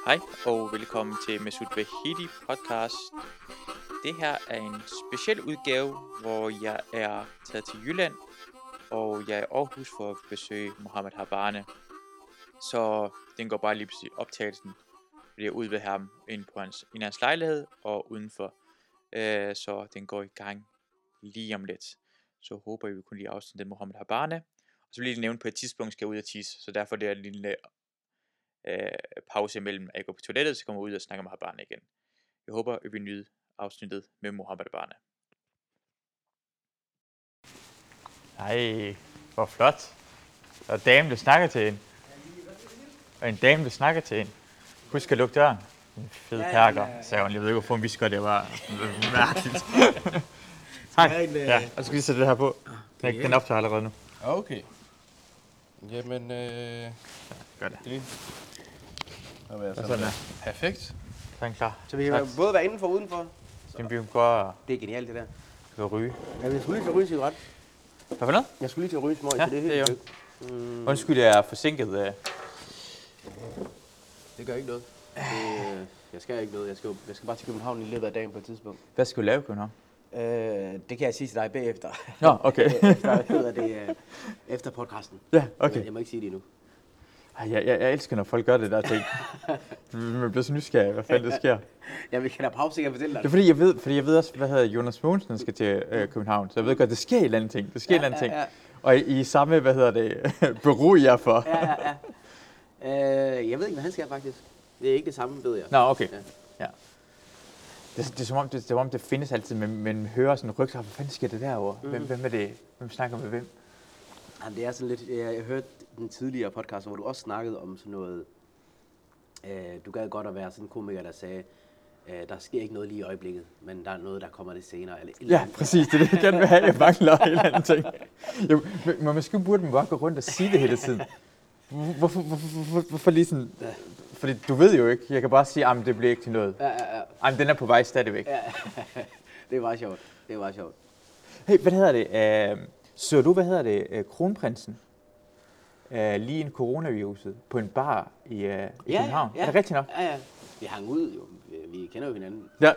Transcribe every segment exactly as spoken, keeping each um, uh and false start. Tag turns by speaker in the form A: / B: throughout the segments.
A: Hej og velkommen til Masoud Vahedi podcast. Det her er en speciel udgave, hvor jeg er taget til Jylland, og jeg er i Aarhus for at besøge Mohammed Habane. Så den går bare lige pludselig optagelsen, fordi jeg er ude ved ham inde på hans, inde i hans lejlighed og udenfor. Øh, så den går i gang lige om lidt. Så håber jeg, vi kunne lige afsnit det Mohammed Habane. Og så vil jeg lige nævne, på et tidspunkt skal jeg ud og tisse, så derfor det er en lille øh, pause imellem, at jeg går på toilettet, så kommer jeg ud og snakker med Habane igen. Jeg håber, at I vil nyde afsnittet med Mohammed Habane. Ej, hvor flot. Der er en dame, der snakker til en. Og en dame, der snakker til en. Husk at lukke døren. En fed perker, sagde hun. Jeg ved ikke, hvorfor hun vidste godt, det var mærkeligt. Hej. Ja, og så skal vi sætte det her på. Den, den optager allerede nu.
B: Okay. Jamen, øh...
A: Gør det.
B: Det har været
A: sådan der.
B: Perfekt.
A: Så er den klar.
C: Så vi kan både være indenfor og udenfor.
A: Den vi går og
C: Det er genialt, det der.
A: gå ryge.
C: Ja, jeg skulle lige til at ryge en cigaret.
A: Hvad for noget?
C: Jeg skulle lige til at ryge en smøg,
A: Ja,
C: så det er
A: det er
C: helt
A: jo.
C: fedt. Mm,
A: Undskyld, jeg er forsinket. Øh.
C: det gør ikke noget. Det, øh, jeg skal ikke noget. Jeg skal, jo- jeg skal bare til København i løbet af dagen på et tidspunkt.
A: Hvad skal du lave, København?
C: Øh, det kan jeg sige til dig bagefter.
A: Nå, okay.
C: efter, hvad hedder det, øh, efter podcasten.
A: Ja, okay.
C: Jeg må ikke sige det endnu.
A: Ej, jeg, jeg, jeg elsker, når folk gør det der ting. Man bliver så nysgerrig, hvad fanden der sker.
C: Ja, vi kan da pause, så jeg kan fortælle dig.
A: Det er fordi, jeg ved, fordi jeg ved også, hvad hedder Jonas Mogensen skal til øh, København. Så jeg ved godt, det sker et eller andet ting. Det sker et eller andet ting.
C: ja, ja.
A: Og I, I samme, hvad hedder det, bureau I er for.
C: Ja, ja, ja. Øh, jeg ved ikke, hvad han skal faktisk. Det er ikke det samme, ved jeg.
A: Nå, okay.
C: Ja.
A: Ja. Det, det, er som om, det, det er som om, det findes altid, men man hører sådan ryg, så hvad fanden sker det derovre? Hvem, hvem er det? Hvem snakker med hvem?
C: Jamen, det er sådan lidt, jeg, jeg hørte den tidligere podcast, hvor du også snakkede om sådan noget, øh, du gad godt at være sådan en komiker, der sagde, øh, der sker ikke noget lige i øjeblikket, men der er noget, der kommer lidt senere. Eller, eller
A: Ja, præcis. Det er det, jeg gerne vil have. Jeg mangler et eller andet ting. Jeg, men måske burde man bare gå rundt og sige det hele tiden. Hvorfor, hvorfor, hvorfor, hvorfor lige sådan... Fordi du ved jo ikke. Jeg kan bare sige, at det bliver ikke til noget.
C: Ja, ja, ja.
A: Ej, men den er på vej stadigvæk.
C: ja. Det var sjovt. Det var sjovt.
A: Hey, hvad hedder det? Uh, så du, hvad hedder det? Uh, Kronprinsen? Uh, lige en coronaviruset på en bar i, uh, i
C: Ja,
A: København.
C: ja.
A: Er det rigtigt nok?
C: Ja, ja. Vi hang ud jo. Vi, vi kender jo hinanden.
A: Ja.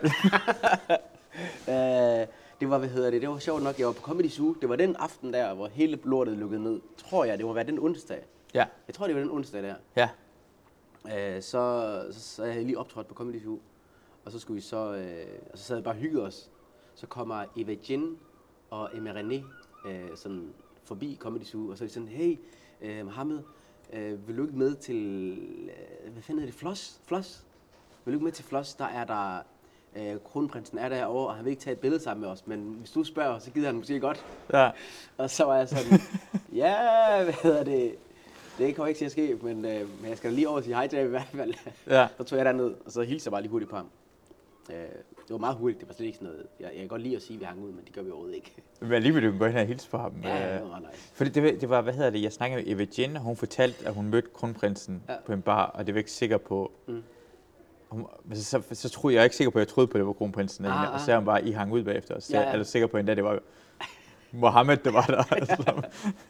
C: Øh, det var, hvad hedder det, det var sjovt nok, jeg var på Comedy Zoo. Det var den aften der, hvor hele lortet lukkede ned. Tror jeg, det må være den onsdag.
A: Ja.
C: Jeg tror, det var den onsdag der.
A: Ja.
C: Øh, så, så, så jeg havde lige optrådt på Comedy Zoo, og så skulle vi så, øh, og så sad vi bare og hyggede os. Så kommer Eva Jin og Emma René øh, sådan forbi Comedy Zoo, og så er de sådan, hey, øh, Mohammed, øh, vil du ikke med til, øh, hvad fanden hedder det, Floss? Floss? Vil du ikke med til Floss? Der er der, øh, kronprinsen er derovre, og han vil ikke tage et billede sammen med os, men hvis du spørger, så gider han måske godt.
A: Ja.
C: Og så var jeg sådan, ja, hvad hedder det? Det kommer ikke til at ske, men, øh, men jeg skal lige over og sige hej til jer i hvert fald.
A: Ja.
C: Så tog jeg derned, og så hilste jeg bare lige hurtigt på ham. Øh, det var meget hurtigt, det var slet ikke sådan noget. Jeg, jeg kan godt lide at sige, at vi hang ud, men det gør vi overhovedet ikke.
A: Men alligevel, du kan gå ind og hilse på ham.
C: Ja,
A: Øh,
C: det var meget nice.
A: Fordi det, det var, hvad hedder det, jeg snakkede med Eva Jin, og hun fortalte, at hun mødte kronprinsen ja.
C: Ja.
A: på en bar, og det var ikke sikker på.
C: Mm.
A: Hun, men så, så, så troede jeg ikke sikker på, at jeg troede på, at det var kronprinsen,
C: Ah,
A: og
C: ah.
A: så sagde hun bare, at I hang ud bagefter, og så
C: Ja, ja.
A: er du sikker på, at det var Mohammed, der var der. Altså.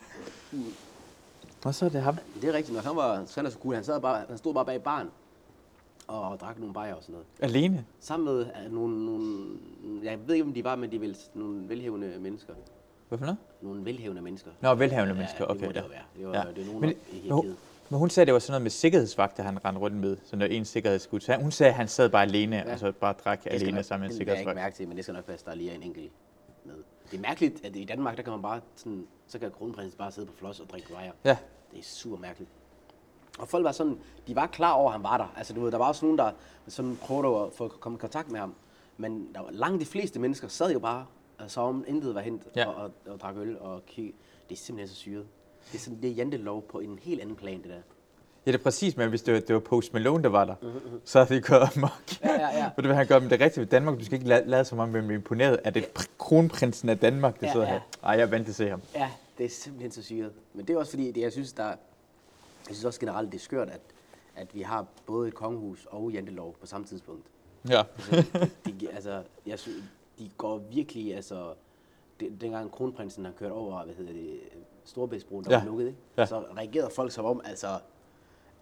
A: Og så er det ham.
C: Det er rigtigt, når han var sådan er så cool. Han, sad bare, han stod bare bag baren og drak nogle bajer og sådan noget.
A: Alene.
C: Sammen med øh, nogle, nogle, jeg ved ikke, om de var, men de er vel nogle velhævende mennesker.
A: Hvad for noget?
C: Nogle velhævende mennesker.
A: Nå, velhavende mennesker,
C: Ja,
A: okay.
C: det må det
A: Ja.
C: jo være. Det var,
A: Ja.
C: det er nogen,
A: Men,
C: der i
A: men, hun,
C: hierarkiet.
A: men hun sagde, at det var sådan noget med sikkerhedsvagter, han rendte rundt med, så når en sikkerhedsskud. Så hun sagde, at han sad bare alene, ja. og så bare drak
C: Det skal
A: alene
C: nok-
A: sammen med en
C: det lægger jeg ikke
A: sikkerhedsvagt.
C: mærke til, men det skal nok passe, der lige er en enkelt med. Det er mærkeligt, at i Danmark, der kan man bare sådan, så kan kronprinsen bare sidde på Floss og drikke bajer.
A: Ja.
C: Det er super mærkeligt. Og folk var sådan, de var klar over, at han var der. Altså, du ved, der var også nogen, der sådan prøvede at få komme i kontakt med ham. Men der var langt de fleste mennesker sad jo bare og så om intet var hentet
A: Ja.
C: og, og, og drak øl og kigge. Det er simpelthen så syret. Det er sådan, det er jantelov på en helt anden plan, det der.
A: Ja, det er præcis, men hvis det var, det var Post Malone, der var der, mm-hmm. så havde de gået amok.
C: Ja, ja, ja.
A: For det vil han gøre, men det er rigtigt ved Danmark. Du skal ikke lade, lade som om, man bliver imponeret. Er det pr- kronprinsen af Danmark, der
C: Ja,
A: sidder
C: ja.
A: her? Ej, jeg er vant til at se ham.
C: Ja, det er simpelthen så syret. Men det er også fordi, det, jeg synes, der, jeg synes også generelt, det er skørt, at, at vi har både et kongehus og jantelov på samme tidspunkt.
A: Ja.
C: Altså, de, de, altså, jeg synes, de går virkelig, altså, det, dengang kronprinsen har kørt over, hvad hedder det, Storebæltsbroen, der
A: Ja.
C: var lukket, ikke?
A: Ja.
C: Så reagerede folk som om, altså,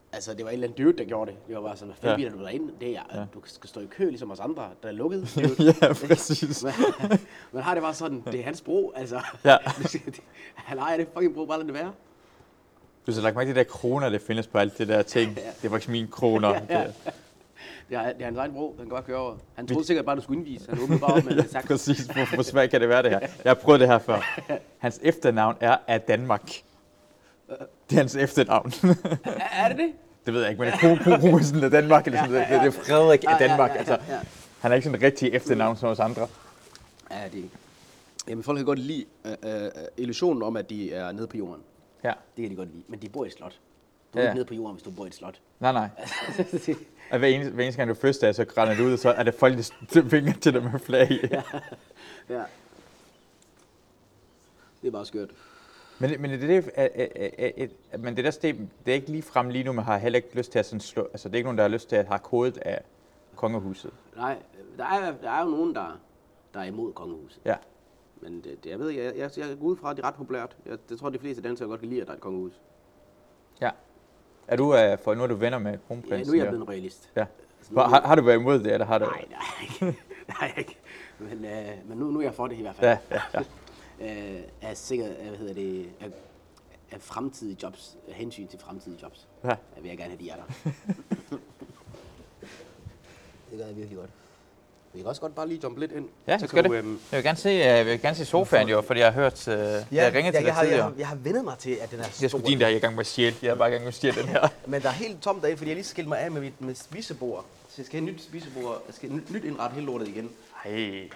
C: Altså, det var en eller anden dude, der gjorde det. Det var bare sådan, hvad fanden
A: Ja.
C: ja. du derinde? Det er,
A: Ja.
C: ja. Du skal stå i kø, ligesom os andre, der er lukket.
A: Ja, præcis.
C: Men, men har det bare sådan, det er hans bro, altså.
A: Ja.
C: Han ejer det fucking bro, bare lad det være.
A: Du har lagt mærke til de der kroner, der findes på alt det der ting.
C: Ja.
A: Det er faktisk mine kroner.
C: Ja, ja.
A: Det-
C: Det er, det er hans egen bro, han kan bare køre over. Han troede sikkert bare, du skulle indvise. Han åbnede bare op med en sagt.
A: Præcis, hvor, hvor svært kan det være det her? Jeg har prøvet det her før. Hans efternavn er af Danmark. Det er hans efternavn.
C: Er, er det det?
A: Det ved jeg ikke, men det er Kronprinsen af Danmark, eller sådan noget. Det er Frederik af
C: Ja, ja,
A: Danmark.
C: ja, ja,
A: Altså,
C: ja.
A: han er ikke sådan en rigtig efternavn som os andre.
C: Ja, det Jamen, folk kan godt lide uh, uh, illusionen om, at de er nede på jorden.
A: Ja.
C: Det kan de godt lide. Men de bor i et slot. Du er
A: Ja.
C: ikke nede på jorden, hvis du bor i et slot.
A: Nej, nej. Og hver eneste, hver eneste gang du er første, så grænder du ud, og så er det folk, der vinker til dig med flag i.
C: Ja. Ja. Det er bare skørt.
A: Men, men det er det, er, er, er, er, men det der sted, det er ikke lige frem lige nu, man har heller ikke lyst til at sådan slå, altså det er ikke nogen, der har lyst til at have kodet af kongehuset.
C: Nej, der er, der er jo nogen, der, der er imod kongehuset.
A: Ja.
C: Men det, det, jeg ved ikke, jeg, jeg, jeg går ud fra, at det er ret populært. Jeg, det tror, de fleste danskere godt kan lide, at der er et kongehus.
A: Ja. Er du, uh, for nu er du venner med
C: Ja,
A: kronprinsen?
C: nu er jeg blevet en realist.
A: Ja.
C: Altså, nu-
A: Har, har du været imod det, eller har du?
C: Nej, nej, det har jeg ikke. Men, øh, men nu, nu er jeg for det i hvert fald.
A: Ja, ja, ja.
C: øh, er sikker, hvad hedder det, af, af fremtidige jobs, af hensyn til fremtidige jobs.
A: Ja.
C: Jeg vil jeg gerne have, de er der. Det gør jeg virkelig godt. Vi kan også godt bare lige jumpe lidt ind.
A: Ja,
C: Så
A: skal
C: kan
A: det.
C: du, øhm,
A: Jeg vil gerne se, uh, jeg vil gerne se sofaen jo, fordi jeg har hørt, uh, ja, jeg ringede til dig
C: jeg, har, jeg,
A: tidligere.
C: har, jeg har vendet mig til, at den er
A: Det er
C: stor.
A: sgu din, der er i gang med at stjæle. Jeg er bare i gang med at stjæle den her.
C: Men der er helt tomt derinde, fordi jeg lige skal skille mig af med mit med spisebord. Så jeg skal have et nyt spisebord. Jeg skal nyt, nyt indrette hele lortet igen.
A: Ej.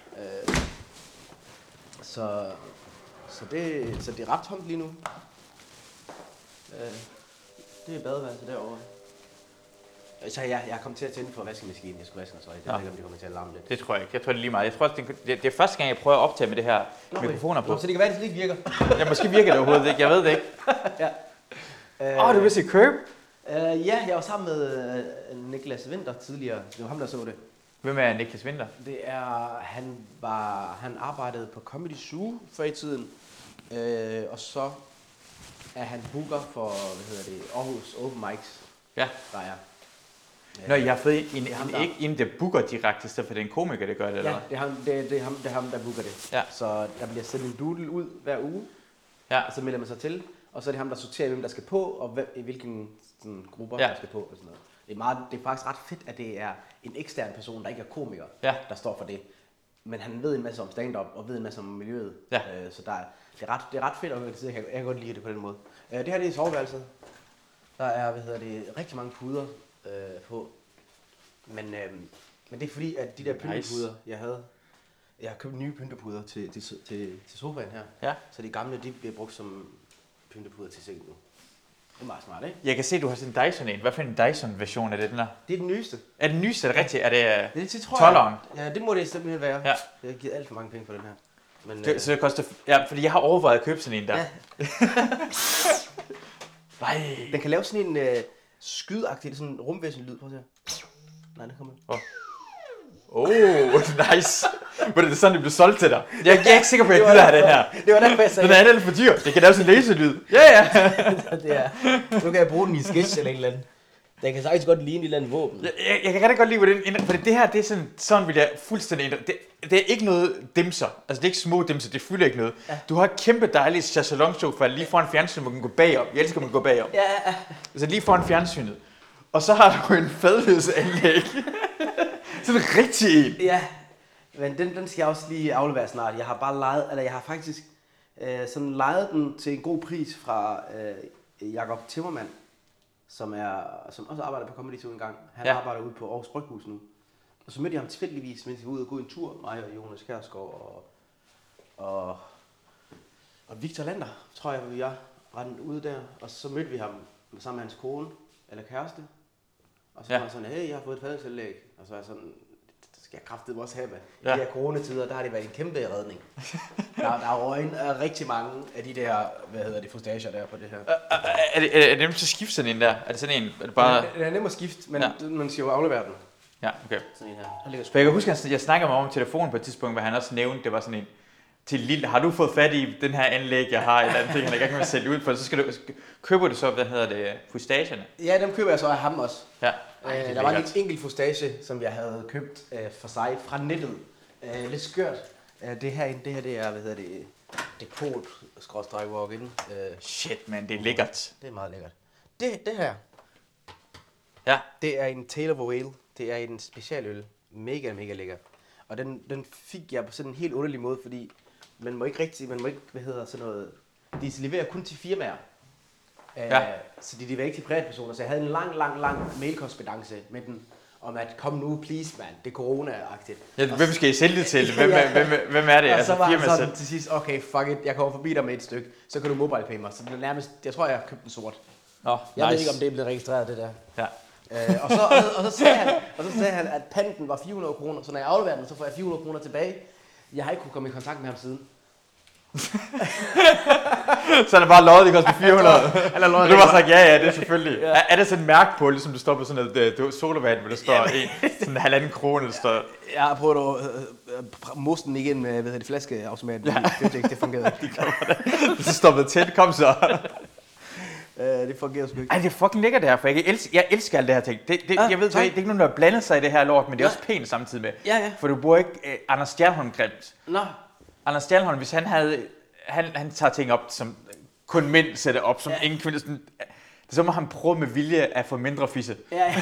C: Så, så, det, så det er ret tomt lige nu. Øh, det er badeværelset derovre. Så jeg, jeg kom til at tænde for vaskemaskinen. Jeg skulle vaske noget tøj. Det
A: Ja.
C: ved ikke, om det kommer til at larme lidt.
A: Det tror jeg ikke. Jeg tror det er lige meget. Jeg tror, det, det, det er første gang, jeg prøver at optage med det her
C: Nå,
A: mikrofoner på.
C: Nå, så det kan være, at det slet ikke virker.
A: Ja, måske virker det overhovedet ikke. Jeg ved det ikke.
C: ja.
A: Åh, oh, du vil se Curb?
C: Øh, ja, jeg var sammen med øh, Niklas Winter tidligere. Det var ham, der så det.
A: Hvem er Niklas Winter?
C: Det er, han var, han arbejdede på Comedy Zoo før i tiden. Øh, og så er han booker for, hvad hedder det, Aarhus Open Mics,
A: Ja.
C: der er.
A: Nå, jeg har fået en, en,
C: ham,
A: en,
C: der-
A: ikke en, der booker direkte, så for det er en komiker, der gør det, eller
C: Ja,
A: hvad?
C: det er, ham, det, det, er ham, det er ham, der booker det.
A: Ja.
C: Så der bliver sendt en doodle ud hver uge,
A: Ja.
C: og så melder man sig til. Og så er det ham, der sorterer, hvem der skal på, og hvem, i hvilken sådan, grupper
A: Ja.
C: der skal på. Og sådan noget. Det, er meget, det er faktisk ret fedt, at det er en ekstern person, der ikke er komiker,
A: Ja.
C: der står for det. Men han ved en masse om stand-up, og ved en masse om miljøet.
A: Ja.
C: Øh, så der, er- det, er ret, det er ret fedt at høre det. Jeg kan, jeg kan godt lide det på den måde. Øh, det her det er soveværelset. Der er, hvad hedder det, rigtig mange puder øh, på. Men, øh, men det er fordi, at de der
A: Nice.
C: pyntepuder, jeg havde, jeg har købt nye pyntepuder til, til, til, til sofaen her.
A: Ja.
C: Så de gamle, de bliver brugt som pyntepuder til sengen nu. Det er meget smart, ikke?
A: Jeg kan se, du har sådan en Dyson en. Hvad for en Dyson-version er det, den der?
C: Det er den nyeste.
A: Er det nyeste, er det rigtigt? Er det, uh,
C: Det, det tror
A: tolleren?
C: jeg. Ja, det må det simpelthen være.
A: Ja.
C: Jeg har givet alt for mange penge for den her. Men,
A: det, så det koster... Ja, fordi jeg har overvejet at købe sådan en der.
C: Ja.
A: Nej.
C: Den kan lave sådan en øh, skydagtig, sådan en rumvæsen-lyd. Prøv at se. Nej, den kommer.
A: Oh, nice. Men det er sådan, det blev solgt til dig. Jeg, jeg er ikke sikker på, at jeg gider have den her.
C: Det var derfor, jeg sagde.
A: Den er alt for dyr. Det kan lave sådan en laserlyd. Ja, ja.
C: det er. Nu kan jeg bruge den i sketch eller et eller andet. Den kan sagtens godt ligne et eller andet våben.
A: Jeg, jeg, jeg kan rigtig godt lide, hvordan... For det her, det er sådan, sådan vil jeg fuldstændig ændre. Det, det er ikke noget dimser. Altså, det er ikke små dimser. Det fylder ikke noget. Ja. Du har et kæmpe dejligt chaiselong-sofa lige foran fjernsynet, hvor man kan gå bagom. Jeg elsker, at man kan gå bagom.
C: Ja.
A: Altså, lige foran fjernsynet. Og så har du en fadløsanlæg. Sådan en rigtig en.
C: Ja, men den, den skal jeg også lige aflevere snart. Jeg har bare lejet, eller jeg har faktisk øh, sådan lejet den til en god pris fra øh, Jakob Timmermann, som, er, som også arbejder på Comedy Zoo en gang. Han
A: Ja.
C: ja. arbejder ude på Aarhus Bryghus nu. Og så mødte jeg ham tilfældigvis, mens vi var ude og gå en tur, mig og Jonas Kjærsgaard og, og, og Victor Lander, tror jeg, vi er rendte ude der. Og så mødte vi ham sammen med hans kone, eller kæreste. Og så
A: Ja.
C: var han sådan, hey, jeg har fået et fadelsanlæg. Og så er jeg sådan, det skal jeg kraftedeme også have med. I
A: Ja.
C: de her coronatider, der har det været en kæmpe redning. der, der er røgen af rigtig mange af de der, hvad hedder det, fustager der på det her.
A: Er, er, det, er det nemt at skifte sådan en der? Er det sådan en? Er det bare...
C: Den, den er nem at skifte, men
A: Ja.
C: ja. man skal jo aflevere den.
A: Ja, okay.
C: Sådan en her. Der ligger
A: For jeg kan huske, at jeg snakkede med om telefonen på et tidspunkt, hvor han også nævnte, det var sådan en, til lille. Har du fået fat i den her anlæg, jeg har, eller andet ting, han er i gang med at sælge ud på, så skal du, køber du så, hvad hedder det, fustagerne?
C: Ja, dem køber jeg så af ham også.
A: Ja.
C: Ej, øh, der var en enkelt fustage, som jeg havde købt øh, for sig fra nettet. Øh, lidt skørt. Øh, det her, det her, det er, hvad hedder det, depot skråstreg walk-in. Øh,
A: Shit, man, det er lækkert.
C: Det er meget lækkert. Det, det her,
A: Ja.
C: det er en Tail of a Whale. Det er en specialøl. Mega, mega lækker. Og den, den fik jeg på sådan en helt underlig måde, fordi man må ikke rigtig, man må ikke, hvad hedder sådan noget, de leverer kun til firmaer.
A: Ja.
C: Uh, så de leverer ikke til privatpersoner, så jeg havde en lang, lang, lang mailkorrespondance med den, om at kom nu, please, man, det er corona-agtigt.
A: Ja, hvem skal I sælge det til? Hvem, ja. hvem, hvem, hvem er det?
C: Og
A: altså,
C: så var han sådan
A: selv.
C: til sidst, okay, fuck it, jeg kommer forbi dig med et stykke, så kan du mobile pay mig. Så det er nærmest, jeg tror, jeg har købt den sort.
A: Nå,
C: Jeg
A: nice.
C: ved ikke, om det er blevet registreret, det der.
A: Ja.
C: Øh, og, så, og, og, så sagde han, og så sagde han, at panten var fire hundrede kroner, så når jeg afleverer den, så får jeg fire hundrede kroner tilbage. Jeg har ikke kunne komme i kontakt med ham siden.
A: Så er det bare løjet, det koster fire hundrede.
C: Eller løjet,
A: du var sagt, ja, ja, det er selvfølgelig.
C: Ja.
A: Er, er det sådan et mærke på, ligesom du står på sådan noget uh, sodavand, hvor der står en, sådan en halvanden krone, der står...
C: Jeg har prøvet at øh, øh, mose den igen med hvad hedder det, flaskeautomaten. Ja. Det, det, det fungerede ikke.
A: Det stoppede tæt, kom så.
C: øh, det fungerer sgu ikke.
A: Ej, det er fucking lækkert det her, for jeg elsker, jeg elsker alt det her ting. Det, det,
C: Ah,
A: jeg ved, det,
C: tak.
A: det er ikke nogen, der har blandet sig i det her lort, men det er
C: Ja.
A: også pænt samtidig med.
C: Ja, ja.
A: For du bruger ikke uh, Anders Stjernholm grimt.
C: Nå.
A: Anders Stjernholm, hvis han havde... Han, han tager ting op, som kun mænd sætter op, som ja. ingen kvinder... Sådan, så må han prøve med vilje at få mindre fisse.
C: Ja, ja.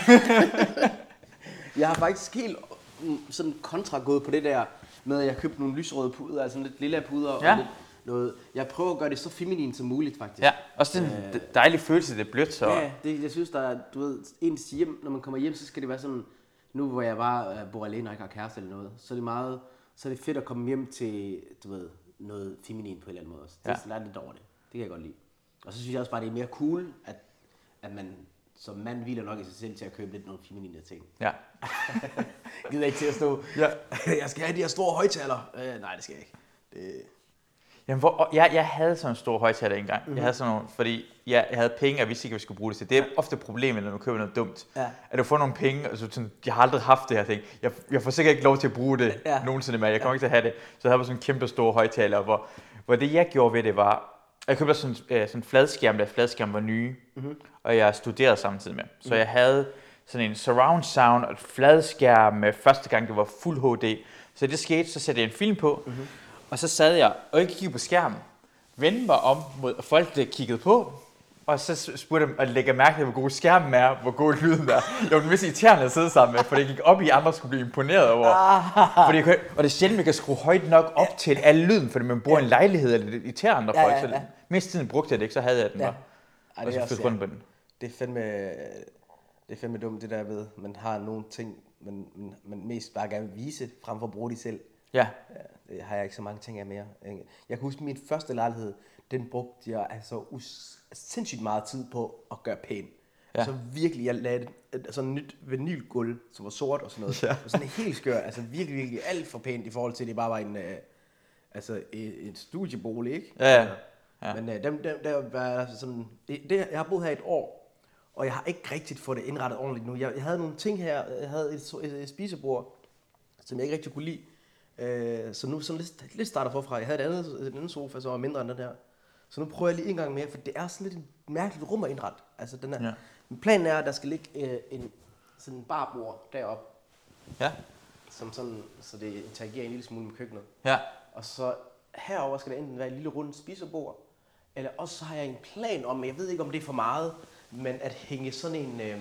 C: Jeg har faktisk helt mm, sådan kontra gået på det der med, at jeg købte nogle lysrøde puder, altså lidt lilla puder
A: Ja.
C: og lidt noget. Jeg prøver at gøre det så feminin som muligt, faktisk.
A: Ja, også den øh, dejlige følelse, det er blødt. Så.
C: Ja, det, jeg synes, der er, du ved, ens hjem, når man kommer hjem, så skal det være sådan, nu hvor jeg bare uh, bor alene og ikke har kæreste eller noget, så er det meget, så er det fedt at komme hjem til, du ved, noget feminin på en eller anden måde også. Det er
A: Ja.
C: sådan lidt over det. Det kan jeg godt lide. Og så synes jeg også bare, det er mere cool, at, at man som mand hviler nok i sig selv til at købe lidt nogle feminine ting.
A: Ja.
C: Jeg gider ikke til at stå,
A: Ja.
C: jeg skal have de her store højtaler. Øh, nej, det skal jeg ikke. Det...
A: Jamen, hvor, og jeg, jeg havde sådan en stor højtaler engang. Mm-hmm. Jeg havde sådan nogle, fordi jeg, jeg havde penge, og jeg vidste ikke, hvad jeg skulle bruge det til. Det er ofte problemet, når du køber noget dumt.
C: Ja.
A: At du får nogle penge, og så sådan, jeg har aldrig haft det her ting. Jeg, jeg får sikkert ikke lov til at bruge det
C: Ja.
A: nogensinde mere. Jeg kommer ja. ikke til at have det. Så jeg havde sådan en kæmpe stor højtaler, hvor, hvor det jeg gjorde ved det var, jeg købte sådan øh, sådan en fladskærm, da fladskærm var nye, mm-hmm. og jeg studerede samtidig med. Så mm. jeg havde sådan en surround sound og et fladskærm første gang, det var fuld H D. Så det skete, så satte jeg en film på, mm-hmm. og så sad jeg og ikke kiggede på skærmen, vendte mig om mod folk, der kiggede på, og så spurgte jeg at lægge mærke til, hvor god skærmen er, hvor god lyden er. Jeg var den mest irriterende at sidde sammen med, for det gik op i, andre skulle blive imponeret over. Fordi jeg kunne, og det er sjældent, man kan skrue højt nok op til al lyden, fordi man bor i en lejlighed, eller det irriterer andre
C: Ja,
A: folk.
C: ja, ja.
A: Så mest tiden brugte jeg det ikke, så havde jeg den
C: Ja.
A: bare.
C: Ej,
A: Og
C: det er
A: så
C: også,
A: flytte rundt på den.
C: Det er fandme, det er fandme dumt, det der ved, man har nogle ting, man, man, man mest bare gerne vil vise, frem for at bruge de selv.
A: Ja.
C: Ja, det har jeg ikke så mange ting af mere. Jeg kan huske, min første lejlighed, den brugte jeg altså us- sindssygt meget tid på at gøre pæn.
A: Ja.
C: Ja. Så virkelig, jeg lavede et, sådan et nyt vinylgulv, som var sort og sådan noget. Ja. Og sådan helt skør, altså virkelig, virkelig alt for pænt i forhold til, at det bare var en, øh, altså et, et studiebolig, ikke?
A: Ja, ja. Ja.
C: Men øh, dem, dem, der var altså sådan, det, det, jeg har boet her et år, og jeg har ikke rigtigt fået det indrettet ordentligt nu. Jeg, jeg havde nogle ting her, jeg havde et, et, et spisebord, som jeg ikke rigtig kunne lide. Øh, så nu sådan lidt, lidt starter forfra. Jeg havde et andet, et andet sofa, som var mindre end den her. Så nu prøver jeg lige en gang mere, for det er sådan lidt et mærkeligt rum at indrette. Altså den her. Ja. Planen er, at der skal ligge øh, en sådan en barbord deroppe,
A: Ja.
C: som sådan, så det interagerer en lille smule med køkkenet.
A: Ja.
C: Og så herover skal der enten være et lille rundt spisebord, eller også så har jeg en plan om, jeg ved ikke om det er for meget, men at hænge sådan en, øh,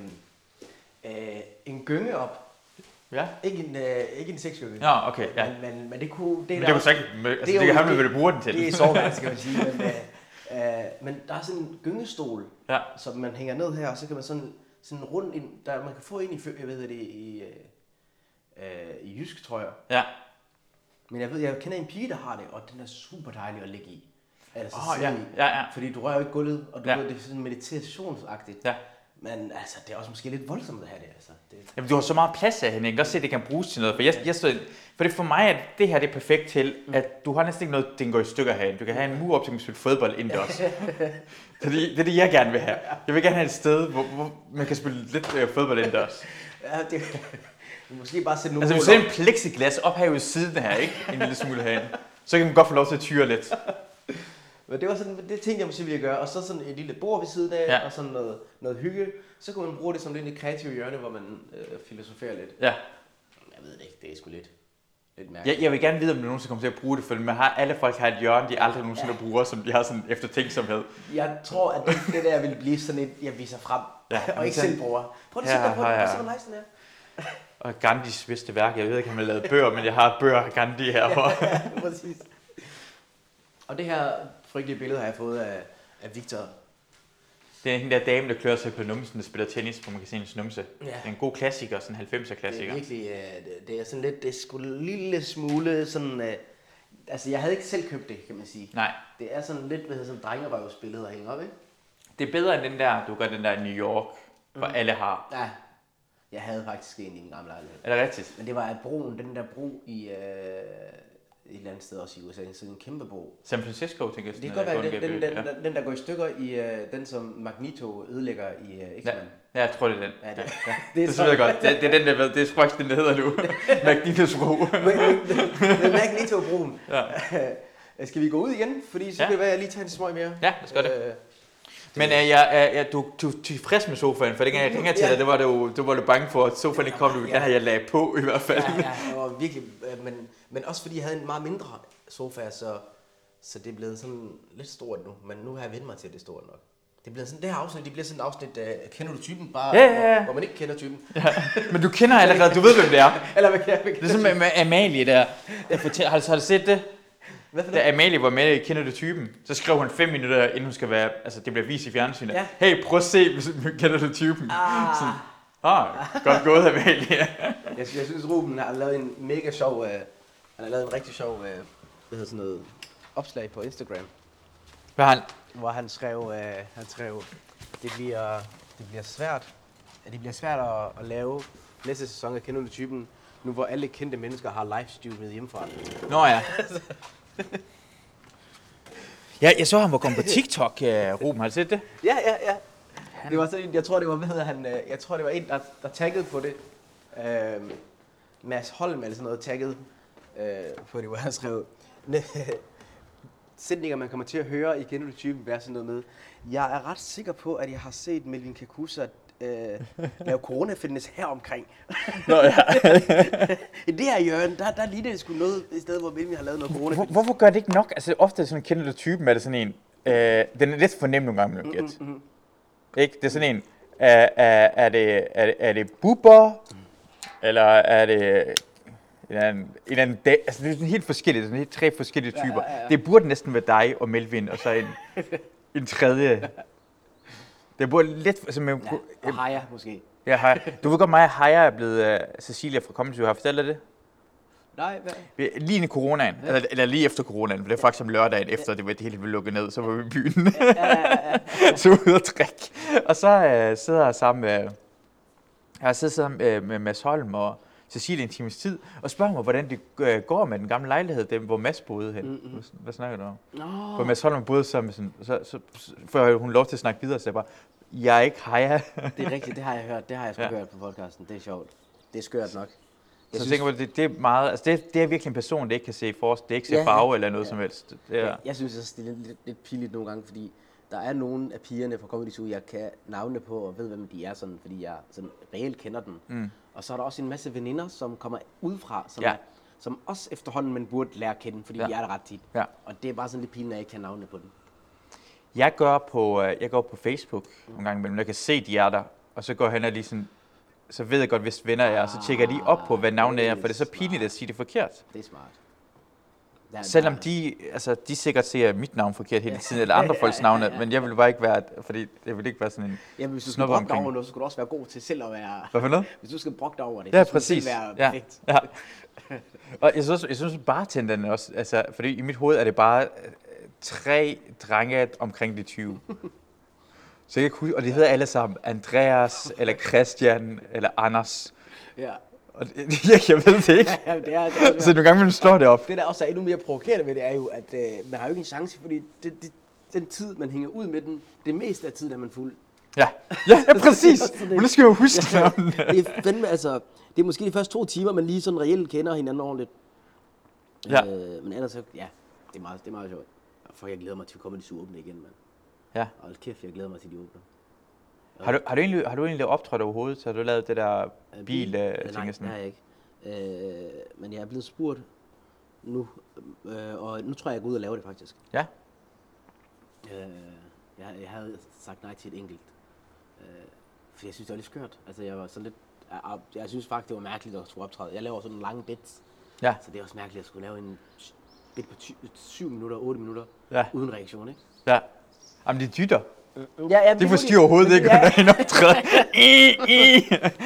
C: øh, en gynge op.
A: Ja.
C: Ikke en, øh, ikke en sexgynge.
A: Ja, okay, ja.
C: Men, men, men det kunne... Det,
A: Men det kunne så ikke, altså det,
C: er
A: det kan
C: jo-
A: han vel bruge den til.
C: Det er soveværelse, skal man sige. Men, øh, øh, men der er sådan en gyngestol,
A: Ja.
C: som man hænger ned her, og så kan man sådan, sådan rundt ind, der man kan få ind i, fø- jeg ved det, i, øh, øh, i jysk, tror jeg.
A: Ja.
C: Men jeg ved, jeg kender en pige, der har det, og den er super dejlig at ligge i. Altså,
A: Åh,
C: sidde
A: ja.
C: i.
A: Ja, ja.
C: Fordi du rører jo ikke gulvet, og du
A: Ja.
C: ved, det er sådan meditationsagtigt.
A: Ja.
C: Men altså, det er også måske lidt voldsomt at have det, altså. Det,
A: Jamen, du har så meget plads af hende. Jeg kan godt se, at det kan bruges til noget. For, jeg, jeg stod, for det for mig er det her det er perfekt til, at du har næsten ikke noget, den går i stykker herinde. Du kan have en mur op til at spille fodbold indendørs. det, er det, det er det, jeg gerne vil have. Jeg vil gerne have et sted, hvor, hvor man kan spille lidt øh, fodbold indendørs.
C: ja, det, måske bare sætte nogle
A: Altså, vi
C: mål
A: sætter
C: op.
A: en plexiglas op her i siden her, ikke? En lille smule herinde. Så kan man godt få lov til at tyre lidt.
C: Men det var sådan, det tænkte jeg måske ville gøre. Og så sådan et lille bord ved siden af, ja. Og sådan noget, noget hygge. Så kunne man bruge det som lidt et kreativt hjørne, hvor man øh, filosoferer lidt.
A: Ja.
C: Jeg ved det ikke, det er sgu lidt, lidt mærkeligt.
A: Jeg, jeg vil gerne vide, om du nogensinde kommer til at bruge det, for man har, alle folk har et hjørne, de aldrig nogensinde ja. bruger, som de har sådan eftertænksomhed.
C: Jeg tror, at det, det der vil blive sådan et, jeg viser frem, ja, og ikke selv bruger. Prøv at se der på den, så hvor nice den er.
A: Og Gandhis bedste værk, jeg ved ikke, om jeg har lavet bøger, men jeg har bøger af Gandhi herovre.
C: Ja, ja, præcis. Og det her frygtelige billede har jeg fået af, af Victor.
A: Det er en der dame, der klør sig på numsen, der spiller tennis, hvor man kan se en numse. Ja. Det er en god klassiker, sådan en halvfemser klassiker.
C: Det er virkelig, uh, det er sådan lidt, det er sgu en lille smule sådan, uh, altså jeg havde ikke selv købt det, kan man sige.
A: Nej.
C: Det er sådan lidt, hvad hedder sådan drengerøvsbillede at hænge op, ikke?
A: Det er bedre end den der, du gør den der i New York, hvor mm. alle har.
C: Ja, jeg havde faktisk en i den gamle lejlighed.
A: Er det rigtigt?
C: Men det var broen, den der bro i... Uh, et eller andet sted også i U S A, sådan en kæmpe bro.
A: San Francisco, tænker jeg.
C: Det kan godt være, den, den, den, ja. den der går i stykker i, uh, den som Magneto ødelægger i uh, X-Men.
A: Ja, jeg tror det er den.
C: Ja, det, ja.
A: det, det, det synes jeg godt. Det, det er den, der ved. Det er faktisk den, der hedder nu. Magnetos bro.
C: Magneto-broen. Ja. Skal vi gå ud igen? Fordi så ja. kan det være, at jeg lige tager en smøg mere.
A: Ja, lad os gøre det. Uh, Men uh, jeg, uh, du, du, du er frisk med sofaen, for det gang jeg ringer til ja. dig, det var du, du var du bange for, at sofaen ikke kom, du ville gerne have, jeg lagde på i hvert fald.
C: Ja, ja, det var virkelig, men, men også fordi jeg havde en meget mindre sofa, så, så det er blevet sådan lidt stort nu, men nu har jeg vendt mig til, at det er stort nok. Det bliver sådan, det her afsnit, det bliver sådan et afsnit, uh, kender du typen? Bare,
A: ja, ja, ja.
C: Hvor, hvor man ikke kender typen.
A: Ja. Men du kender allerede, du ved, hvem det er.
C: Eller hvad kan jeg?
A: Det er sådan med, med Amalie der. Jeg fortæller, har, har du set det? Da Amalie var med i Kender du typen, så skrev hun fem minutter, inden hun skal være, altså det bliver vist i fjernsynet. Ja. Hey, prøv at se, hvis du kender du typen. Ah. Sådan, ah, godt gået, Amalie.
C: jeg, jeg synes, Ruben har lavet en mega sjov, uh, han har lavet en rigtig sjov, uh, hvad hedder sådan noget, opslag på Instagram.
A: Hvad han?
C: Hvor han skrev, uh, han skrev, det bliver, det bliver svært, det bliver svært at, at lave næste sæson af Kender du typen, nu hvor alle kendte mennesker har livestreamet hjemmefra.
A: Nå ja. Ja, jeg så ham var kommet på TikTok, uh, Ruben, har du set det?
C: Ja, ja, ja. Det var sådan, jeg tror det var, hvad hedder han, jeg tror det var en, der, der taggede på det. Uh, Mads Holm eller sådan noget taggede uh, på det, hvor han skrev sætninger, man kommer til at høre i Kender du typen, være sådan noget med. Jeg er ret sikker på, at jeg har set Melvin Kakusa uh, lave corona-fitness her omkring.
A: Nå ja.
C: I det her hjørne, der, der ligner det sgu noget i stedet, hvor Melvin har lavet noget corona-fitness.
A: Hvor, hvorfor gør det ikke nok? Altså ofte sådan Kender du typen, er det sådan en, øh, den er lidt for nem nogle gange, man gætte. Mm, mm, mm. Ikke? Det er sådan en, er, er, er, det, er, det, er det Bubber, mm. eller er det en anden, en anden dag? Altså det er sådan helt forskelligt, sådan helt tre forskellige typer. Ja, ja, ja. Det burde næsten være dig og Melvin, og så en, en tredje. Det burde lidt... Altså, man,
C: ja, og Haya måske.
A: Ja, Haya. Du ved godt, mig og Haya er blevet uh, Cecilia fra Comedy Zoo. Har fortalt dig det?
C: Nej, hvad?
A: Lige inden coronaen, ja. eller, eller lige efter coronaen, for det er faktisk om lørdagen efter, det var det hele ville lukke ned, så var vi i byen. Ja, ja, ja, ja. Så ude og drikke. Og så uh, sidder jeg sammen med, jeg har siddet sammen uh, med Mads Holm og Cecilie en times tid, og spørger mig, hvordan det uh, går med den gamle lejlighed, dem, hvor Mads boede hen. Mm-hmm. Hvad, hvad snakker du om? Oh. For Mads Holm boede sammen med sådan, så, så, så får hun lov til at snakke videre, så jeg bare, jeg er ikke Haya.
C: Det er rigtigt, det har jeg hørt, det har jeg sgu ja. hørt på podcasten, det er sjovt. Det er skørt nok.
A: Jeg så synes, tænker på, det, det er meget, altså det, det er virkelig en person, der ikke kan se for, det ikke ser ja, farve ja, eller noget ja. som helst. Det er.
C: Ja, jeg synes også, det er lidt, lidt pinligt nogle gange, fordi der er nogle af pigerne fra Comedy Zoo, jeg kan navne på og ved, hvem de er, sådan, fordi jeg sådan reelt kender dem. Mm. Og så er der også en masse veninder, som kommer udefra, som, ja. som også efterhånden man burde lære at kende, fordi ja. de er der ret tit. Ja. Og det er bare sådan lidt pinligt, at jeg ikke kan navne på dem.
A: Jeg går på, jeg går på Facebook mm. nogle gange imellem, jeg kan se, de er der, og så går jeg hen og lige sådan, så ved jeg godt, hvis venner er, og så tjekker jeg lige op på, hvad navnet er, for det er så pinligt at sige det forkert.
C: Det er smart. Der,
A: Selvom de, altså, de sikkert ser mit navn forkert hele tiden, eller andre folks navne, ja, ja, ja. men jeg vil bare ikke være, fordi jeg vil ikke være sådan en
C: Jamen, hvis du skal brokke dig over noget, så skal du også være god til selv at være...
A: Hvad for noget?
C: Hvis du skal brokke dig over det,
A: ja,
C: så skal
A: præcis.
C: du selv være
A: ja,
C: perfekt.
A: Ja. Og jeg synes, jeg synes bartenderen også, altså, fordi i mit hoved er det bare tre drenge omkring de tyve. Så jeg kan huske, og det hedder alle sammen Andreas, eller Christian, eller Anders.
C: Ja.
A: Og det, jeg, jeg ved det ikke.
C: Ja, det er, det er,
A: så nogle gange, man slår det op.
C: Det, der også er endnu mere provokerende ved det, er jo, at øh, man har jo ikke en chance, fordi det, det, den tid, man hænger ud med den, det meste af tiden er man fuld.
A: Ja, ja, ja præcis. Men det skal jeg jo huske.
C: Ja, det er fandme, altså, det er måske de første to timer, man lige sådan reelt kender hinanden ordentligt.
A: Ja.
C: Øh, men ellers så, ja. Det er meget, det er meget sjovt. For jeg glæder mig til at komme til åbne igen, mand.
A: Ja.
C: Og kæft, jeg glæder mig til de åbner.
A: Har du, har du egentlig, har du egentlig optrådt overhovedet, så har du lavet det der
C: Øh,
A: bil, øh,
C: øh,
A: ting
C: nej,
A: og sådan?
C: det har jeg ikke. Øh, men jeg er blevet spurgt nu, øh, og nu tror jeg, jeg går ud og laver det faktisk.
A: Ja.
C: Øh, jeg, jeg havde sagt nej til et enkelt. Øh, for jeg synes, det var lidt skørt. Altså, jeg var sådan lidt... Jeg, jeg synes faktisk, det var mærkeligt at skulle optræde. Jeg laver sådan en lange bits.
A: Ja.
C: Så det er også mærkeligt at skulle lave en bit på syv minutter, otte minutter,
A: Ja.
C: uden reaktion, ikke?
A: Ja. Jamen, de dytter.
C: Ja, ja,
A: Det forstyrrer overhovedet ikke,
C: ja.
A: når en optræder. I, i.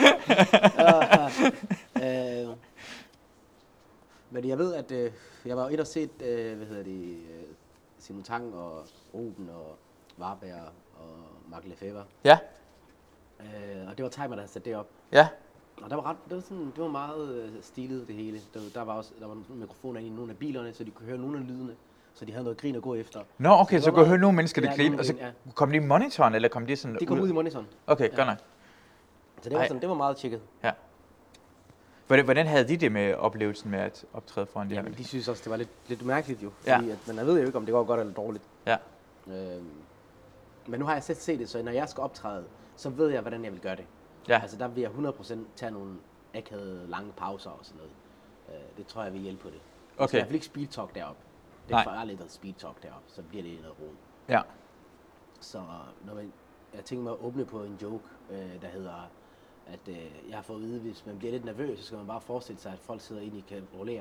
C: øh, men jeg ved, at øh, jeg var jo et og set, øh, hvad hedder det, øh, Simon Tang og Ruben og Varberg og Mark Lefebvre.
A: Ja.
C: Øh, og det var Timer, der havde sat det op.
A: Ja.
C: Og der var ret, det var sådan, det var meget øh, stilet det hele. Der, der var også der var mikrofoner inde i nogle af bilerne, så de kunne høre nogle af lydene, så de havde noget grin at gå efter.
A: Nå, okay,
C: det
A: så
C: var
A: kunne jeg
C: meget-
A: høre nogle mennesker, der
C: ja,
A: grine,
C: nogle
A: og så
C: grine, ja.
A: kom de i monitoren, eller kom de sådan
C: Det kom ud i monitoren.
A: Okay,
C: Ja.
A: godt nok.
C: Så det var
A: Ej.
C: sådan, det var meget tjekket.
A: Ja. Hvordan, hvordan havde de det med oplevelsen med at optræde foran de her
C: Jamen,
A: mennesker?
C: de synes også, det var lidt, lidt mærkeligt jo.
A: Ja.
C: Fordi at, man ved jo ikke, om det går godt eller dårligt.
A: Ja.
C: Øhm, men nu har jeg selv set det, så når jeg skal optræde, så ved jeg, hvordan jeg vil gøre det.
A: Ja.
C: Altså der vil jeg hundrede procent tage nogle akavede lange pauser og sådan noget. Øh, det tror jeg vil hjælpe på det. Jeg
A: Okay.
C: skal i hvert fald ikke speed talk deroppe. Det er
A: Nej.
C: for ærligt at speed talk deroppe, så bliver det noget ro.
A: Ja.
C: Så når man, jeg tænker mig at åbne på en joke, øh, der hedder, at øh, jeg har fået at vide, hvis man bliver lidt nervøs, så skal man bare forestille sig, at folk sidder inde i kan rollere.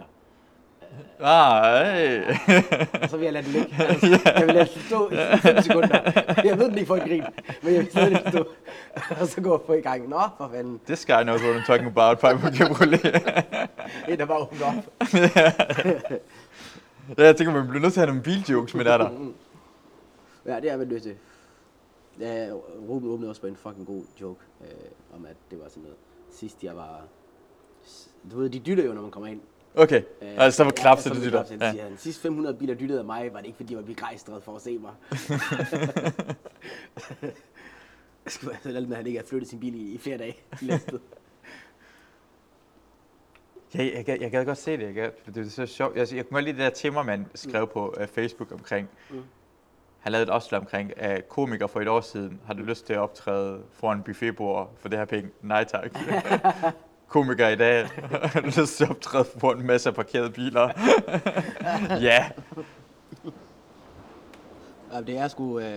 A: Ah, hey.
C: Og så vil jeg lade den ligge. Altså, jeg vil lade den stå i fem sekunder. Jeg ved, den ikke får en grin, men jeg vil stadig lade den stå. Og så går jeg på i gang. Nå, for fanden.
A: This guy knows what I'm talking about. Piper Cabriolet.
C: En, der bare åbner op.
A: Ja, jeg tænker, man bliver nødt til at have nogle biljokes med der der.
C: Ja, det er jeg nødt til. Ja, Ruben åbnede også på en fucking god joke, øh, om at det var sådan noget. Sidst jeg var... Du ved, de dytter jo, når man kommer ind.
A: Okay,
C: Øh,
A: altså så var klap, så
C: så
A: det
C: var
A: dytter.
C: klapse,
A: Ja.
C: siger han. Sidst fem hundrede biler dyttede af mig, var det ikke fordi, jeg var begejstret for at se mig. Jeg skal være så med, at han ikke har flyttet sin bil i, i flere dage. Læstet.
A: Ja, jeg, gad, jeg gad godt se det. Jeg gad, det er så sjovt. Jeg, jeg kunne godt lide det der Timmermand skrev på uh, Facebook omkring.
C: Mm.
A: Han lavede et opslag omkring, at komiker for et år siden, har du lyst til at optræde foran buffetbord for det her penge? Nej tak. Komiker i dag, har du lyst til at optræde foran en masse af parkerede biler? Ja.
C: Ja, det er sgu... Øh...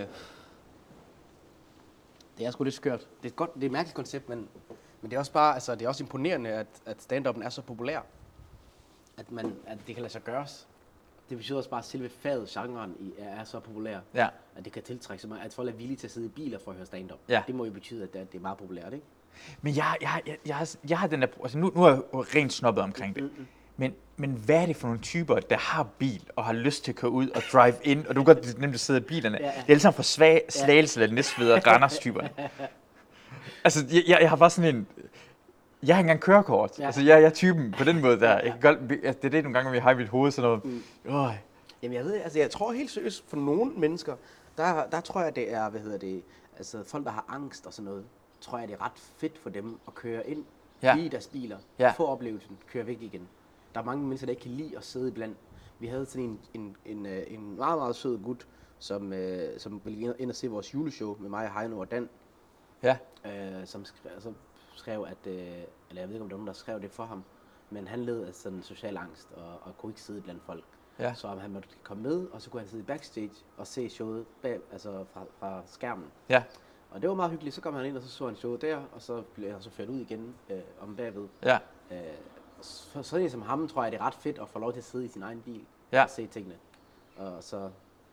C: Det er sgu lidt skørt. Det er et godt, det er et mærkeligt koncept, men, men det er også bare, altså, det er også imponerende, at, at stand-up'en er så populær. At, man, at det kan lade sig gøres. Det betyder også bare, at selve faget, genren, i, er, er så populær.
A: Ja.
C: At det kan tiltrække så meget, at folk er villige til at sidde i biler for at høre stand-up.
A: Ja.
C: Det må jo betyde, at det, at det er meget populært, ikke?
A: Men jeg, jeg, jeg, jeg, har, jeg har den der... Altså nu, nu er jeg jo rent snobbet omkring det.
C: Mm-mm.
A: Men, men hvad er det for nogle typer, der har bil og har lyst til at køre ud og drive in? Og du kan godt nemt at sidde i bilerne.
C: Ja, ja.
A: Det er alle sammen for svag, Slagelse eller Næstved og Randers typerne. Altså, jeg, jeg, jeg har bare sådan en... Jeg har ikke engang kørekort.
C: Ja.
A: Altså, jeg, jeg er typen på den måde der. Jeg kan godt, altså, det er det nogle gange, vi har i mit hoved, sådan noget.
C: Mm.
A: Øj.
C: Jamen jeg ved, altså jeg tror helt seriøst, for nogle mennesker, der, der tror jeg, det er, hvad hedder det, altså folk, der har angst og sådan noget, tror jeg, det er ret fedt for dem at køre ind,
A: Ja.
C: blive i deres biler,
A: Ja.
C: få oplevelsen, køre væk igen. Der er mange mennesker, der ikke kan lide at sidde iblandt. Vi havde sådan en, en, en, øh, en meget, meget sød gut, som, øh, som ville ind og se vores juleshow med mig, Heino og Dan,
A: Ja.
C: øh, som skrev, så skrev, at, øh, eller jeg ved ikke, om der var nogen, der skrev det for ham, men han led af sådan social angst og, og kunne ikke sidde blandt folk.
A: Ja.
C: Så han måtte komme med, og så kunne han sidde backstage og se showet bag, altså fra, fra skærmen.
A: Ja.
C: Og det var meget hyggeligt. Så kom han ind, og så så han showet der, og så blev han så ført ud igen øh, om bagved.
A: Ja.
C: Øh, for sådan en som ham, tror jeg, det er ret fedt at få lov til at sidde i sin egen bil
A: Ja.
C: og se tingene. Og så...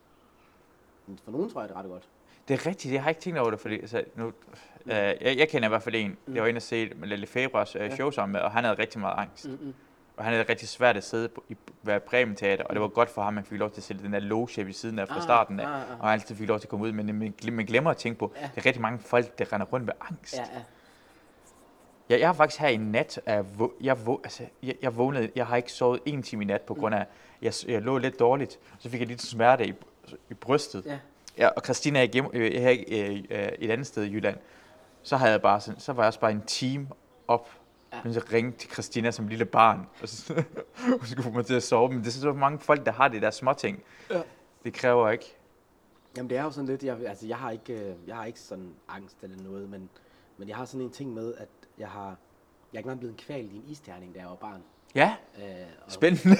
C: Men for nogen tror jeg, det er ret godt.
A: Det er rigtigt, jeg har ikke tænkt over det, fordi altså, nu, øh, jeg, jeg kender i hvert fald en, jeg var inde og se med Lefebvres øh, show sammen med, og han havde rigtig meget angst.
C: Mm-mm.
A: Og han havde rigtig svært at sidde på, i ved Bremen Teater, og det var godt for ham, at han fik lov til at sætte den der loge ved siden af fra
C: Ah,
A: starten af,
C: ah, ah.
A: og han altid fik lov til at komme ud, men man glem- man glemmer at tænke på,
C: Ja.
A: det er rigtig mange folk, der render rundt med angst.
C: Ja, ja.
A: Jeg, jeg har faktisk her i nat, af, jeg, altså, jeg, jeg vågnede, jeg har ikke sovet en time i nat, på grund af, jeg, jeg lå lidt dårligt, så fik jeg lidt smerte i, i brystet.
C: Ja.
A: Ja, og Christina er hjem, øh, her øh, øh, et andet sted i Jylland, så havde jeg bare sådan, så var jeg også bare en time op Ja. Men så ringte til Christina som lille barn, og så og skulle få mig til at sove. Men det er så mange folk, der har det der småting. Ja. Det kræver ikke.
C: Jamen det er jo sådan lidt, jeg, altså jeg har ikke, jeg har ikke sådan angst eller noget, men, men jeg har sådan en ting med, at jeg har, jeg er ikke engang blevet kvalt i en isterning, da jeg var barn.
A: Ja, øh, spændende.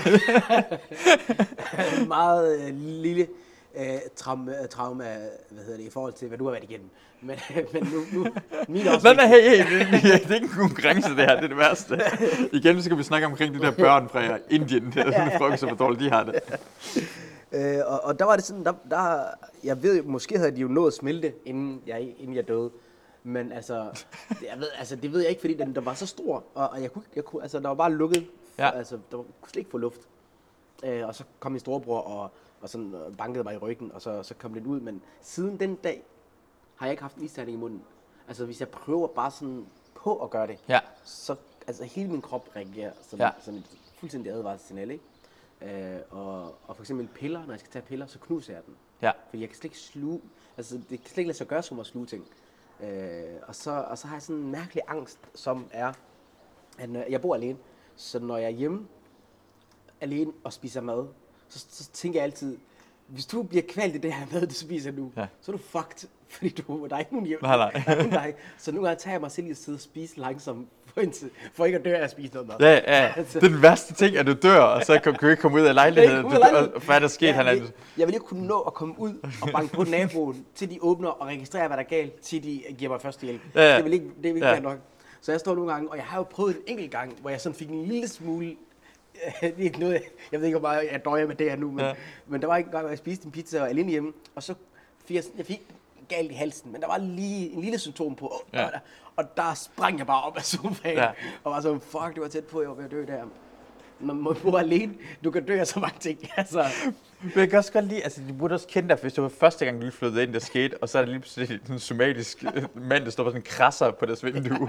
C: meget øh, lille øh, trauma, trauma, hvad hedder det, i forhold til, hvad du har været igennem. Men, men nu, nu min også...
A: Nej, nej, hey, hey, det, det er ikke en konkurrence, det her, det er det værste. Igen, så skal vi snakke omkring de der børn fra Indien, der er sådan en så hvor dårligt de har det.
C: Øh, og, og der var det sådan, der, der, jeg ved, måske havde de jo nået at smelte, inden jeg, inden jeg døde. Men altså, jeg ved, altså, det ved jeg ikke, fordi den der var så stor, og, og jeg kunne, jeg kunne, altså, der var bare lukket, for, ja. altså, der var, kunne slet ikke få luft. Øh, og så kom min storebror og, og sådan øh, bankede mig i ryggen, og så, så kom den ud. Men siden den dag har jeg ikke haft en isterning i munden. Altså, hvis jeg prøver bare sådan på at gøre det, ja. så altså, hele min krop reagerer sådan, ja. sådan et fuldstændig advarselssignal, ikke? Øh, og, og for eksempel piller, når jeg skal tage piller, så knuser jeg den. Ja. Fordi jeg kan slet ikke sluge, altså det kan slet ikke lade sig gøre som at sluge ting. Øh, og, så, og så har jeg sådan en mærkelig angst, som er, at når jeg bor alene, så når jeg er hjemme alene og spiser mad, så, så tænker jeg altid, hvis du bliver kvalt i det her mad, du spiser nu, ja. så er du fucked, fordi du, der er ikke nogen hjemme. Nej, nej. Der er nogen, der er, så nogle gange tager jeg mig selv i at sidde og spise langsomt, for, indtil, for ikke at dø af at spise noget mad.
A: Ja, ja. Altså. Det er den værste ting, at du dør, og så kan du ikke komme ud af lejligheden. Ud af lejligheden. Og hvad er der sket? Ja, han er... jeg,
C: jeg vil ikke kunne nå at komme ud og banke på naboen, til de åbner og registrerer, hvad der er galt, til de giver mig første hjælp. Ja, ja. Det vil ikke, det vil ikke ja. være nok. Så jeg står nogle gange, og jeg har jo prøvet en enkelt gang, hvor jeg sådan fik en lille smule... det er noget, jeg ved ikke, hvor meget jeg døjer med det her nu, men, ja. men der var en gang, hvor jeg spiste en pizza og alene hjemme, og så fik jeg, jeg fik galt i halsen, men der var lige en lille symptom på, ja. og, der, og der sprang jeg bare op af sofaen, ja. og var sådan, fuck, det var tæt på, jeg var ved at dø der. Man må bo alene, du kan dø af så mange ting, altså.
A: Men jeg kan også godt lide, altså, du burde også kende dig, hvis det var første gang, du flyttede ind, der skete, og så er der lige pludselig en somalisk mand, der står på sådan en krasser på deres vindue.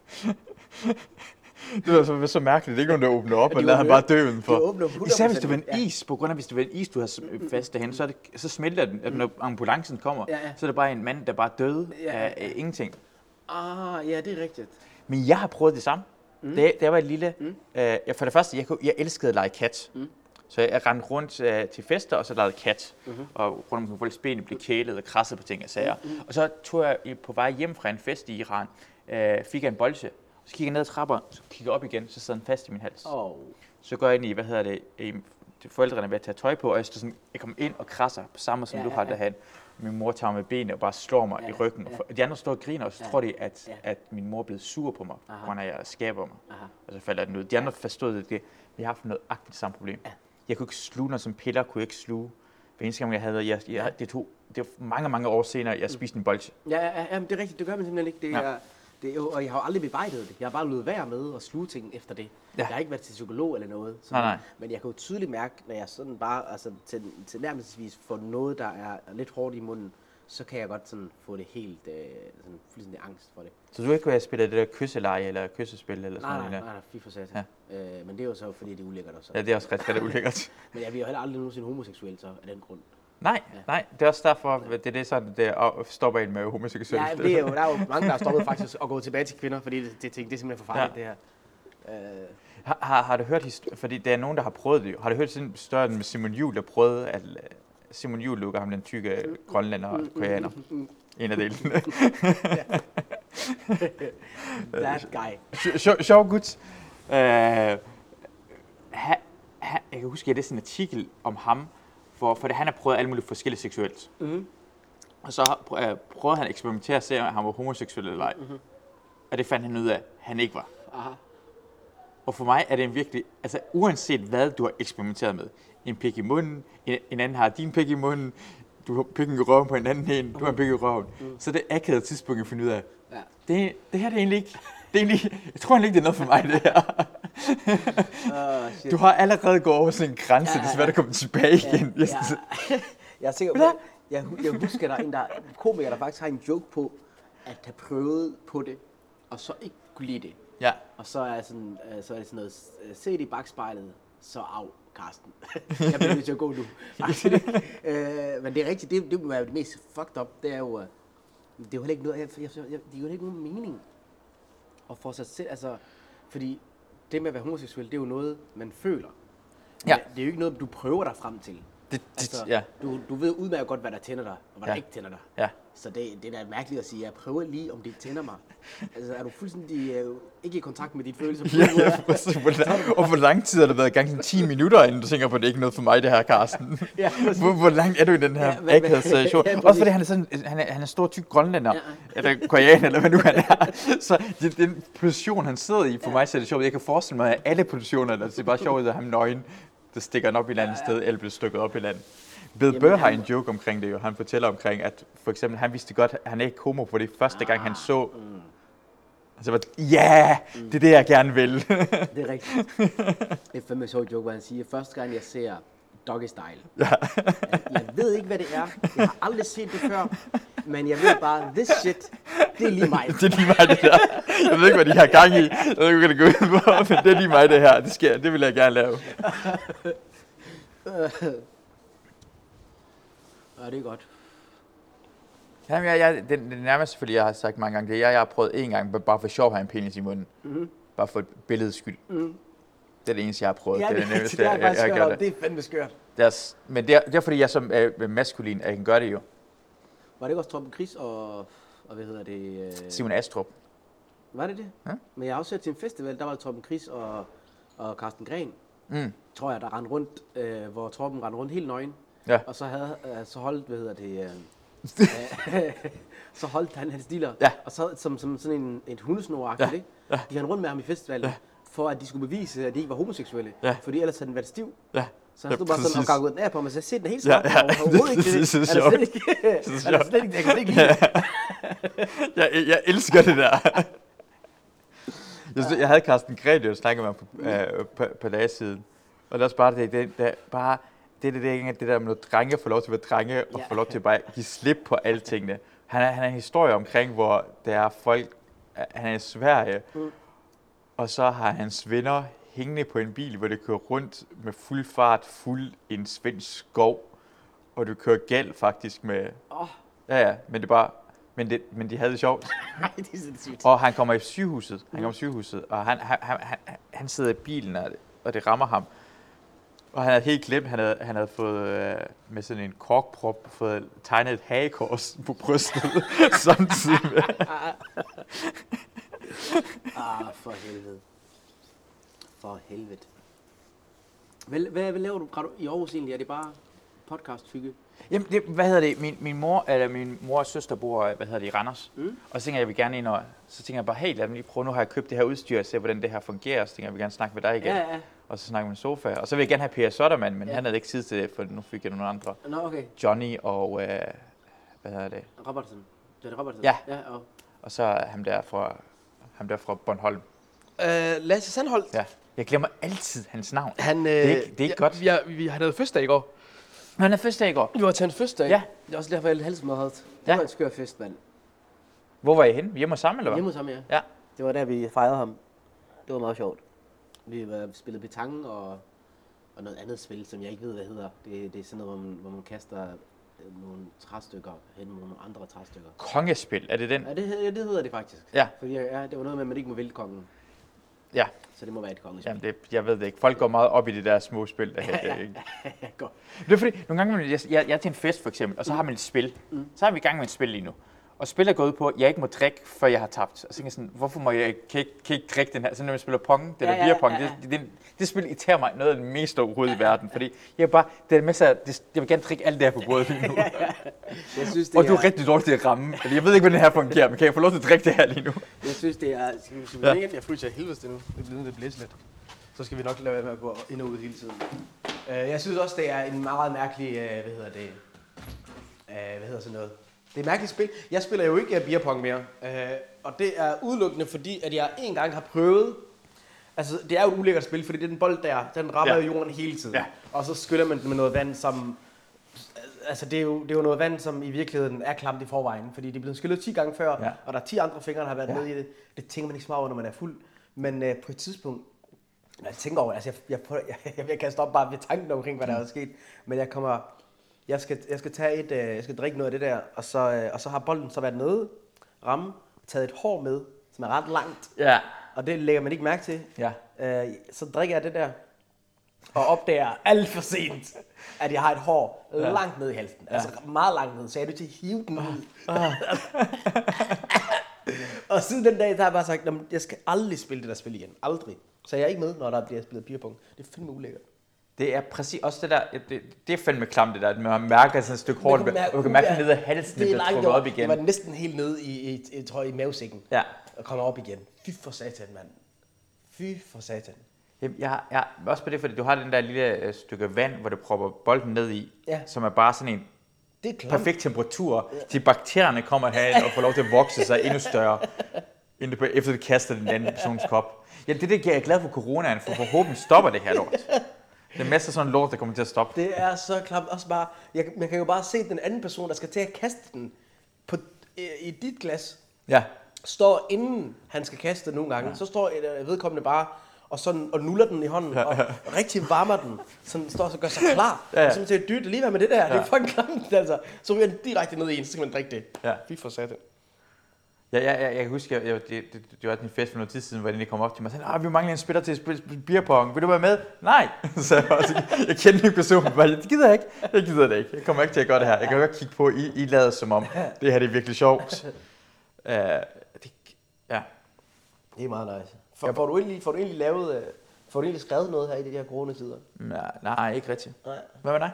A: Det var så, så mærkeligt, det er ikke nogen, der åbner op, ja, og lader han bare dø udenfor. Især hvis det var en is, på grund af, hvis det var en is, du har fast derhen, så, det, så smelter den, at når ambulancen kommer, ja, ja. så er det bare en mand, der bare døde ja, ja. af ingenting.
C: Ah, ja, det er rigtigt.
A: Men jeg har prøvet det samme. Mm. Da jeg var lille, mm. øh, for det første, jeg, jeg elskede at lege kat. Mm. Så jeg rendte rundt øh, til fester, og så legede kat. Mm-hmm. Og rundt omkring folks ben blev kælet og krasset på ting og sager. Mm. Og så tog jeg på vej hjem fra en fest i Iran, øh, fik jeg en bolsje. Så kigger jeg ned ad trapper, så kigger jeg op igen, så sidder den fast i min hals. Oh. Så går jeg ind i, hvad hedder det, i, forældrene ved at tage tøj på, og jeg, sådan, jeg kommer ind og krasser på samme som ja, du har ja, ja. derhen. Min mor tager med benene og bare slår mig ja, i ryggen. Ja. Og de andre står og griner, og så ja. tror de, at, ja. at min mor er blevet sur på mig, på grund af, at jeg skaber mig. Aha. Og så falder den ud. De andre forstod det, at vi har haft noget agtigt samme problem. Ja. Jeg kunne ikke sluge noget som piller, kunne jeg ikke sluge. Hver eneste gang jeg havde, jeg, jeg, det tog det var mange, mange år senere, jeg spiste en bolsje.
C: Ja, ja, ja, det er rigtigt, det gør man simpelthen ikke. Det er, ja. Det er jo, og jeg har jo aldrig bearbejdet det. Jeg har bare løbet værd med og sluge ting efter det. Ja. Jeg har ikke været til psykolog eller noget.
A: Nej, nej.
C: Men jeg kan jo tydeligt mærke, når jeg sådan bare altså, til, til nærmest får noget, der er lidt hårdt i munden, så kan jeg godt sådan få det helt øh, sådan fuldstændig angst for det.
A: Så du ikke kunne have spillet det der kysseleje eller kyssespil eller sådan
C: nej,
A: noget?
C: Nej, nej, nej, fy for sat. Ja. Øh, men det er jo så, fordi det er ulækkert også.
A: Ja, det er også rigtig, rigtig ulækkert.
C: Men jeg bliver jo heller aldrig nogensinde homoseksuel så af den grund.
A: Nej, ja. nej, det er også derfor, det er det sådan, det stopper en med homoseksuel.
C: Ja, det er jo, der er jo mange, der har stoppet faktisk at gå tilbage til kvinder, fordi det, det, det er simpelthen for farligt, ja. det her. Øh.
A: Har, har, har du hørt, fordi der er nogen, der har prøvet det, har du hørt sådan en større med Simon Juhl, der prøvede, at Simon Juhl lukker ham den tykke grønlænder og koreaner? En af delene.
C: That guy.
A: Sjov gut. Uh, ha, ha, jeg kan huske, at jeg læste en artikel om ham, for, for det, han har prøvet alt muligt forskelligt seksuelt. Mm-hmm. Og så uh, prøvede han at eksperimentere og se, om han var homoseksuel eller ej. Mm-hmm. Og det fandt han ud af, at han ikke var. Aha. Og for mig er det en virkelig, altså uanset hvad du har eksperimenteret med, en pik i munden, en, en anden har din pik i munden, du har pikken i røven på en anden en, du har en pik i røven. Mm. Så det er akavet tidspunkt at finde ud af, ja. det, det her det er egentlig ikke, det er egentlig, jeg tror egentlig ikke, det er noget for mig, det her. oh, du har allerede gået over sådan en grænse, ja, ja, ja. Det er svært at komme tilbage igen.
C: Ja, ja. Jeg er sikker på, jeg, jeg husker, der er en der, komiker, der faktisk har en joke på, at have prøvet på det, og så ikke kunne lide det.
A: Ja.
C: Og så er, sådan, så er det sådan noget, se det i bagspejlet, så af, Karsten. Jeg bliver nødt til at gå nu. øh, men det er rigtigt, det, det må være det mest fucked up, det er jo, det er jo heller ikke noget, jeg, jeg, jeg, det er jo ikke nogen mening at få sig selv, altså, fordi det med at være homoseksuel, det er jo noget, man føler.
A: Ja.
C: Det er jo ikke noget, du prøver dig frem til.
A: Det, det,
C: Altså,
A: ja.
C: du, du ved udmærket godt, hvad der tænder dig, og hvad
A: Ja.
C: der ikke tænder dig.
A: Ja.
C: Så det, det er da mærkeligt at sige, jeg prøver lige, om det tænder mig. Altså, er du fuldstændig uh, ikke i kontakt med dine følelser?
A: Ja, ja, præcis. Hvor lang- og hvor lang tid har det været i gang? Sådan ti minutter, inden du tænker på, at det ikke er noget for mig, det her, Carsten.
C: Ja, præcis.
A: hvor, hvor langt er du i den her
C: Ja, hvad-
A: akavede situation?
C: ja, præcis.
A: Også fordi han er sådan, han er, han er stor, tyk grønlænder, ja. eller koreaner, eller hvad nu han er. Så det, den position, han sidder i, for mig så er det sjovt. Jeg kan forestille mig, at alle positioner, der ser bare sjovt ud af ham nøgen, der stikker han op i et andet sted, eller bliver stykket op i land. Bill
C: Jamen,
A: Burr har
C: han-
A: en joke omkring det jo. Han fortæller omkring, at for eksempel, han vidste godt, at han er ikke homo, for det første gang, han så.
C: Mm.
A: Så var det, ja, det er det, jeg gerne vil.
C: Det er rigtigt. Det er fandme sjovt joke, hvor han siger, første gang jeg ser Doggy Style.
A: Ja.
C: Jeg, jeg ved ikke, hvad det er. Jeg har aldrig set det før. Men jeg ved bare, this shit, det er lige mig.
A: Det er lige mig, det der. Jeg ved ikke, hvad de har gang i. Jeg ved ikke, hvad det går ud på, men det er lige mig, det her. Det, skal, det vil jeg gerne lave.
C: Ja, det er godt.
A: Jamen, jeg, jeg, det, det nærmest selvfølgelig, jeg har sagt mange gange det. Jeg, jeg har prøvet en gang, bare for sjov at have en penis i munden.
C: Mm-hmm.
A: Bare for et billedes skyld.
C: Mm.
A: Det er det eneste, jeg har prøvet.
C: Ja,
A: det
C: det,
A: er
C: det,
A: nemmeste,
C: det, er
A: jeg,
C: faktisk
A: jeg, jeg
C: skørt.
A: gør
C: Det er fandme skørt.
A: Det er, men det er, det er fordi, jeg som er maskulin, at jeg kan gøre det jo.
C: Var det ikke også Torben Chris og, og hvad hedder det? Øh...
A: Simon Astrup.
C: Var det det?
A: Ja.
C: Men jeg har også set til en festival, der var det Torben Chris og, og Carsten Gren,
A: Mm.
C: tror jeg, der rendte rundt, øh, hvor Torben rendte rundt helt nøgen.
A: Ja.
C: Og så havde øh, så holdt, hvad hedder det, øh, så holdt han hans dealer,
A: Ja.
C: og så som, som sådan en et hundesnor-agtigt,
A: Ja.
C: ikke?
A: Ja.
C: De rendte rundt med ham i festivalen, ja. For at de skulle bevise, at de ikke var homoseksuelle.
A: Ja.
C: Fordi ellers havde den været stiv.
A: Ja.
C: Så han
A: Ja,
C: stod bare sådan og
A: præcis.
C: gakkede den af på mig, så jeg ser den helt
A: Ja,
C: skarpt.
A: ja.
C: Ja, ja. Overhovedet ikke det.
A: Det er så
C: Er der
A: sjovt.
C: slet ikke,
A: Det er så
C: er der
A: sjovt.
C: slet ikke, jeg kan slet ikke lide det.
A: jeg, jeg elsker det der. Jeg, synes, jeg havde Carsten Gren, jeg snakkede med ham på, øh, på, på dage siden. Og det er også bare det, det, det, bare, det, det, det, det der med, at drenge får lov til at være drenge, og
C: Ja.
A: får lov til at bare give slip på alle tingene. Han er, han er en historie omkring, hvor der er folk, han er i Sverige,
C: Mm.
A: og så har hans venner hængende på en bil, hvor det kører rundt med fuld fart, fuld i en svensk skov, og du kører galt faktisk med,
C: Åh,
A: ja ja, men det er bare, men, det, men de havde det sjovt.
C: nej, det er sindssygt.
A: Og han kommer i sygehuset, han kommer i sygehuset, og han, han, han, han, han sidder i bilen, og det, og det rammer ham. Og han havde helt glemt, han havde, han havde fået øh, med sådan en korkprop, fået tegnet et hagekors på brystet, samtidig med.
C: Ah, for helvede. For helvede. Hvad, hvad, hvad laver du i Aarhus egentlig? Er det bare podcast-hygge?
A: Jamen, det, hvad hedder det, min, min mor, eller min mor og søster bor, hvad hedder det, i Randers.
C: Mm.
A: Og så tænker jeg, jeg vil gerne ind og, så tænker jeg bare, hey, lad mig lige prøve, nu har jeg købt det her udstyr, og se, hvordan det her fungerer, så tænker jeg, jeg vil gerne snakke med dig igen.
C: Ja, ja.
A: Og så snakke med en sofa. Og så vil jeg gerne have Per Sottermann, men
C: Ja.
A: han havde ikke tid til det, for nu fik jeg nogle andre.
C: Nå, okay.
A: Johnny og, øh, hvad hedder det,
C: Robertsen. Det er det Robertsen?
A: Ja.
C: Ja, og...
A: og så ham der fra, ham der fra Bornholm.
D: Øh, Lasse Sandholt.
A: Ja. Jeg glemmer altid hans navn.
D: Han, øh,
A: Det er ikke- det er ikke
D: ja,
A: godt.
D: Vi, har, vi han havde fødselsdag i går.
A: Han er fødselsdag i går.
D: Vi var til en fødselsdag.
A: Ja.
C: Det er også derfor, jeg er halsmad. Det
A: Ja.
C: var en skør fest, mand.
A: Hvor var I henne? Hjemme hos sammen, eller hvad?
C: Hjemme hos ham, ja.
A: Ja.
C: Det var der, vi fejrede ham. Det var meget sjovt. Vi var spillet petanque og, og noget andet spil, som jeg ikke ved, hvad hedder. Det, det er sådan noget, hvor man, hvor man kaster øh, nogle træstykker hen mod nogle andre træstykker.
A: Kongespil, er det den?
C: Ja, det, hed- ja, det hedder det faktisk.
A: Ja.
C: Fordi ja, det var noget med, at man ikke må vælge kongen.
A: Ja.
C: Så det må være et kongespil.
A: Jamen, det, jeg ved det ikke. Folk går meget op i det der små spil. Der her, det, er ikke.
C: Godt.
A: Det er fordi, nogle gange, jeg, jeg, jeg er til en fest for eksempel, og så har man et spil.
C: Mm.
A: Så er vi i gang med et spil lige nu. Og spillet er gået ud på, at jeg ikke må drikke, før jeg har tabt. Og så tænker jeg sådan, hvorfor må jeg ikke, kan ikke, kan ikke drikke den her? Så når man spiller pong, det
C: Ja,
A: der
C: ja,
A: beer pong,
C: ja, ja.
A: det, det, det, det spil irriterer mig noget af det mest overhovedet i verden. Fordi jeg er bare, det er med sig, det, jeg vil gerne drikke alt det her på bordet lige nu.
C: Jeg synes, det
A: Og du
C: er,
A: er rigtig dårlig til at ramme. Fordi jeg ved ikke, hvordan det her fungerer, men kan jeg få lov til at drikke det her lige nu?
C: jeg synes, det er... Skal vi, skal vi
A: Ja.
C: ja.
D: Jeg fryser af helvede til nu. Det bliver det blæser lidt. Så skal vi nok lade være med at gå ind og ud hele tiden.
C: Uh, jeg synes også, det er en meget mærkelig... Uh, hvad hedder det? Uh, hvad hedder sådan noget?
D: Det er et mærkeligt spil. Jeg spiller jo ikke beer pong mere. Øh, og det er udelukkende fordi, at jeg en gang har prøvet. Altså, det er jo et ulækkert spil, fordi det er den bold der, den rammer
A: Ja.
D: jo jorden hele tiden.
A: Ja.
D: Og så skyller man den med noget vand, som... Altså, det er, jo, det er jo noget vand, som i virkeligheden er klamt i forvejen. Fordi det er blevet skyllet ti gange før,
A: Ja.
D: og der er ti andre fingre, der har været
A: Ja.
D: med i det. Det tænker man ikke så meget over, når man er fuld. Men øh, på et tidspunkt, når jeg tænker over det, altså jeg, jeg, prøver, jeg, jeg vil kaste op bare ved tanken omkring, hvad der er sket. Men jeg kommer, jeg skal, jeg skal tage et, øh, jeg skal drikke noget af det der, og så, øh, og så har bolden så været nede, ramme, taget et hår med, som er ret langt.
A: Ja.
D: og det lægger man ikke mærke til.
A: Ja.
D: Øh, så drikker jeg det der, og opdager alt for sent, at jeg har et hår ja. langt ned i halsen. Ja. Altså meget langt ned, så jeg er nødt til at hive den ud. Oh. Og siden den dag, der har jeg bare sagt, at jeg skal aldrig spille det der spil igen. Aldrig. Så jeg er ikke med, når der bliver spillet beerpong. Det er fandme ulækkert.
A: Det er præcis også det der, det, det er fandme klamt det der, at man mærker sådan et stykke hår, og du kan mærke ned ad halsen, det bliver trukket op igen.
D: Det var næsten helt nede i, i, i, tror jeg, i mavesækken,
A: ja.
D: og kommer op igen. Fy for satan, mand. Fy for satan.
A: Jeg, jeg, jeg, også på det, fordi du har den der lille stykke vand, hvor du propper bolden ned i,
D: ja.
A: som er bare sådan en
D: det er
A: perfekt temperatur, ja. til bakterierne kommer herhen og får lov til at vokse sig endnu større, efter du kaster den anden persons kop. Ja, det er det, jeg er glad for coronaen, for forhåbentlig stopper det her lort. Det er masser af sådan lort, der kommer til at stoppe.
D: Det er så klamt. Også bare, jeg, man kan jo bare se den anden person, der skal til at kaste den på, i, i dit glas.
A: Ja.
D: Står inden han skal kaste den nogle gange. Ja. Så står et, vedkommende bare og, sådan, og nuller den i hånden. Ja, ja. Og rigtig varmer den. Sådan står så gør sig klar. Ja, ja. Og så man siger, dyrt, lige være med det der. Ja. Det er fucking klamt, altså. Så ryger den direkte ned i en, så kan man drikke det. Ja. Fy for satan.
A: Ja, ja, ja, jeg kan huske, jeg, jeg, det, det, det var en fest for noget tid siden, hvor de kom op til mig og sagde, ah, vi mangler en spiller til at spille beerpong. Vil du være med? Nej. Så jeg, også, jeg kender ikke personen, men det gider jeg ikke. Jeg gider det ikke. Jeg kommer ikke til at gøre det her. Jeg kan godt kigge på, I, I lader som om, det her det er virkelig sjovt. Uh, det, ja.
D: Det er meget nice. For, får, du egentlig, får du egentlig lavet, får du egentlig skrevet noget her i de her coronatider?
A: Nej, nej, ikke rigtigt.
D: Nej.
A: Hvad med dig?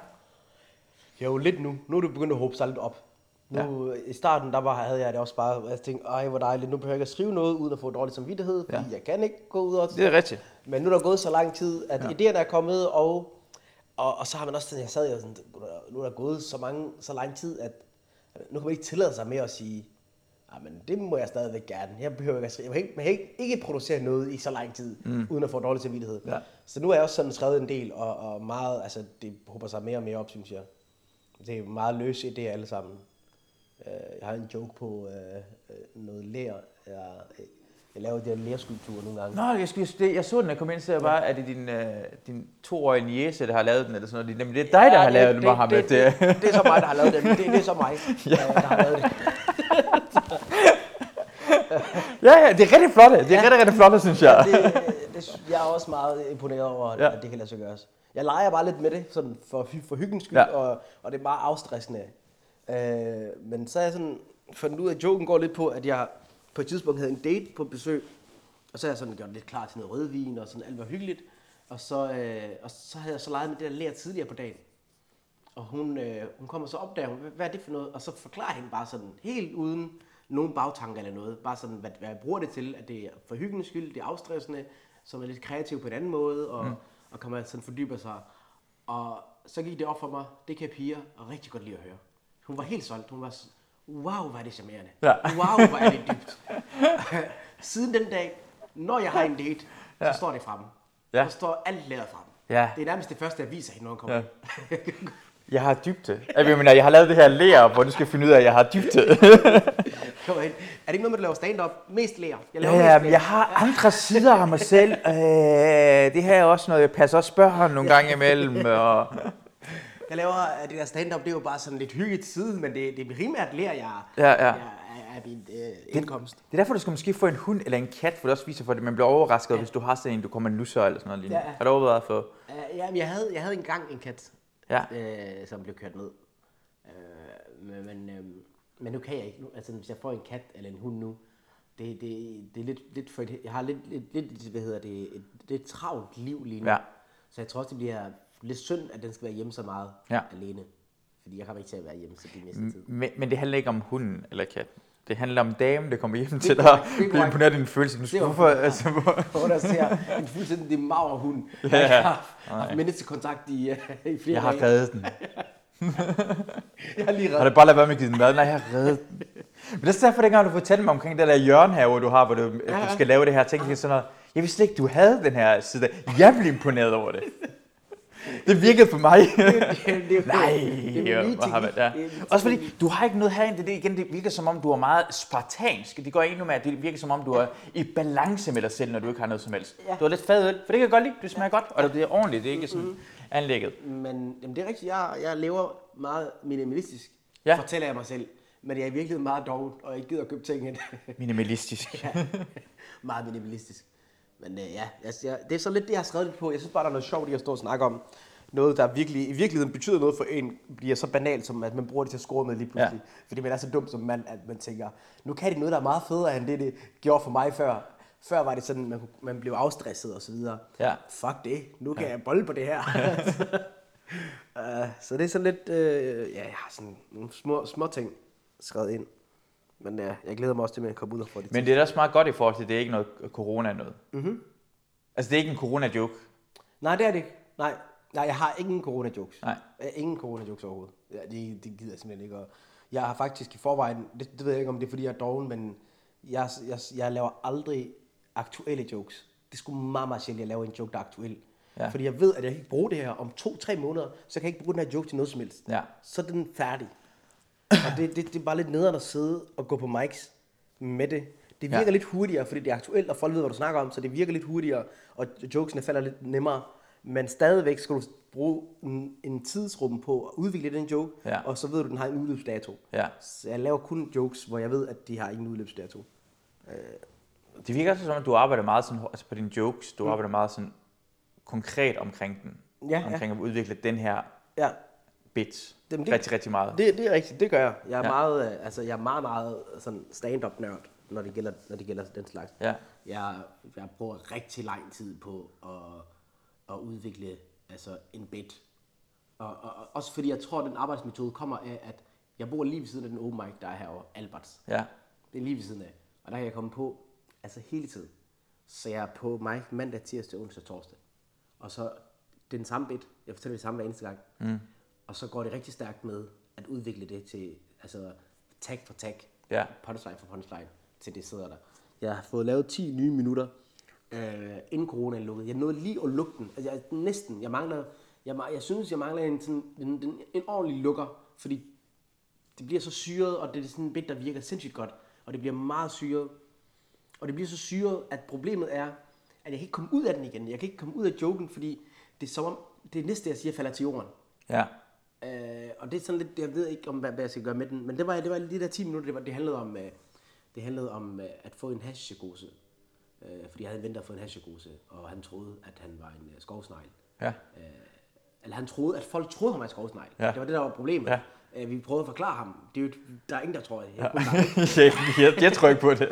D: Jeg er jo lidt nu. Nu er du begyndt at håbe sig lidt op. Nu, ja. I starten, der var, havde jeg det også bare, og jeg tænkte, ej hvor dejligt, nu behøver jeg ikke at skrive noget, uden at få dårlig samvittighed, fordi ja. jeg kan ikke gå ud og...
A: Det er rigtigt.
D: Men nu er der gået så lang tid, at ja. idéerne er kommet, og, og, og så har man også, jeg sad jo sådan, nu er der gået så, mange, så lang tid, at nu kan man ikke tillade sig mere at sige, men det må jeg stadigvæk gerne, jeg behøver ikke at skrive, jeg kan ikke, ikke producere noget i så lang tid, mm. uden at få dårlig samvittighed. Ja. Så nu er jeg også sådan skrevet en del, og, og meget, altså det håber sig mere og mere op, synes jeg. Det er meget løse idéer alle sammen. Jeg har en joke på uh, noget ler. Jeg, jeg laver de her lerskультturer nogle gange.
A: Nå, jeg, skulle, det, jeg så den, jeg kom ind, så jeg bare, er det din, uh, din toårige niece, der har lavet den, eller sådan noget? Nemlig, det er dig, der ja, har det, lavet den, Mohammed. Det, det,
D: det, det er så mig, der har lavet den. Det, det er så mig, ja. der har lavet det.
A: ja, ja, det er rigtig flot. Det er ja. rigtig, rigtig flot, synes jeg.
D: det, det, jeg er også meget imponeret over, ja. at det kan lade sig gøres. Jeg leger bare lidt med det, sådan for, for hyggens skyld, ja. og, og det er meget afstressende. Øh, men så er jeg sådan fundet ud af, at joken går lidt på, at jeg på et tidspunkt havde en date på besøg, og så har jeg sådan gjort lidt klar til noget rødvin, og sådan alt var hyggeligt, og så, øh, og så havde jeg så leget med det der ler tidligere på dagen, og hun, øh, hun kommer så op der, hun, hvad er det for noget, og så forklarer hende bare sådan, helt uden nogen bagtanker eller noget, bare sådan, hvad, hvad jeg bruger det til, at det er for hyggens skyld, det er afstressende, som er lidt kreativ på en anden måde, og, mm. og kommer sådan fordyber sig, og så gik det op for mig, det kan piger og rigtig godt lide at høre. Hun var helt solgt. Hun var sådan, wow, hvor er det charmerende. Ja. Wow, hvor er det dybt. Siden den dag, når jeg har en date, så ja. står det fremme. Ja. Så står alt læret fremme. Ja. Det er nærmest det første, jeg viser hende, når hun kommer. Ja.
A: Jeg har dybde. Jeg mener, jeg har lavet det her lærer, hvor du skal finde ud af, at jeg har dybde.
D: Kom ind. Er det ikke noget med, du laver stand-up? Mest lærer.
A: Jeg laver ja, mest jeg har andre sider af mig selv. Øh, det her er også noget, jeg passer også børn nogle gange imellem. Og
D: jeg laver det der stand-up, det er jo bare sådan lidt hyggeligt side, men det, det er primært lærer, jeg,
A: ja, ja.
D: jeg er af min øh, indkomst.
A: Det, det er derfor, du skal måske få en hund eller en kat, for det også viser for det. Man bliver overrasket, ja. hvis du har sådan en, du kommer en nusser eller sådan noget lignende. Ja. Har du overvejet for?
D: Uh, ja, men jeg havde, jeg havde engang en kat,
A: ja.
D: øh, som blev kørt ned. Uh, men, øh, men nu kan jeg ikke. Nu, altså, hvis jeg får en kat eller en hund nu, det, det, det er lidt, lidt for et, jeg har lidt, lidt, lidt hvad hedder det, et, det er et travlt liv lige nu. Ja. Så jeg tror også, det bliver lidt synd, at den skal være hjemme så meget ja. alene. Fordi jeg kommer ikke til at være hjemme så det næste tid.
A: Men, men det handler ikke om hunden eller katten. Det handler om damen, der kommer hjem til dig og bliver imponeret af din følelse. Hvorfor? Altså, hvor...
D: hvor der ser en fuldstændig mager hund, der ja. ikke har haft menneskekontakt i, i flere
A: Jeg har
D: dage.
A: reddet den.
D: Jeg har lige reddet
A: Har det bare ladet være med at give den mad? Nej, jeg har reddet den. Men det er derfor, dengang du fortalte mig omkring det der hjørnehave, du har, hvor du, ja, ja. du skal lave det her, tænkte jeg sådan noget. Jeg vidste ikke, du havde den her side. Jeg blev imponeret over det. Det virkede for mig.
D: Det, det, det,
A: Nej,
D: det er
A: Mohammed, ja. Også fordi, du har ikke noget herinde. Det, det, igen, det virker som om, du er meget spartansk. Det går endnu med, at det virker som om, du er i balance med dig selv, når du ikke har noget som helst. Ja. Du har lidt fadøl, for det kan jeg godt lide. Det smager godt, og det er ordentligt. Det er ikke sådan mm-hmm. anlægget.
D: Men jamen, det er rigtigt. Jeg, jeg lever meget minimalistisk, ja. fortæller jeg mig selv. Men jeg er virkelig meget doven, og jeg gider at købe ting ind.
A: Minimalistisk.
D: Ja, meget minimalistisk. Men øh, ja, altså, jeg, det er så lidt det, jeg har skrevet lidt på. Jeg synes bare, der er noget sjovt i at stå og snakke om noget, der virkelig, i virkeligheden betyder noget for en, bliver så banalt, som at man bruger det til at score med lige pludselig. Ja. Fordi man er så dum som mand, at man tænker, nu kan det noget, der er meget federe, end det, det gjorde for mig før. Før var det sådan, man, man blev afstresset og så videre. Ja. Fuck det, nu kan ja. jeg bolle på det her. uh, så det er sådan lidt, uh, ja, jeg har sådan nogle små, små ting skrevet ind. Men ja, jeg glæder mig også til, at jeg kommer ud og få det.
A: Men det er da også meget godt i forhold til, at det er ikke noget corona noget. Mm-hmm. Altså det er ikke en corona-joke.
D: Nej, det er det ikke. Nej, Nej jeg har ingen corona-jokes. Nej. Ingen corona-jokes overhovedet. Ja, det, det gider jeg simpelthen ikke. Og jeg har faktisk i forvejen, det, det ved jeg ikke, om det er, fordi jeg er doven, men jeg, jeg, jeg laver aldrig aktuelle jokes. Det er sgu meget, meget sjældent, at jeg laver en joke, der er aktuel. Ja. Fordi jeg ved, at jeg kan ikke bruge det her om to-tre måneder, så jeg kan ikke bruge den her joke til noget som helst. Ja. Så er den færdig. Og det, det, det er bare lidt nederen at sidde og gå på mics med det. Det virker ja. lidt hurtigere, fordi det er aktuelt, og folk ved, hvad du snakker om, så det virker lidt hurtigere, og jokesene falder lidt nemmere. Men stadigvæk skal du bruge en, en tidsrum på at udvikle den joke, ja. og så ved du, at den har en udløbsdato. Ja. Så jeg laver kun jokes, hvor jeg ved, at de har ingen udløbsdato. Øh.
A: Det virker også som, at du arbejder meget sådan, altså på dine jokes, du mm. arbejder meget sådan konkret omkring den. Ja, omkring ja. at udvikle den her ja. bit. Dem, det, rigtig, rigtig meget.
D: Det, det er rigtigt, det gør jeg. Jeg er, ja. meget, altså, jeg er meget, meget sådan stand-up nørd, når det gælder, når det gælder den slags. Ja. Jeg, jeg bruger rigtig lang tid på at, at udvikle altså, en bit. Og, og, og også fordi jeg tror, at den arbejdsmetode kommer af, at jeg bor lige ved siden af den open mic, der er herovre, Alberts. Ja. Det er lige ved siden af. Og der kan jeg komme på altså hele tiden. Så jeg er på mic mandag, tirsdag, onsdag, torsdag. Og så det er den samme bit. Jeg fortæller det samme hver eneste gang. Mm. Og så går det rigtig stærkt med at udvikle det til, altså tag for tag, ja. punchline for punchline, til det sidder der. Jeg har fået lavet ti nye minutter, øh, inden corona er lukket. Jeg nåede lige at lukke den. Altså, jeg, næsten. Jeg mangler, jeg, jeg synes, jeg mangler en, sådan, en, en, en ordentlig lukker, fordi det bliver så syret, og det er sådan en bit, der virker sindssygt godt. Og det bliver meget syret. Og det bliver så syret, at problemet er, at jeg kan ikke komme ud af den igen. Jeg kan ikke komme ud af joken, fordi det er som om, det næste, jeg siger, falder til jorden. Ja. Øh, og det er sådan lidt, jeg ved ikke, om hvad, hvad jeg skal gøre med den, men det var, det var lige de der ti minutter, det, var, det handlede om, uh, det handlede om uh, at få en hashpsykose. Uh, fordi jeg havde ventet at få en hashpsykose, og han troede, at han var en uh, skovsnegl. Ja. Uh, eller han troede, at folk troede, han var en skovsnegl. Ja. Det var det, der var problemet. Ja. Uh, vi prøvede at forklare ham. Det er jo, der er ingen, der tror det. Jeg,
A: ja. jeg, jeg tror ikke på det.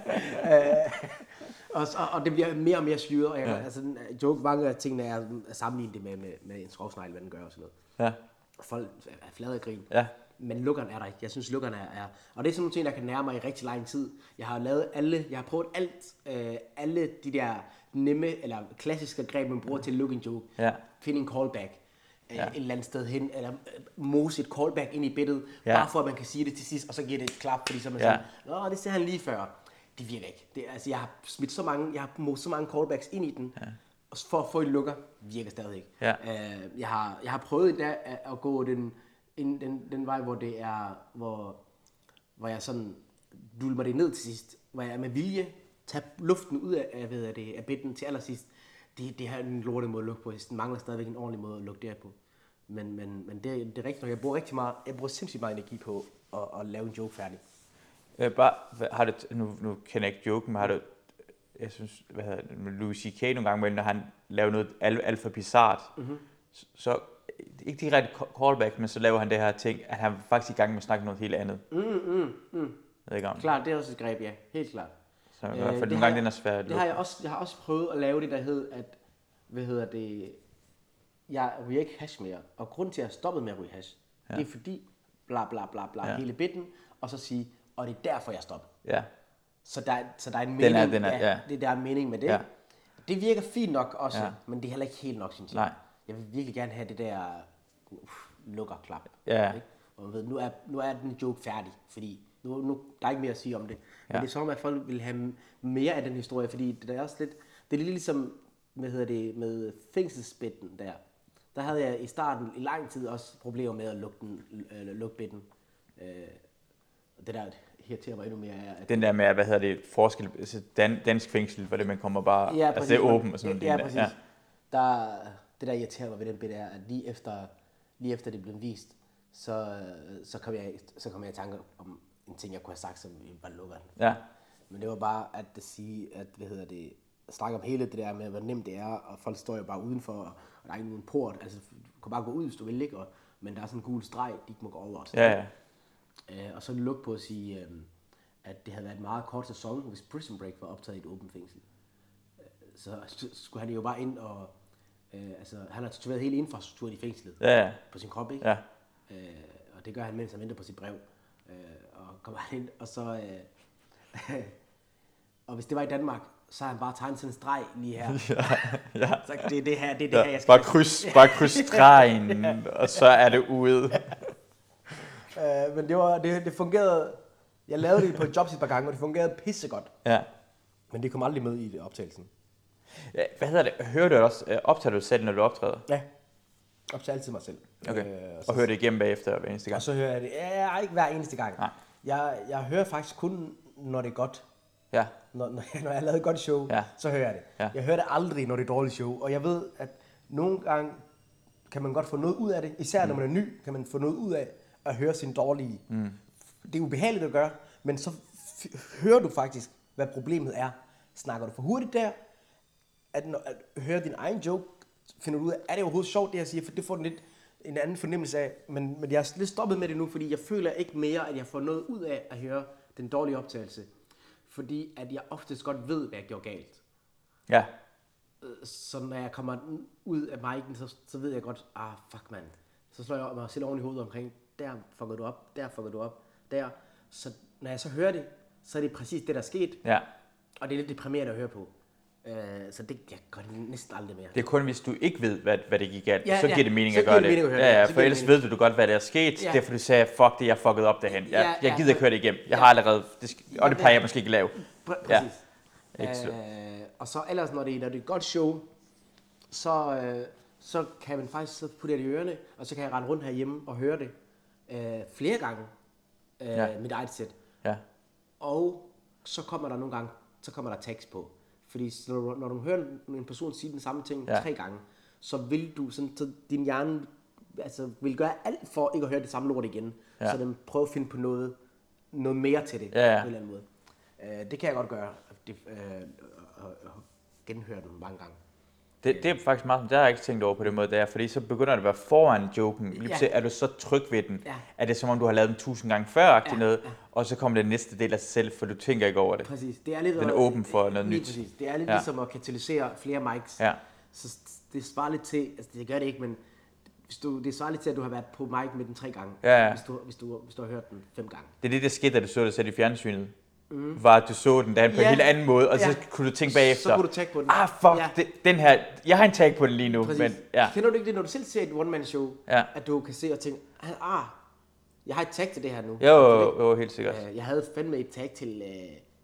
D: uh, og, og, og det bliver mere og mere syret, og jeg, ja. altså, joke, mange af tingene er at sammenligne det med, med, med en skovsnegl, hvad den gør og sådan noget. Ja. Folk er flade af grin. Ja. Men lukkeren er der ikke. Jeg synes, lukkeren er, er... Og det er sådan nogle ting, der kan nære mig i rigtig lang tid. Jeg har lavet alle... Jeg har prøvet alt... Øh, alle de der nemme, eller klassiske greb, man bruger til at lukke en joke. Ja. Find en callback. Øh, ja. Et eller andet sted hen. Eller mose et callback ind i billedet. Ja. Bare for, at man kan sige det til sidst, og så giver det et klap, fordi så man ja. siger, åh, det ser han lige før. Det virker ikke. Det, altså, jeg har smidt så mange... Jeg har moset så mange callbacks ind i den. Ja. For at få en lukker, virker stadig ikke. Ja. Uh, jeg, har, jeg har prøvet i dag at, at gå den, den, den, den vej, hvor det er, hvor, hvor jeg sådan dulmer det ned til sidst, hvor jeg med vilje tager luften ud af, af, ved det, af bitten til allersidst. Det, det har en lortet måde at lukke på. Jeg mangler stadigvæk en ordentlig måde at lukke det her på. Men, men, men det, det er rigtigt nok. Jeg bruger rigtig meget, jeg bruger sindssygt meget energi på at, at lave en joke færdig.
A: Øh, bare, har du, nu, nu kender jeg ikke joken, men har du... Jeg synes, hvad hedder det, Louis C K nogle gange, når han laver noget alt, alt for bizart, mm-hmm. så, så ikke direkte callback, men så laver han det her ting, at han er faktisk i gang med at snakke noget helt andet. Mm, mm, mm. Jeg ikke om
D: klart, det er også et greb, ja. Helt klart.
A: Så i hvert fald nogle gange, den er svær at
D: det har jeg, også, jeg har også prøvet at lave det, der hed, at, hvad hedder det, jeg ryger ikke hash mere, og grund til, at jeg stoppet med at ryge hash, ja. det er fordi, bla bla bla bla, ja. hele bitten, og så sige, og det er derfor, jeg stopper. Ja. Så der, så der er en mening, den er, den er, ja, ja. det der er mening med det. Ja. Det virker fint nok også, ja. men det er heller ikke helt nok, synes jeg. Nej. Jeg vil virkelig gerne have det der uh, lukker-klap. Ja. Ikke? Og ved, nu, er, nu er den joke færdig, fordi nu, nu der er ikke mere at sige om det. Men ja. det er som, at folk vil have mere af den historie, fordi det er også lidt, det er lidt ligesom, hvad hedder det, med fængselsbitten der. Der havde jeg i starten i lang tid også problemer med at lukke, den, øh, lukke bitten. Øh, det der irriterer mig endnu mere. At
A: den der med, hvad hedder det, forskel, altså dan, dansk fængsel, hvor det man kommer bare, ja, altså det er åben og sådan noget.
D: Ja, præcis. Ja. Der, det der irriterer mig ved den bit er, at lige efter, lige efter det blev vist, så, så, kom jeg, så kom jeg i tanke om en ting, jeg kunne have sagt, som var lukkeren. Ja. Men det var bare at sige, at, hvad hedder det, snakker om hele det der med, hvor nemt det er, og folk står jo bare udenfor, og der er ikke nogen port, altså du kan bare gå ud, hvis du vil, ikke? Og, men der er sådan en gul streg, de ikke må gå over.
A: Ja, ja.
D: Øh, og så er det luk på at sige, øh, at det havde været en meget kort sæson, hvis Prison Break var optaget i et åbent fængsel. Øh, så, så skulle han jo bare ind og, øh, altså han har tatoveret hele infrastrukturen i fængslet
A: Ja, ja.
D: på sin krop, ikke?
A: Ja.
D: Øh, og det gør han, mens han venter på sit brev. Øh, og kommer han ind, og så... Øh, og hvis det var i Danmark, så har han bare tegnet sådan en streg lige her.
A: Ja, ja.
D: Så det er det her, det er det
A: Ja,
D: her, jeg skal...
A: bare kryds, bare kryds stregen, og så er det ude.
D: Øh, men det, var, det, det fungerede... Jeg lavede det på et job et par gange, og det fungerede pissegodt.
A: Ja.
D: Men det kom aldrig med i det optagelsen.
A: Ja, hvad hedder det? Hører du også, øh, optager du selv, når du optræder?
D: Ja. Optager altid mig selv.
A: Okay.
D: Øh,
A: Og,
D: så,
A: og hører det igennem bagefter hver eneste gang?
D: og så hører jeg det. Ja, ikke hver eneste gang.
A: Nej.
D: Jeg, jeg hører faktisk kun, når det er godt.
A: Ja.
D: Når, når, jeg, når jeg har lavet et godt show,
A: Ja.
D: så hører jeg det.
A: Ja.
D: Jeg hører det aldrig, når det er et dårligt show. Og jeg ved, at nogle gange kan man godt få noget ud af det. Især mm. når man er ny, kan man få noget ud af at høre sin dårlige. Mm. Det er ubehageligt at gøre, men så f- hører du faktisk, hvad problemet er. Snakker du for hurtigt der? At, når, at høre din egen joke, finder du ud af, er det overhovedet sjovt, det jeg siger? For det får den lidt en anden fornemmelse af. Men, men jeg er lidt stoppet med det nu, fordi jeg føler ikke mere, at jeg får noget ud af at høre den dårlige optagelse. Fordi at jeg oftest godt ved, hvad jeg gjorde galt.
A: Ja.
D: Så når jeg kommer ud af mic'en, så, så ved jeg godt, ah fuck man. Så slår jeg mig selv oven i hovedet omkring, der fucker du op, der fucker du op, der. Så når jeg så hører det, så er det præcis det, der er sket.
A: Ja.
D: Og det er lidt deprimerende at høre på. Uh, så det jeg gør det næsten aldrig mere.
A: Det er kun, hvis du ikke ved, hvad, hvad det gik galt,
D: Ja,
A: så
D: ja.
A: giver det mening
D: Så
A: at
D: giver
A: gøre
D: det
A: det.
D: mening at høre
A: Ja,
D: det.
A: ja,
D: Så
A: for
D: giver det
A: ellers
D: mening.
A: ved du godt, hvad der er sket.
D: Ja.
A: Derfor du sagde, fuck det, jeg fuckede op derhen. Jeg,
D: Ja,
A: jeg
D: ja.
A: gider ikke høre det igennem. Jeg
D: Ja.
A: har allerede, det skal, og det
D: Ja,
A: plejer
D: det-
A: jeg måske ikke at lave.
D: Pr-
A: Ja.
D: præcis.
A: Ikke så.
D: Øh, og så ellers, når det, når det er et godt show, så, øh, så kan man faktisk så putte det i ørerne, og så kan jeg rende rundt herhjemme og høre det øh, flere gange, øh,
A: Ja.
D: mit eget sæt.
A: Ja.
D: Og så kommer der nogle gange, så kommer der tekst på. Fordi så når, du, når du hører en person sige den samme ting
A: Ja.
D: tre gange, så vil du sådan, så din hjerne altså, vil gøre alt for ikke at høre det samme lort igen.
A: Ja.
D: Så den prøver at finde på noget, noget mere til det,
A: Ja, ja.
D: på en eller anden måde. Uh, det kan jeg godt gøre, det, uh, og, og genhøre den mange gange.
A: Det, det er faktisk meget, det har jeg ikke tænkt over på den måde, der, fordi så begynder det at være foran joken. Lige
D: Ja.
A: pludselig er du så tryg ved den,
D: Ja.
A: at det er som om, du har lavet den tusind gange før,
D: Ja,
A: noget,
D: ja.
A: og så kommer det næste del af sig selv, for du tænker ikke over det.
D: Præcis. Det er lidt
A: Den er
D: at-
A: åben for noget
D: lige
A: nyt.
D: Præcis. Det er lidt
A: Ja.
D: ligesom at katalysere flere mics.
A: Ja.
D: Så det svarer lidt til, altså det gør det ikke, men hvis du, det svarer lidt til, at du har været på mic med den tre gange,
A: Ja, ja.
D: Hvis, du, hvis, du, hvis du har hørt den fem gange.
A: Det er det, der skete, da du så det selv i fjernsynet. Mm. Var, at du så den der på
D: Ja.
A: en helt anden måde, og så
D: Ja.
A: kunne du tænke bagefter.
D: Så kunne du tagge på den.
A: Ah, fuck,
D: Ja.
A: det, den her, jeg har en tag på den lige nu,
D: Præcis.
A: men ja.
D: Kender du ikke det, når du selv ser et one-man-show,
A: Ja.
D: at du kan se og tænke, ah, jeg har et tag til det her nu.
A: Jo, jo, jo, helt sikkert.
D: Øh, Jeg havde fandme et tag til, øh,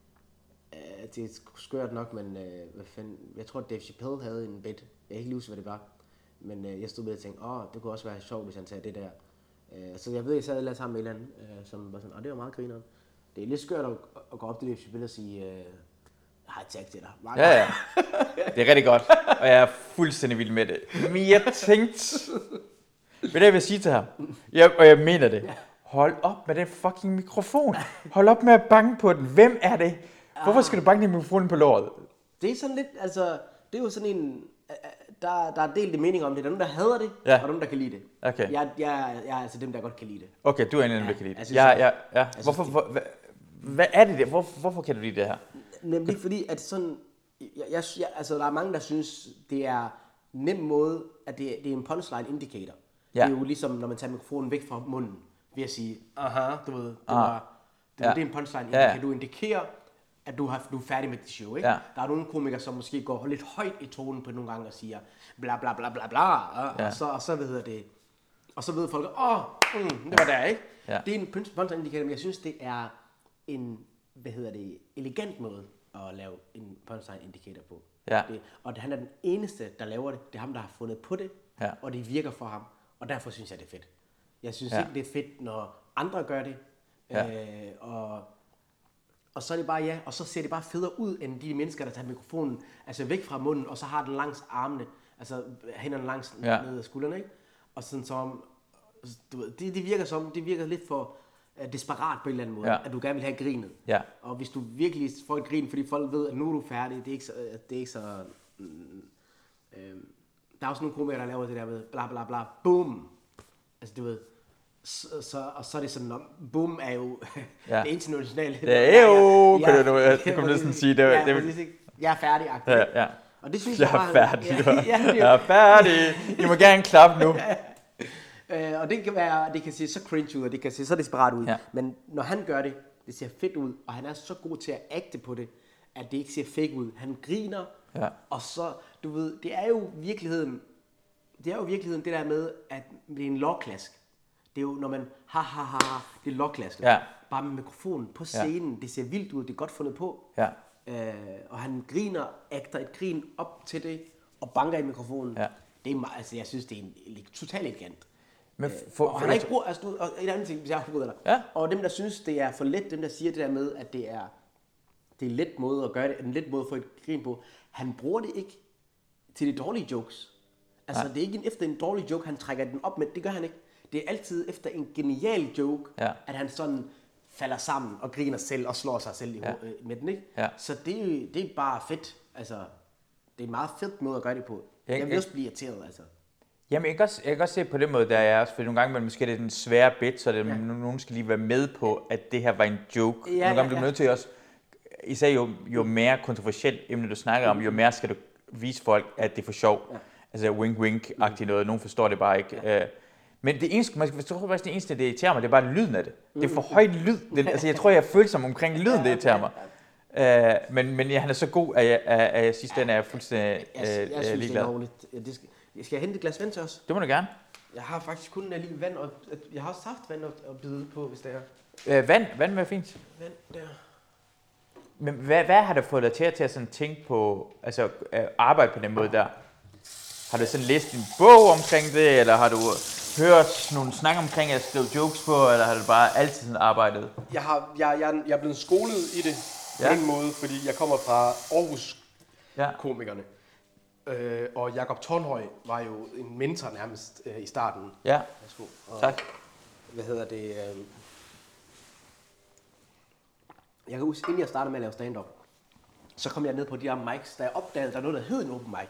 D: øh, det er skørt nok, men øh, hvad fanden, jeg tror, at Dave Chappelle havde en bit. Jeg kan ikke huske, hvad det var. Men øh, jeg stod med og tænkte, åh, det kunne også være sjovt, hvis han tager det der. Øh, så jeg ved, jeg sad og lavede sammen med en eller anden, øh, som var sådan, åh, det var meget grineren. Det er lidt skørt at, at gå op til Dave Chappelle og sige, øh, jeg har et tag til dig. Mange
A: Ja, ja. Det er rigtig godt, og jeg er fuldstændig vild med det. Men jeg tænkte, ved du, hvad jeg vil sige til ham? Jeg, og jeg mener det. Hold op med den fucking mikrofon. Hold op med at banke på den. Hvem er det? Hvorfor skal du banke den mikrofonen på låret?
D: Det er sådan lidt, altså, det er jo sådan en, øh, der, der er delt mening om det. Der er nogen, der hader det,
A: Ja.
D: og nogen, der kan lide det.
A: Okay.
D: Jeg, jeg, jeg er altså dem, der godt kan lide det.
A: Okay, du er en af dem, der
D: Ja,
A: kan lide
D: jeg
A: det.
D: synes,
A: Ja,
D: jeg-
A: ja, ja.
D: jeg synes,
A: Hvorfor,
D: det-
A: hvor, hvad, hvad er det der? Hvor, hvorfor kan du lide det her?
D: Nemlig fordi, at sådan, jeg, jeg, jeg, altså, der er mange, der synes, det er en nem måde, at det, det er en punchline indicator.
A: Ja.
D: Det er jo ligesom, når man tager mikrofonen væk fra munden, ved at sige, aha, du ved, det,
A: Ah.
D: var, det,
A: Ja.
D: ja. det er en punchline
A: Ja, ja.
D: indicator. Du indikerer, at du, har, du er færdig med dit show, ikke?
A: Ja.
D: Der er nogle komikere, som måske går lidt højt i tonen på nogle gange og siger, bla bla bla bla bla, og,
A: Ja.
D: og, så, og så hvad hedder det, og så ved folk, åh, mm, det var der, ikke?
A: Ja.
D: Det er en punchline indicator, men jeg synes, det er en, hvad hedder det, elegant måde at lave en punchline indicator på.
A: Ja.
D: Det, og han er den eneste, der laver det. Det er ham, der har fundet på det,
A: Ja.
D: og det virker for ham. Og derfor synes jeg, det er fedt. Jeg synes
A: Ja.
D: ja. ikke, det er fedt, når andre gør det.
A: Ja.
D: Øh, og, og så er det bare, ja, og så ser det bare federe ud, end de mennesker, der tager mikrofonen altså væk fra munden, og så har den langs armene, altså hænderne langs
A: Ja.
D: ned ad skuldrene, ikke? Og sådan som, du ved, det, det virker som, det virker lidt for, er desperat på en eller anden måde,
A: Ja.
D: at du gerne vil have grinet.
A: Ja.
D: Og hvis du virkelig får et grin, fordi folk ved, at nu er du færdig, det er ikke så... Det er ikke så mm, øh, der er også nogle komikere, der laver det der med bla bla bla, boom. Altså du ved, så, så, og så er det sådan, boom er jo
A: Ja.
D: det internationale.
A: Det er jo, kan du, det kan man næsten sige. Det,
D: ja,
A: det,
D: præcis, ikke? Jeg er færdig, agtigt.
A: ja, ja.
D: Og det synes
A: Jeg
D: jeg,
A: er
D: bare...
A: færdig.
D: Ja, ja, det,
A: Jeg er færdig. I må gerne klappe nu.
D: Øh, og det kan være, det kan se så cringe ud, og det kan se så desperat ud.
A: Ja.
D: Men når han gør det, det ser fedt ud, og han er så god til at acte på det, at det ikke ser fake ud. Han griner,
A: Ja.
D: og så, du ved, det er jo virkeligheden, det er jo virkeligheden det der med, at det er en lårklask. Det er jo, når man, ha ha ha, ha det er lårklask.
A: Ja.
D: Bare med mikrofonen på scenen, ja. Det ser vildt ud, det er godt fundet på.
A: Ja.
D: Øh, og han griner, agter et grin op til det, og banker i mikrofonen.
A: Ja.
D: Det er meget, altså jeg synes, det er en, en totalt elegant.
A: Men
D: Øh,
A: for,
D: og han har ikke brug, altså, du- og en anden ting, hvis jeg har forgået dig.
A: Ja.
D: Og dem, der synes, det er for let, dem, der siger det der med, at det er, det er en let måde at gøre det, en let måde at få et grin på, han bruger det ikke til de dårlige jokes. Altså,
A: Nej.
D: det er ikke en, efter en dårlig joke, han trækker den op med, det gør han ikke. Det er altid efter en genial joke,
A: Ja.
D: at han sådan falder sammen og griner selv og slår sig selv i
A: Ja.
D: ho- øh, med den, ikke?
A: Ja.
D: Så det er, jo, det er bare fedt. Altså, det er en meget fedt måde at gøre det på.
A: Jeg-
D: Jeg vil
A: jeg-
D: også blive irriteret, altså.
A: Jamen, jeg kan, også, jeg kan også se på den måde, der er også, for nogle gange, men måske er det den svære bit, så det, ja. nogen skal lige være med på, at det her var en joke.
D: Ja,
A: nogle gange
D: ja,
A: bliver du
D: ja.
A: nødt til også, især jo, jo mere kontroversielt emne du snakker om, jo mere skal du vise folk, at det er for sjov. Ja. Altså wink-wink-agtigt noget, nogen forstår det bare ikke. Ja. Men det eneste, man skal forstå faktisk det eneste, det irriterer mig, det er bare lyden af det. Det er for højt lyd. Det, altså, jeg tror, jeg er følsom omkring lyden, det irriterer mig. Uh, men, men ja, han er så god, at jeg, at, at jeg synes, den er fuldstændig
D: Jeg, jeg,
A: uh,
D: jeg synes, det er
A: ligeglad.
D: lovligt. Ja, det skal, skal jeg hente et glas vand til os?
A: Det må du gerne.
D: Jeg har faktisk kun lige vand, og jeg har også saftvand at, at bide på, hvis det er.
A: Uh, vand, vand er fint.
D: Vand der.
A: Men hvad, hvad har der fået dig til at, til at sådan tænke på, altså uh, arbejde på den måde der? Har du sådan læst en bog omkring det, eller har du hørt nogle snak omkring at skrive jokes på, eller har du bare altid sådan arbejdet?
B: Jeg, har, jeg, jeg, jeg er blevet skolet i det på
A: Ja.
B: en måde, fordi jeg kommer fra Aarhus
A: Ja.
B: komikerne. Øh, og Jakob Tornhøj var jo en mentor nærmest øh, i starten.
A: Ja,
B: Værsgo. Og,
A: tak.
B: Hvad hedder det? Øh,
D: Jeg kan huske, inden jeg startede med at lave stand-up, så kom jeg ned på de her mics, da jeg opdagede, at der er noget, der hed en open mic.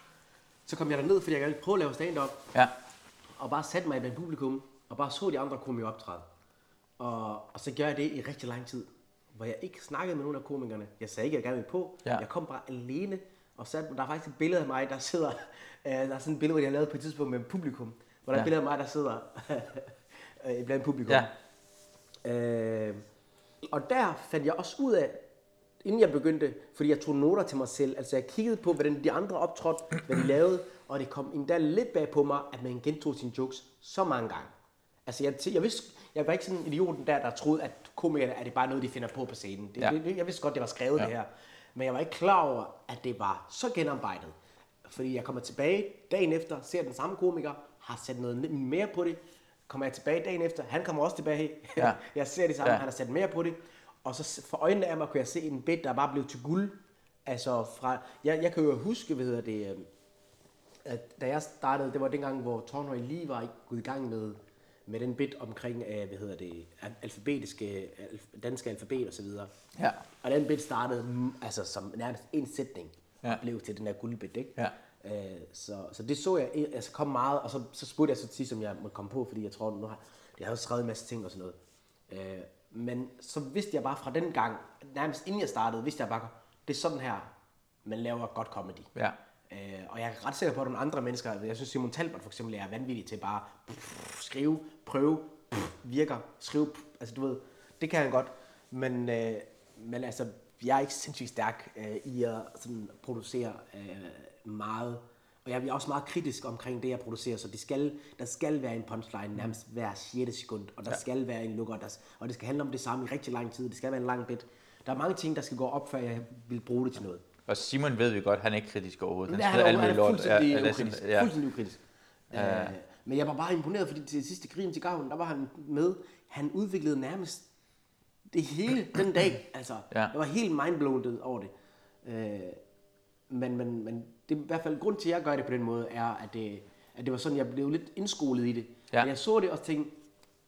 D: Så kom jeg derned, fordi jeg gerne ville prøve at lave stand-up,
A: Ja,
D: og bare satte mig i blandt publikum, og bare så de andre komikere optræde. Og, og så gjorde jeg det i rigtig lang tid, hvor jeg ikke snakkede med nogen af komikerne. Jeg sagde ikke, at jeg gerne ville på.
A: Ja.
D: Jeg kom bare alene, og satte, der er faktisk et billede af mig, der sidder, øh, der er sådan et billede, hvor jeg har lavet på et tidspunkt med publikum, hvor der er
A: Ja.
D: et billede af mig, der sidder øh, blandt publikum.
A: ja,
D: Øh, og der fandt jeg også ud af, inden jeg begyndte, fordi jeg tog noter til mig selv, altså jeg kiggede på, hvordan de andre optrådte, hvad de lavede, og det kom endda lidt bag på mig, at man gentog sine jokes så mange gange. Altså jeg, jeg vidste, jeg var ikke sådan en idioten der, der troede, at komikerne er det bare noget, de finder på på scenen. Det,
A: Ja.
D: ja. det, jeg vidste godt, det var skrevet
A: Ja.
D: det her, men jeg var ikke klar over, at det var så genarbejdet. Fordi jeg kommer tilbage dagen efter, ser den samme komiker, har sat noget lidt mere på det, kommer jeg tilbage dagen efter, han kommer også tilbage,
A: Ja.
D: jeg ser det samme,
A: Ja.
D: han har sat mere på det, og så for øjnene af mig kunne jeg se en bit, der bare blev til guld. Altså fra, jeg, jeg kan jo huske, hvad hedder det, øh, at da jeg startede, det var dengang, hvor Tornhøj lige var gået i gang med, med den bit omkring, øh, hvad hedder det, alfabetiske, alf, danske alfabet og så videre.
A: ja,
D: Og den bit startede mm, altså som nærmest en sætning,
A: Ja.
D: og blev til den der guldbit, ikke?
A: ja.
D: Øh, så, så det så jeg, altså kom meget, og så, så spurgte jeg så til sidst, om jeg måtte komme på, fordi jeg tror, nu har, jeg havde skrevet en masse ting og sådan noget. Øh, men så vidste jeg bare fra den gang, nærmest inden jeg startede, vidste jeg bare, det er sådan her, man laver godt comedy.
A: Ja.
D: Øh, og jeg er ret sikker på, at nogle andre mennesker, jeg synes Simon Talbot for eksempel er vanvittig til bare pff, skrive, prøve, pff, virker, skrive, pff, altså du ved, det kan han godt, men, øh, men altså, jeg er ikke sindssygt stærk øh, i at sådan, producere øh, meget, og jeg er også meget kritisk omkring det, jeg producerer, så det skal, der skal være en punchline nærmest hver sjette sekund, og der
A: Ja.
D: ja. skal være en lukker, der, og det skal handle om det samme i rigtig lang tid, det skal være en lang bit. Der er mange ting, der skal gå op, før jeg vil bruge det til noget.
A: Og Simon ved vi godt, han er ikke kritisk overhovedet.
D: Men
A: Han
D: han
A: smider
D: er,
A: alt
D: han
A: muligt
D: er
A: lort.
D: fuldstændig
A: Ja, det er
D: ukritisk.
A: sådan- ja.
D: Fuldstændig ukritisk.
A: Ja.
D: Øh, men jeg var bare imponeret, fordi til sidste Grin til Gavn, der var han med. Han udviklede nærmest det hele den dag. Altså,
A: Ja.
D: jeg var helt mindblown over det. Øh, men, men, men det er i hvert fald grund til, at jeg gør det på den måde, er, at det, at det var sådan, jeg blev lidt indskolet i det.
A: Ja.
D: Men jeg så det og tænkte,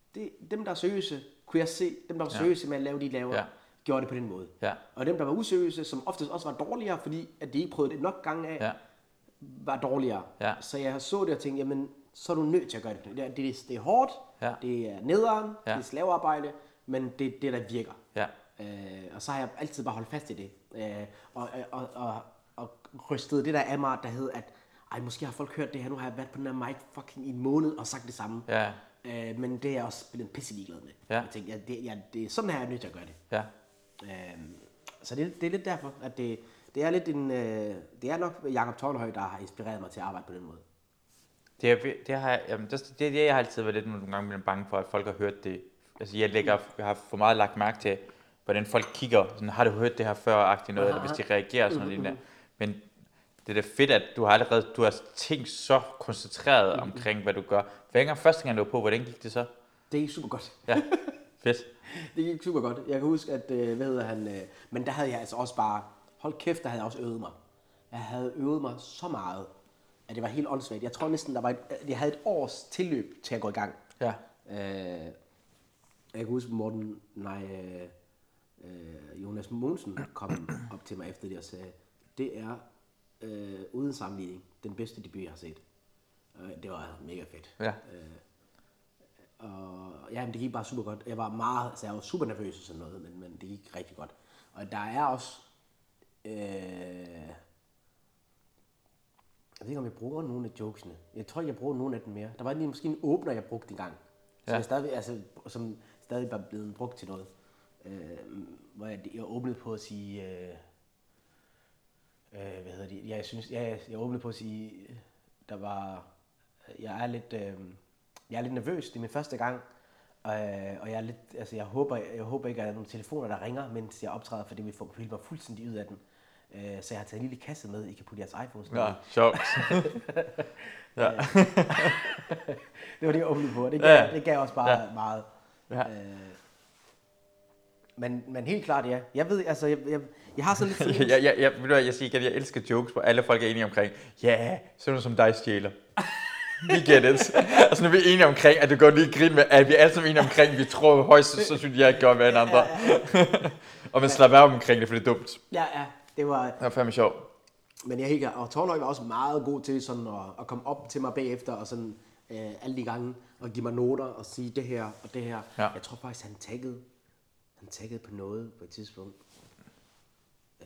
D: det, dem der er seriøse, kunne jeg se, dem der var
A: Ja.
D: seriøse med at lave de laver,
A: Ja.
D: gjorde det på den måde.
A: Ja.
D: Og dem der var useriøse, som oftest også var dårligere, fordi at de ikke prøvede det nok gange af,
A: Ja.
D: var dårligere.
A: Ja.
D: Så jeg så det og tænkte, jamen, så er du nødt til at gøre det. Det er, det, er- det er hårdt,
A: Ja.
D: det er nederen,
A: Ja.
D: det er slavearbejde, men det er det, der virker.
A: Ja.
D: Øh, og så har jeg altid bare holdt fast i det. Øh, og, og, og, og rystet det der af mig, der hed, at ej, måske har folk hørt det her, nu har jeg været på den her mic fucking i en måned og sagt det samme.
A: Ja.
D: Øh, men det er jeg også blevet pisse ligeglad med.
A: Ja.
D: Jeg tænkte, ja, det, ja, det er sådan her, jeg er nødt til at gøre det.
A: Ja.
D: Øhm, så det, det er lidt derfor, at det, det er lidt en, øh, det er nok Jakob Tornhøj, der har inspireret mig til at arbejde på den måde.
A: Det, er, det, har, jeg- jamen, det, det er det, jeg har altid været lidt nogle gange blevet bange for, at folk har hørt det. Altså, jeg, lægger, jeg har for meget lagt mærke til, hvordan folk kigger. Sådan, har du hørt det her før-agtigt noget, eller hvis de reagerer sådan noget lignende. Men det er da fedt, at du har allerede du har tænkt så koncentreret omkring, hvad du gør. Hver gang første gang du var på, hvordan gik det så?
D: Det gik super godt.
A: Ja, fedt.
D: Det gik super godt. Jeg kan huske, at, øh, hvad hedder han, øh, men der havde jeg altså også bare, hold kæft, der havde jeg også øvet mig. Jeg havde øvet mig så meget, at det var helt åndssvagt. Jeg tror næsten, der var et, jeg havde et års tilløb til at gå i gang.
A: Ja.
D: Øh, jeg kan huske, Morten, nej, øh, øh, Jonas Mogensen kom op til mig efter det og sagde, det er øh, uden sammenligning den bedste debut, jeg har set. Øh, det var mega fedt.
A: Ja.
D: Og ja, men det gik bare super godt. Jeg var meget, altså jeg var super nervøs og sådan noget, men, men det gik rigtig godt. Og der er også, øh, jeg ved ikke om jeg bruger nogle af jokesene. Jeg tror ikke, jeg bruger nogle af dem mere. Der var lige måske en åbner, jeg brugte engang. Så
A: Ja.
D: jeg stadig, altså, som stadig var blevet brugt til noget. Øh, hvor jeg, jeg åbnede på at sige, øh, øh, hvad hedder det, ja, jeg synes, ja, jeg åbnede på at sige, der var, jeg er lidt, øh, jeg er lidt nervøs, det er min første gang, øh, og jeg er lidt, altså jeg håber, jeg håber ikke, at der er nogle telefoner, der ringer, mens jeg optræder, for det vil få mig fuldstændig ud af den. Øh, så jeg har taget en lille kasse med, I kan putte jeres iPhones med.
A: Ja, sjovt. Ja.
D: Det var det, jeg åbnede på, og det gav,
A: Ja.
D: det gav også bare
A: Ja.
D: meget.
A: Ja.
D: Øh, men, men helt klart, ja. Jeg ved, altså, jeg, jeg, jeg har sådan lidt fornemmelse.
A: jeg, jeg, jeg, ved du hvad, jeg siger igen, jeg elsker jokes, hvor alle folk er enige omkring, ja, yeah, sådan noget som dig stjæler. Vi get it. Altså, når vi er enige omkring, at det går lige grin med, at vi er alle sammen enige omkring, vi tror højst, så synes jeg ikke gør med en andre.
D: Ja, ja,
A: Og man slapper af omkring det, for det er dumt.
D: ja, ja, det var,
A: Det var fandme sjovt.
D: men jeg helt klart, og Tornhøj var også meget god til sådan at, at komme op til mig bagefter, og sådan øh, alle de gange, og give mig noter, og sige det her, og det her.
A: Ja.
D: Jeg tror faktisk, han taggede, han taggede på noget på et tidspunkt. Øh,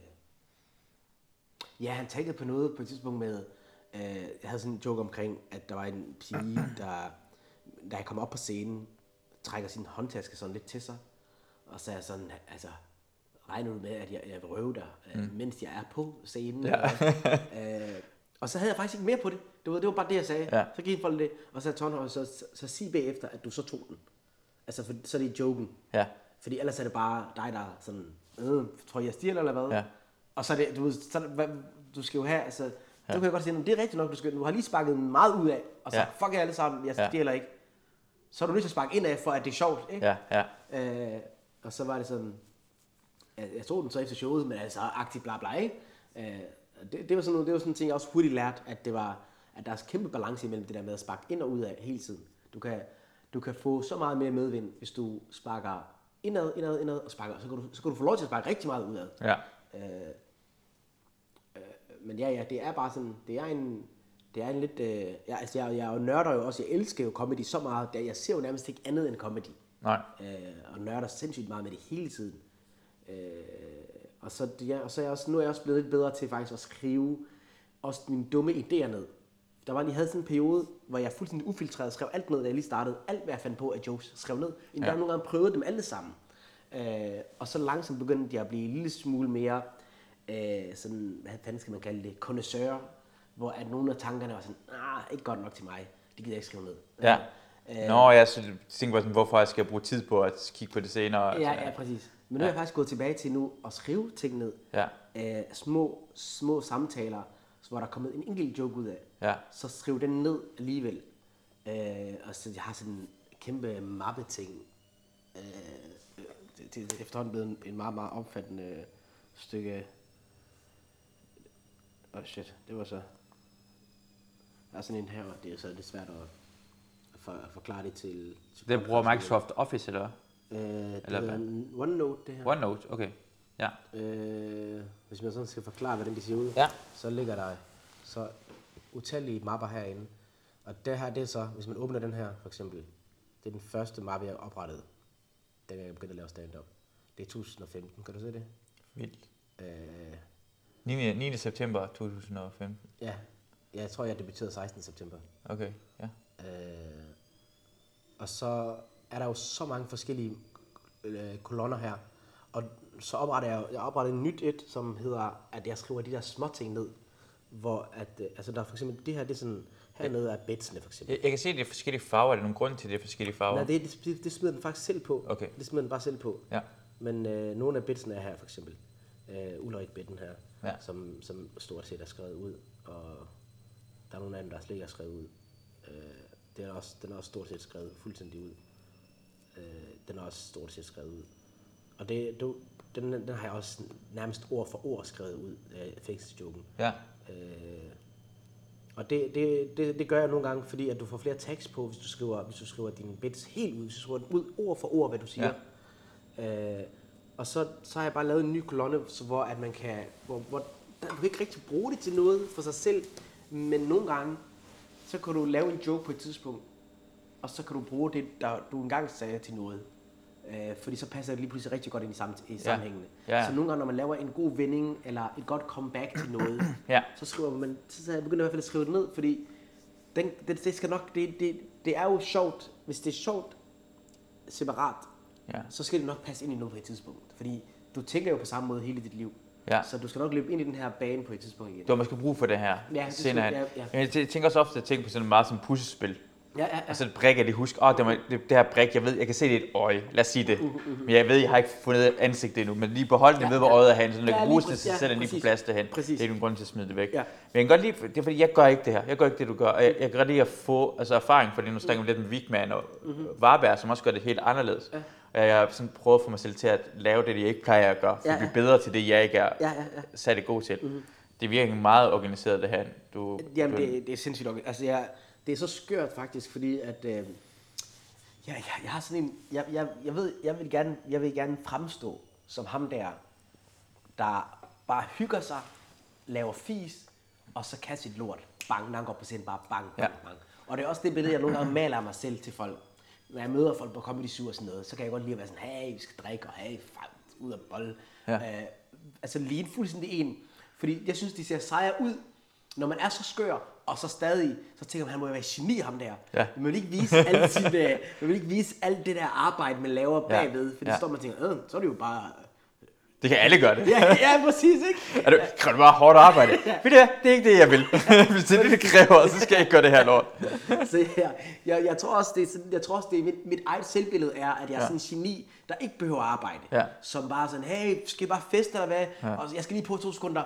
D: ja, han taggede på noget på et tidspunkt med, øh, jeg havde sådan en joke omkring, at der var en pige, der, da jeg kom op på scenen, trækker sin håndtaske sådan lidt til sig, og så er jeg sådan, altså, regner du med, at jeg, jeg vil røve dig, mm. mens jeg er på scenen?
A: Ja.
D: øh, og så havde jeg faktisk ikke mere på det. Det var, det var bare det, jeg sagde.
A: Ja.
D: Så gik folk det, og så sagde Tornhøj, så, så, så sig bagefter, at du så tog den. Altså, for, så er det joken.
A: Ja.
D: Fordi ellers er det bare dig, der er sådan, øh, tror jeg, jeg stjæler eller hvad?
A: Ja.
D: Og så er det, du, ved, så, er det, hvad, du skal jo have, altså, ja. Du kan jeg godt sige, det er rigtigt nok, du, skal, du har lige sparket meget ud af, og så
A: Ja.
D: fuck jer alle sammen, jeg
A: Ja.
D: stjæler ikke. Så er du nødt til at sparke ind af, for at det er sjovt, ikke?
A: Ja, ja.
D: Øh, og så var det sådan, jeg, jeg tog den så efter showet, men altså aktivt bla bla, ikke? Øh, det, det, var sådan noget, det var sådan en ting, jeg også hurtigt lærte, at det var, at der er kæmpe balance imellem det der med at sparke ind og ud af hele tiden. Du kan, du kan få så meget mere medvind, hvis du sparker indad, indad, indad og sparker, så kan du, så kan du få lov til at sparke rigtig meget udad.
A: Ja.
D: Øh, øh, men ja, ja, det er bare sådan, det er en, det er en lidt, øh, jeg, altså jeg, jeg er jo nørder jo også, jeg elsker jo comedy så meget, der jeg ser jo nærmest ikke andet end comedy.
A: Nej.
D: Øh, og nørder sindssygt meget med det hele tiden. Øh, og så, ja, og så er jeg også, nu er jeg også blevet lidt bedre til faktisk at skrive også mine dumme idéer ned. Der var lige havde sådan en periode, hvor jeg fuldstændig ufiltreret skrev alt ned, da jeg lige startede. Alt, hvad jeg fandt på af jokes, skrev ned. Inden
A: Ja.
D: der nogle gange prøvede dem alle sammen. Øh, og så langsomt begyndte jeg at blive en lille smule mere, øh, sådan, hvad fanden skal man kalde det, connoisseur, hvor at nogle af tankerne var sådan, ah, ikke godt nok til mig. Det gider jeg ikke skrive ned.
A: Ja.
D: Øh,
A: Nå, jeg tænker bare sådan, hvorfor jeg skal bruge tid på at kigge på det senere.
D: Ja,
A: altså,
D: ja, præcis. Men nu er jeg faktisk gået tilbage til nu at skrive ting ned.
A: Ja.
D: Øh, små, små samtaler, hvor der er kommet en enkelt joke ud af.
A: Ja.
D: Så skriv den ned alligevel. Øh, og så jeg har sådan en kæmpe mappe ting. Øh, det, det er efterhånden blevet en, en meget, meget omfattende stykke. Åh oh shit, det var så. Der er sådan en her, og det er så lidt svært at, at
C: for, forklare det til... til
A: Det bruger Microsoft Office, eller
C: hvad? Øh, det
A: eller
C: hedder
A: hvad?
C: OneNote, det her.
A: OneNote, okay. Ja.
C: Øh, hvis man sådan skal forklare, hvordan det ser ud,
A: Ja.
C: så ligger der så utallige mapper herinde. Og det her, det er så, hvis man åbner den her, for eksempel, det er den første mappe, jeg oprettede, da jeg begyndte at lave stand-up. Det er to tusind og femten, kan du se det?
A: Vildt.
C: Øh,
A: niende niende september to tusind og femten.
C: ja, jeg tror, jeg debuterede sekstende september.
A: Okay, ja.
C: Øh, og så er der jo så mange forskellige øh, kolonner her. Og så opretter jeg, jeg opretter en nyt et, som hedder, at jeg skriver de der små ting ned. Hvor at, øh, altså der er for eksempel, det her, det er sådan, hernede er betsene for eksempel.
A: Jeg, jeg kan se, at det er forskellige farver. Er der nogen grund til, at det er forskellige farver?
C: Nej, det, det, det smider den faktisk selv på.
A: Okay.
C: Det smider den bare selv på.
A: Ja.
C: Men øh, nogle af betsene er her for eksempel. Øh, Ulrik-betten her,
A: Ja.
C: som, som stort set er skrevet ud. Og der er nogle af dem, der slet ikke er skrevet ud. Øh, det er også, den er også stort set skrevet fuldstændig ud. Øh, den er også stort set skrevet ud. Og det, du, den, den har jeg også nærmest ord for ord skrevet ud, øh, fængselsjoken.
A: Ja.
C: Øh, og det, det, det, det gør jeg nogle gange, fordi at du får flere tekst på, hvis du skriver, hvis du skriver dine bits helt ud, hvis du skriver den ud ord for ord, hvad du siger. Ja. Øh, og så, så har jeg bare lavet en ny kolonne, så hvor at man kan, hvor, hvor der, du kan ikke rigtig bruge det til noget for sig selv, men nogle gange, så kan du lave en joke på et tidspunkt, og så kan du bruge det, der du engang sagde til noget. Øh, fordi så passer det lige pludselig rigtig godt ind i, sammen, i sammenhængene.
A: Ja. Ja.
C: Så nogle gange, når man laver en god vending, eller et godt comeback til noget,
A: Ja.
C: så skriver man, så jeg begynder i hvert fald at skrive det ned, fordi den, det, det skal nok, det, det, det er jo sjovt, hvis det er sjovt separat,
A: Ja.
C: så skal det nok passe ind i noget på et tidspunkt. Fordi du tænker jo på samme måde hele dit liv.
A: Ja.
C: Så du skal nok løbe ind i den her bane på et tidspunkt igen.
A: Du har måske brug for det her.
C: Ja, det
A: senere
C: skal-
A: hen.
C: ja, ja.
A: Men jeg tænker også ofte at tænke på sådan meget som puslespil.
C: Ja, ja, ja.
A: Og så et brik, jeg lige husker, åh, det, var, det, det her brik, jeg ved, jeg kan se det i et øje, lad os sige det.
C: Uh, uh, uh.
A: Men jeg ved, jeg har ikke fundet ansigtet endnu, men lige behold det
C: Ja,
A: med, hvor
C: ja.
A: øjet er hen, så jeg
C: Ja,
A: kan
C: lige
A: bruge det
C: præcis.
A: til at
C: Ja,
A: sætte den lige på
C: præcis.
A: plads derhen.
C: Præcis.
A: Det er ikke nogen grund til at smide det væk.
C: Ja.
A: Men jeg kan godt lide, det er fordi, jeg gør ikke det her. Jeg gør ikke det, du gør. Og jeg, jeg kan godt lide at få altså, erfaring, fordi nu snakker vi lidt med Wigman og
C: Mhm.
A: Varberg, som også gør det helt anderledes.
C: Ja.
A: Og jeg har sådan prøvet at få mig selv til at lave det, jeg ikke plejer at gøre, for
C: Ja,
A: at blive
C: ja.
A: bedre til det, jeg ikke er
C: Ja, ja, ja.
A: sat i god til. Det virker meget organiseret, det her. Du,
C: Jamen,
A: du,
C: det, det er sindssygt nok. Altså, jeg, det er så skørt faktisk, fordi at... Øh, jeg, jeg, jeg har sådan en... Jeg, jeg, jeg ved, jeg vil, gerne, jeg vil gerne fremstå som ham der, der bare hygger sig, laver fis, og så kaster sit lort. Bang, når han går på scenen, bare bang, bang,
A: Ja.
C: bang. Og det er også det billede, jeg nogle gange maler af mig selv til folk. Når jeg møder folk på Comedy Zoo og sådan noget, så kan jeg godt lide at være sådan, hey, vi skal drikke, og hey, fuck, ud af bold.
A: Ja.
C: Øh, altså ligne fuldstændig en. Fordi jeg synes, de ser sejre ud, når man er så skør, og så stadig, så tænker man, han må jo være geni, ham der.
A: Ja.
C: Man vil ikke vise alt, sin, uh, man vil ikke vise alt det der arbejde, man laver
A: Ja.
C: bagved. Fordi
A: Ja.
C: så står man og tænker, øh, så er det jo bare...
A: det kan alle gøre det.
C: Ja, ja, præcis, ikke?
A: Er du, kræver du bare hårdt arbejde? Ved du hvad? Det er ikke det, jeg vil. Hvis det er det, det kræver, så skal jeg ikke gøre det her lort.
C: Så jeg, jeg, jeg tror også, det er, sådan, jeg tror også, det er mit, mit eget selvbillede er, at jeg er
A: Ja.
C: sådan en geni, der ikke behøver at arbejde.
A: Ja.
C: Som bare sådan, hey, skal I bare feste eller hvad?
A: Ja.
C: Og jeg skal lige på to sekunder.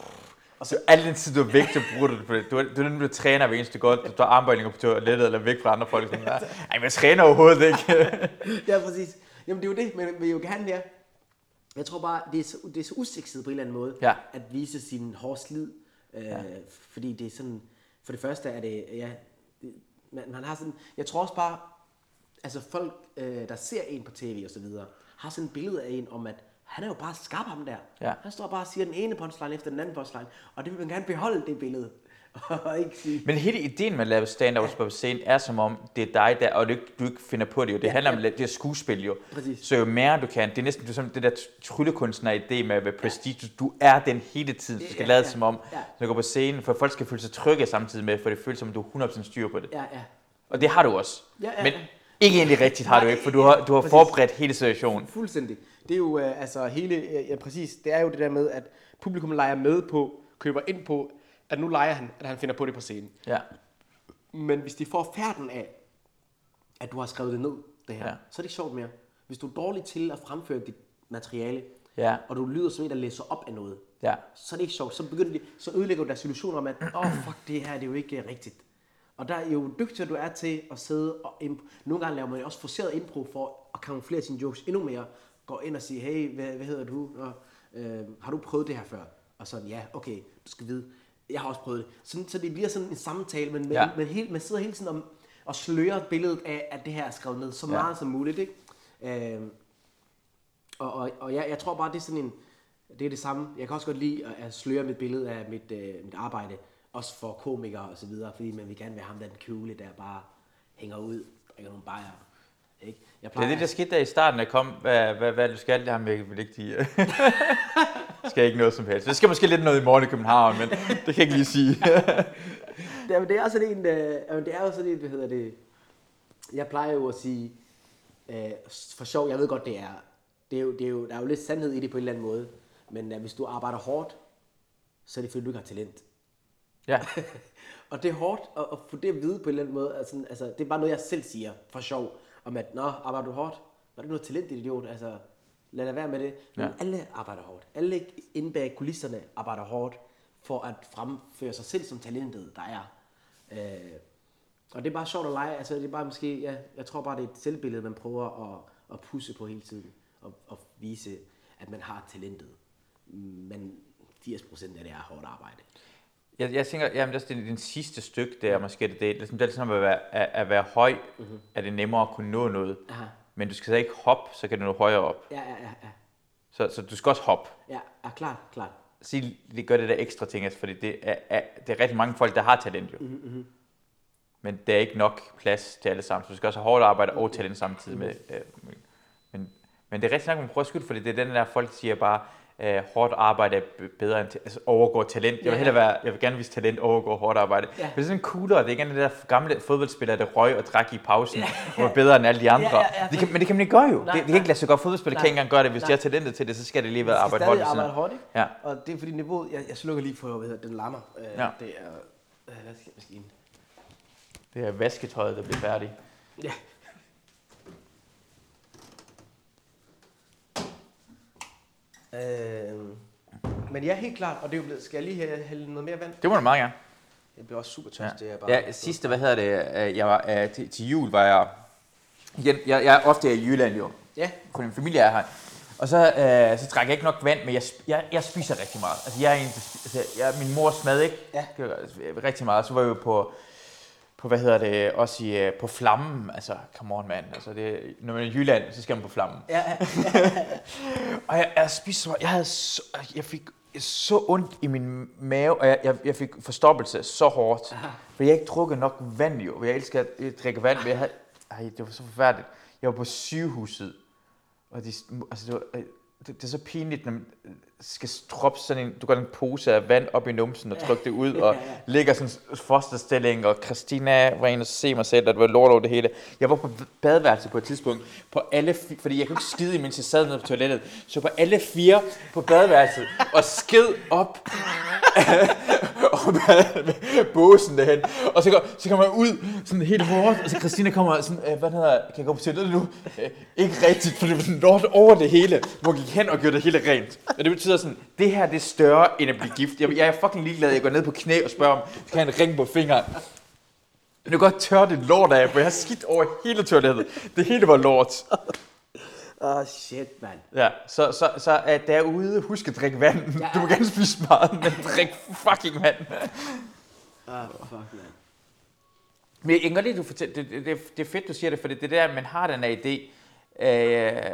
C: Og
A: Så al den tid, du er væk, så bruger du det på det. Du er, du er den, du træner hver eneste godt. Du tager armbøjninger på toilettet eller væk fra andre folk. Sådan, ej, men jeg træner overhovedet ikke.
C: Ja, præcis. Jamen det er jo det, men vi jo gerne det. Jeg tror bare, det er så, det er så usekset på en eller anden måde,
A: Ja.
C: at vise sin hårde slid. Øh, ja. Fordi det er sådan, for det første er det, ja, det, man, man har sådan, jeg tror også bare, altså folk, øh, der ser en på tv og så videre, har sådan et billede af en om, at han er jo bare skarp ham der.
A: Ja.
C: Han står bare og siger den ene punchline efter den anden punchline, og det vil man gerne beholde, det billede. Og ikke sige,
A: Men hele ideen med at lave stand-up på scenen er som om, det er dig der, og du ikke, du ikke finder på det jo. Det
C: Ja,
A: handler om
C: ja.
A: det er skuespil jo.
C: Præcis.
A: Så jo mere du kan, det er næsten det er som det der tryllekunstner-idé med, med prestige. Du er den hele tiden. Du skal
C: Ja,
A: lade
C: ja.
A: som om,
C: Ja.
A: når du går på scenen, for folk skal føle sig trygge samtidig med, for det føles som om, du er hundrede procent styr på det.
C: ja, ja.
A: Og det har du også.
C: Ja, ja,
A: Men
C: ja.
A: ikke egentlig rigtigt har du ikke, for du har, du har
C: Præcis.
A: forberedt hele situationen.
C: Fuldstændig. Det er jo øh, altså hele, øh, ja præcis, det er jo det der med, at publikum leger med på, køber ind på, at nu leger han, at han finder på det på scenen.
A: Ja.
C: Men hvis de får færden af, at du har skrevet det ned, det her,
A: Ja.
C: ja. så er det ikke sjovt mere. Hvis du er dårlig til at fremføre dit materiale,
A: Ja.
C: og du lyder som en, der læser op af noget,
A: Ja.
C: så er det ikke sjovt. Så begynder de, så ødelægger du deres illusioner om, at åh, oh, fuck, det her det er jo ikke uh, rigtigt. Og der er jo dygtigere du er til at sidde og imp- nogle gange laver man jo også forceret impro for at kamuflere sine jokes endnu mere. Gå ind og sige, hey, hvad, hvad hedder du? Og, øh, har du prøvet det her før? Og sådan, ja, okay, du skal vide, jeg har også prøvet det. Sådan, så det bliver sådan en samtale, men, men,
A: Ja.
C: men hele, man sidder hele tiden og
D: at sløre billedet af, at det her er skrevet ned så meget ja. som muligt, ikke? Øh, og og, og jeg, jeg tror bare, det er sådan en, det er det samme. Jeg kan også godt lide at, at sløre mit billede af mit, øh, mit arbejde, også for komikere og så videre, fordi man vil gerne være ham, der den coole, der bare hænger ud, drikker nogle bajer. Ikke? Jeg
A: det er det, der skete der i starten, der kom, hvad, hvad, hvad du skal, det har jeg vil ikke sige. Skal ikke noget som helst. Det skal måske lidt noget i morgen i København, men det kan jeg ikke lige sige.
D: det, det er sådan en, øh, det er jo sådan en, hvad hedder det, jeg plejer jo at sige, øh, for sjov, jeg ved godt, det er, det er, jo, det er jo, der er jo lidt sandhed i det på en eller anden måde, men øh, hvis du arbejder hårdt, så er det fordi, du ikke har talent.
A: Ja.
D: Og det er hårdt at, at få det at vide på en eller anden måde, altså, altså det er bare noget, jeg selv siger, for sjov, om at, nå, arbejder du hårdt? Var det noget talent, idiot? Altså, lad da være med det. Men ja. alle arbejder hårdt. Alle inde bag kulisserne arbejder hårdt for at fremføre sig selv som talentet, der er. Øh, og det er bare sjovt at lege. Altså, det er bare måske, ja, jeg tror bare, det er et selvbillede, man prøver at, at pusse på hele tiden. Og, og vise, at man har talentet. Men firs procent af det er hårdt arbejde.
A: Jeg, jeg tænker, jamen det er den sidste stykke, der måske det, det er ligesom, det er ligesom at være, at, at være høj, mm-hmm. er det nemmere at kunne nå noget. Aha. Men du skal så ikke hoppe, så kan du nå højere op.
D: Ja, ja, ja. ja.
A: Så, så du skal også hoppe.
D: Ja, ja klart, klart.
A: Sig, det gør det der ekstra ting, altså, fordi det er, er, det er rigtig mange folk, der har talent jo. Mm-hmm. Men der er ikke nok plads til alle sammen, så du skal også have hårdt arbejde og talent samtidig med. Øh, men, men det er rigtig nok, man prøver at skylde, fordi det er den der, folk siger bare, Uh, hårdt arbejde er bedre end altså overgår talent. Jeg vil hellere være, jeg vil gerne vise talent overgår hårdt arbejde. Ja. Det er sådan coolere, det er ikke den der gamle fodboldspiller, der røg og drak i pausen, ja. og var bedre end alle de andre. Ja, ja, ja. Det kan, men det kan man ikke gøre jo. Nej, det, det kan ikke lade sig godt. Fodboldspillere kan ikke engang gøre det. Hvis nej. de har talentet til det, så skal det lige være arbejde hårdt.
D: Det skal arbejde hårdt, ikke?
A: Ja.
D: Og det er fordi niveauet, jeg, jeg slukker lige for, hvad hedder den lammer. Uh, ja. Det er, uh, hvad skal maskinen?
A: Det er vasketøjet, der bliver færdigt.
D: Ja. Øh, men ja, helt klart, og det er jo blevet, skal jeg lige hælde noget mere vand?
A: Det må du meget gerne.
D: Jeg bliver også super tørst,
A: ja.
D: det er bare...
A: Ja, sidste, hvad hedder det, jeg var, til, til jul var jeg, igen, jeg, jeg er ofte i Jylland jo,
D: ja.
A: For min familie er her, og så, øh, så drak jeg ikke nok vand, men jeg, jeg, jeg spiser rigtig meget, altså jeg er en, altså, jeg, min mor smad ikke
D: ja.
A: rigtig meget, så var jeg jo på, på hvad hedder det, også i, på Flammen, altså, come on man, altså det, når man er i Jylland, så skal man på Flammen.
D: Ja, ja.
A: Og jeg, jeg spiste så, jeg havde så, jeg fik så ondt i min mave, og jeg, jeg, jeg fik forstoppelse så hårdt, aha. For jeg ikke drukket nok vand jo, jeg elsker at drikke vand, men jeg havde, ej, det var så forfærdeligt. Jeg var på sygehuset, og de, altså det, var, det, det er så pinligt, når man skal droppe sådan en, du gør en pose af vand op i numsen og trykke det ud, og ligger sådan en fosterstilling, og Christina var inde og se mig selv, at det var lort over det hele. Jeg var på badeværelse på et tidspunkt, på alle fire, fordi jeg kunne ikke skide, mens jeg sad nede på toilettet, så på alle fire på badeværelset, og sked op og med båsen derhen, og så, går, så kommer jeg ud sådan helt hårdt, og så Christina kommer sådan, hvad hedder, kan jeg gå på toilettet nu? Ikke rigtigt, for det var sådan lort over det hele, hvor jeg gik hen og gjorde det hele rent. Og det betyder sådan, det her det er større end at blive gift. Jeg, jeg er fucking ligeglad, jeg går ned på knæ og spørger om, kan jeg have en ring på fingeren? Jeg kan godt tørre det lort af, for jeg har skidt over hele toilettet. Det hele var lort.
D: Åh, oh, shit, mand.
A: Ja, så, så, så er derude, husk at drikke vand. Ja. Du må gerne spise meget, men drik fucking vand.
D: Åh, oh, fuck, man.
A: Men jeg kan godt lide, du fortæller, det, det, det, det er fedt, du siger det, for det, det der, man har den her idé. Øh,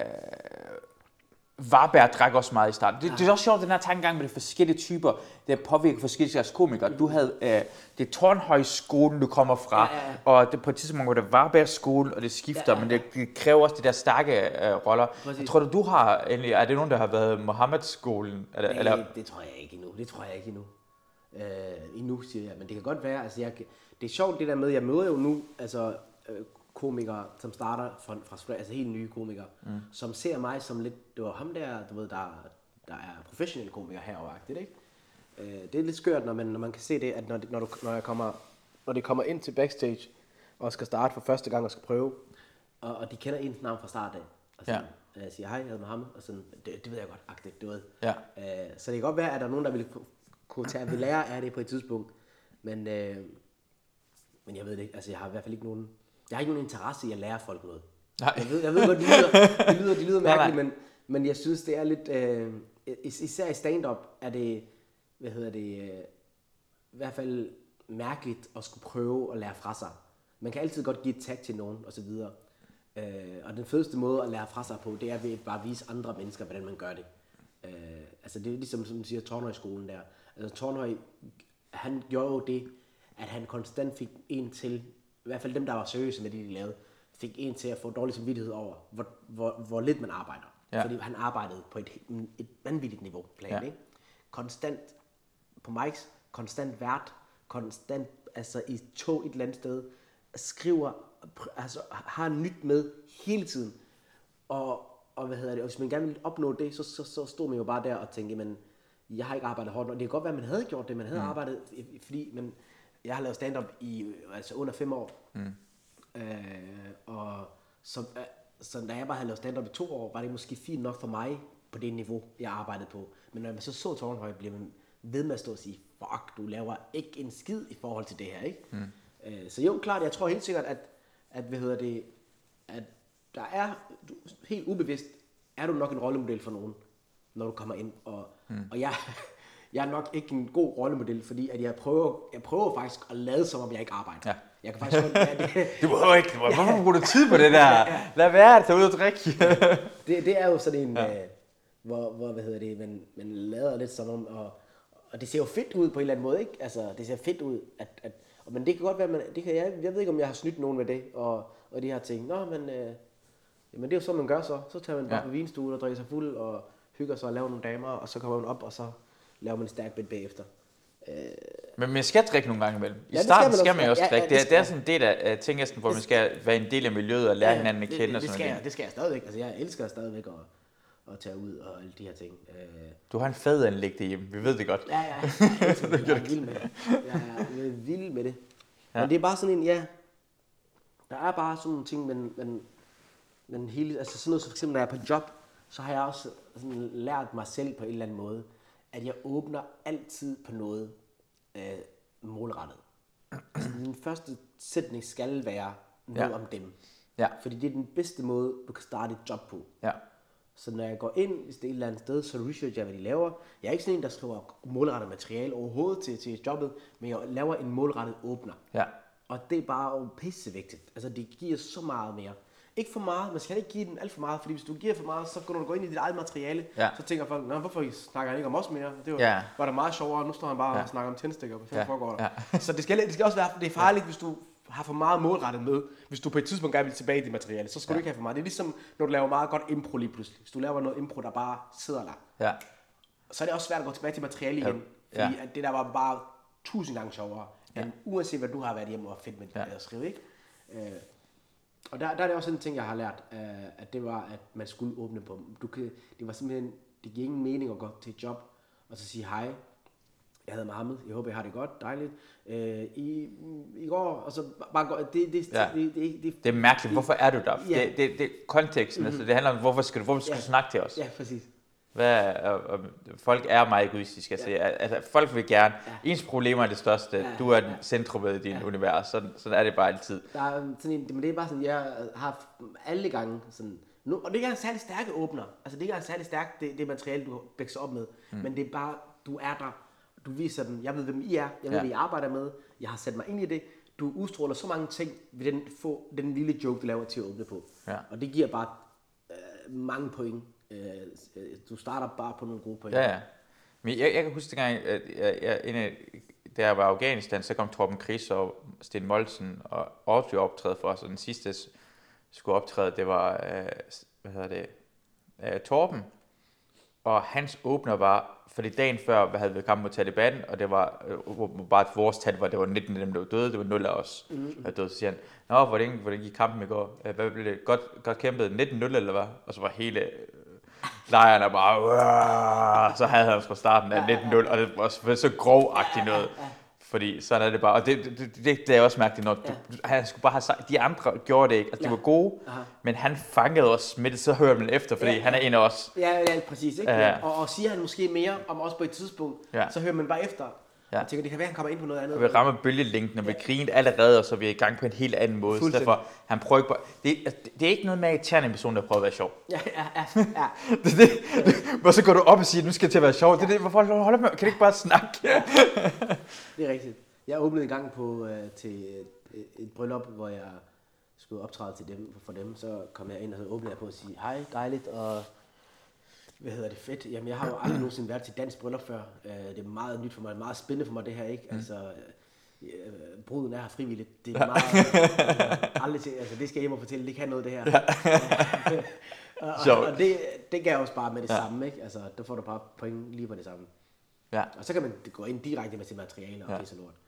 A: Varberg drak også meget i starten. Det, det er også sjovt, den her tankegang med de forskellige typer, der påvirker forskellige slags komikere. Du havde, øh, det er Tårnhøjskolen, du kommer fra, ja, ja, ja. Og det, på et tidspunkt var det Varbergskolen, og det skifter, ja, ja, ja. Men det, det kræver også de der stærke øh, roller. Jeg tror du, du har endelig, er det nogen, der har været Mohammed-skolen?
D: Eller, Nej, eller? Det tror jeg ikke endnu. Det tror jeg ikke endnu. Øh, endnu, siger jeg. Men det kan godt være, altså jeg, det er sjovt det der med, jeg møder jo nu, altså øh, komikere, som starter fra, fra altså helt nye komikere, mm. som ser mig som lidt, det var ham der, du ved, der, der er professionelle komikere herovre-agtigt, ikke? Øh, det er lidt skørt, når man, når man kan se det, at når, når, du, når, jeg kommer, når de kommer ind til backstage, og skal starte for første gang og skal prøve, og, og de kender ens navn fra start af, og sådan, ja. Jeg siger, hej, jeg hedder Mohammed, og sådan, det, det ved jeg godt, agtigt, du ved. Ja. Øh, så det kan godt være, at der er nogen, der vil kunne tage, vil lære af det på et tidspunkt, men, øh, men jeg ved det ikke, altså jeg har i hvert fald ikke nogen, jeg har ikke nogen interesse i at lære folk noget. Nej. Jeg ved, jeg ved godt, det lyder, det lyder, det lyder mærkeligt, men, men jeg synes, det er lidt, øh, især i stand-up, er det, hvad hedder det, øh, i hvert fald mærkeligt at skulle prøve at lære fra sig. man kan altid godt give et tag til nogen, og så videre. Øh, og den fedeste måde at lære fra sig på, det er ved bare at vise andre mennesker, hvordan man gør det. Øh, altså det er ligesom, som du siger, Tornhøj-skolen der. Altså Tornhøj, han gjorde jo det, at han konstant fik en til, i hvert fald dem, der var seriøse med det, de lavede, fik en til at få dårlig samvittighed over, hvor, hvor, hvor lidt man arbejder. Ja. Fordi han arbejdede på et, et vanvittigt niveau, plan, ja. Ikke? Konstant på mics, konstant vært, konstant altså i tog et eller andet sted, skriver, altså har nyt med hele tiden. Og, og hvad hedder det, og hvis man gerne ville opnå det, så, så, så stod man jo bare der og tænkte, men jeg har ikke arbejdet hårdt, og det kan godt være, at man havde gjort det, man havde mm. arbejdet, fordi men jeg har lavet stand-up i altså under fem år. Mm. Øh, og så, så da jeg bare havde lavet stand-up i to år, var det måske fint nok for mig på det niveau, jeg arbejdede på. Men når man så så Tornhøj, bliver man ved med at stå og sige, fuck, du laver ikke en skid i forhold til det her, ikke? Mm. Øh, så jo, klart, jeg tror helt sikkert, at, at hvad hedder det, at der er, du, helt ubevidst, er du nok en rollemodel for nogen, når du kommer ind, og, mm. og jeg, jeg er nok ikke en god rollemodel, fordi at jeg prøver, jeg prøver faktisk at lade som om jeg ikke arbejder. Ja. Jeg kan faktisk godt, ja, det,
A: du behøver ikke, hvorfor bruger du tid på det der? Ja, ja. Lad være, tag ud og drikke.
D: det, det er jo sådan en, ja. øh, hvor, hvor, hvad hedder det, man, man lader lidt som om, og, og det ser jo fedt ud på en eller anden måde, ikke? Altså, det ser fedt ud, at, at men det kan godt være, man, det kan, jeg, jeg ved ikke, om jeg har snydt nogen med det, og, og de her ting. Nå, men, øh, jamen det er jo sådan, man gør så. Så tager man bare ja. på vinstuen og drikker sig fuld, og hygger sig og laver nogle damer, og så kommer man op, og så laver man en stærk bed bagefter. Øh,
A: men man skal drikke nogle gange imellem. I
D: ja,
A: starten
D: skal man
A: skal man jo også
D: ja,
A: drikke.
D: Ja,
A: det,
D: det,
A: det er sådan en del af tingesten, hvor man skal være en del af miljøet og lære ja, hinanden at kende.
D: Det,
A: og
D: det,
A: sådan
D: skal
A: noget.
D: Jeg, det skal jeg stadigvæk. Altså, jeg elsker stadigvæk at, at tage ud og alle de her ting. Øh,
A: du har en fadanlæg derhjemme, vi ved det godt.
D: Ja, ja. Jeg er, jeg er vild med det. Jeg er vild med det. Ja. Men det er bare sådan en, ja, der er bare sådan nogle ting, men, men, men hele, altså sådan noget, så for eksempel når jeg er på job, så har jeg også sådan lært mig selv på en eller anden måde, at jeg åbner altid på noget øh, målrettet. Altså den første sætning skal være noget ja. om dem. Ja. Fordi det er den bedste måde, du kan starte et job på. Ja. Så når jeg går ind, hvis det er et eller andet sted, så researcher jeg, hvad de laver. Jeg er ikke sådan en, der skriver målrettet materiale overhovedet til, til jobbet, men jeg laver en målrettet åbner. Ja. Og det er bare pissevigtigt. Altså det giver så meget mere. Ikke for meget, man skal ikke give den alt for meget, fordi hvis du giver for meget, så går du gå ind i dit eget materiale, ja. så tænker folk, nå, hvorfor snakker han ikke om os mere? Det var, ja. var da meget sjovere, nu står han bare ja. og snakker om tændstikker, hvad fanden ja. foregår der? Ja. Så det skal, det skal også være, det er farligt, hvis du har for meget målrettet med. Hvis du på et tidspunkt gerne vil tilbage i dit materiale, så skal ja. du ikke have for meget. Det er ligesom, når du laver meget godt impro lige pludselig. Hvis du laver noget impro, der bare sidder der, ja. så er det også svært at gå tilbage til materiale igen. Ja. Fordi at det der var bare tusind gange sjovere, ja. end uanset hvad du har været hjemme og fedt med ja. at skrive, ikke? Øh, og der, der er det også en ting, jeg har lært, øh, at det var, at man skulle åbne på dem. Du kan, det var simpelthen, det giver ingen mening at gå til et job, og så sige hej. Jeg hedder Mohammed, jeg håber, jeg har det godt, dejligt. Øh, i, I går, og så bare gå, det, det,
A: ja.
D: det, det, det,
A: det er mærkeligt, hvorfor er du der? Ja. Det, det, det konteksten, mm-hmm. altså, det handler om, hvorfor skal du, hvorfor skal ja. du snakke til os?
D: Ja, præcis.
A: Hvad, og, og, folk er meget egoistiske, altså, ja. altså folk vil gerne, ja. ens problemer er det største, ja. du er ja. centrumet i din ja. univers, sådan, sådan er det bare altid.
D: Der er sådan en, men det er bare sådan, jeg har alle gange sådan, nu, og det er ikke engang særlig stærke åbner, altså det er ikke engang særlig stærkt, det, det materiale, du bækser op med, mm. men det er bare, du er der, du viser dem, jeg ved, hvem I er, jeg ved, ja. hvad I arbejder med, jeg har sat mig ind i det, du udstråler så mange ting ved den, få, den lille joke, du laver til at åbne på, ja. og det giver bare øh, mange point. Du starter bare på nogle gode point.
A: Ja, ja. Men jeg, jeg kan huske dengang, at jeg, jeg, jeg, da jeg var i Afghanistan, så kom Torben Chris og Sten Molsen og Audrey optræde for os, og den sidste skulle optræde, det var, øh, hvad hedder det, øh, Torben, og hans åbner var, fordi dagen før havde vi kampen mod Taliban, og det var øh, bare et vores tal, hvor det var nitten af dem, der var døde, det var nul af os, mm-hmm. der døde. Så siger han, nå, hvordan, hvordan gik kampen i går? Hvad blev det? Godt, godt kæmpet, nitten nul eller hvad? Og så var hele lejren er bare, så havde han fra starten af nitten nul, og det var så grovagtigt noget. Fordi sådan er det bare, og det, det, det, det er også mærkeligt, når du, han skulle bare have sagt, de andre gjorde det ikke, altså de var gode, aha. men han fangede os med det, så hører man efter, fordi ja, han er en af os.
D: Ja, ja, præcis, ikke? Ja. Og, og siger han måske mere om os på et tidspunkt, ja. så hører man bare efter. Ja. Jeg tænker, det kan være, han kommer ind på noget andet.
A: Og vi rammer bølgelængden, og vi ja. griner allerede, og så er vi i gang på en helt anden måde. Så derfor, han prøver ikke bare, det, det er ikke noget med irriterende en person, der prøver at være sjov.
D: Ja, ja, ja. ja.
A: det, det, det, og så går du op og siger, nu skal jeg til at være sjov. Ja. Det er det, hvorfor holder med, kan du ikke bare snakke?
D: Det er rigtigt. Jeg åbnede en gang på, øh, til
C: et, et bryllup, hvor jeg skulle optræde til dem, for dem, så kom jeg ind og så åbnede jeg på at sige, hej, dejligt, og hvad hedder det, fedt. Jamen, jeg har jo aldrig nogensinde været til dansk bryllup før. Det er meget nyt for mig, meget spændende for mig, det her, ikke? Mm. Altså, bruden er her frivilligt. Det er meget, øh, aldrig til, altså, det skal jeg hjem og fortælle, det kan noget, det her. og og, og det, det gav også bare med det ja. samme, ikke? Altså, der får du bare point lige på det samme.
A: Ja.
C: Og så kan man gå ind direkte med sit materiale og ja. pisse lort.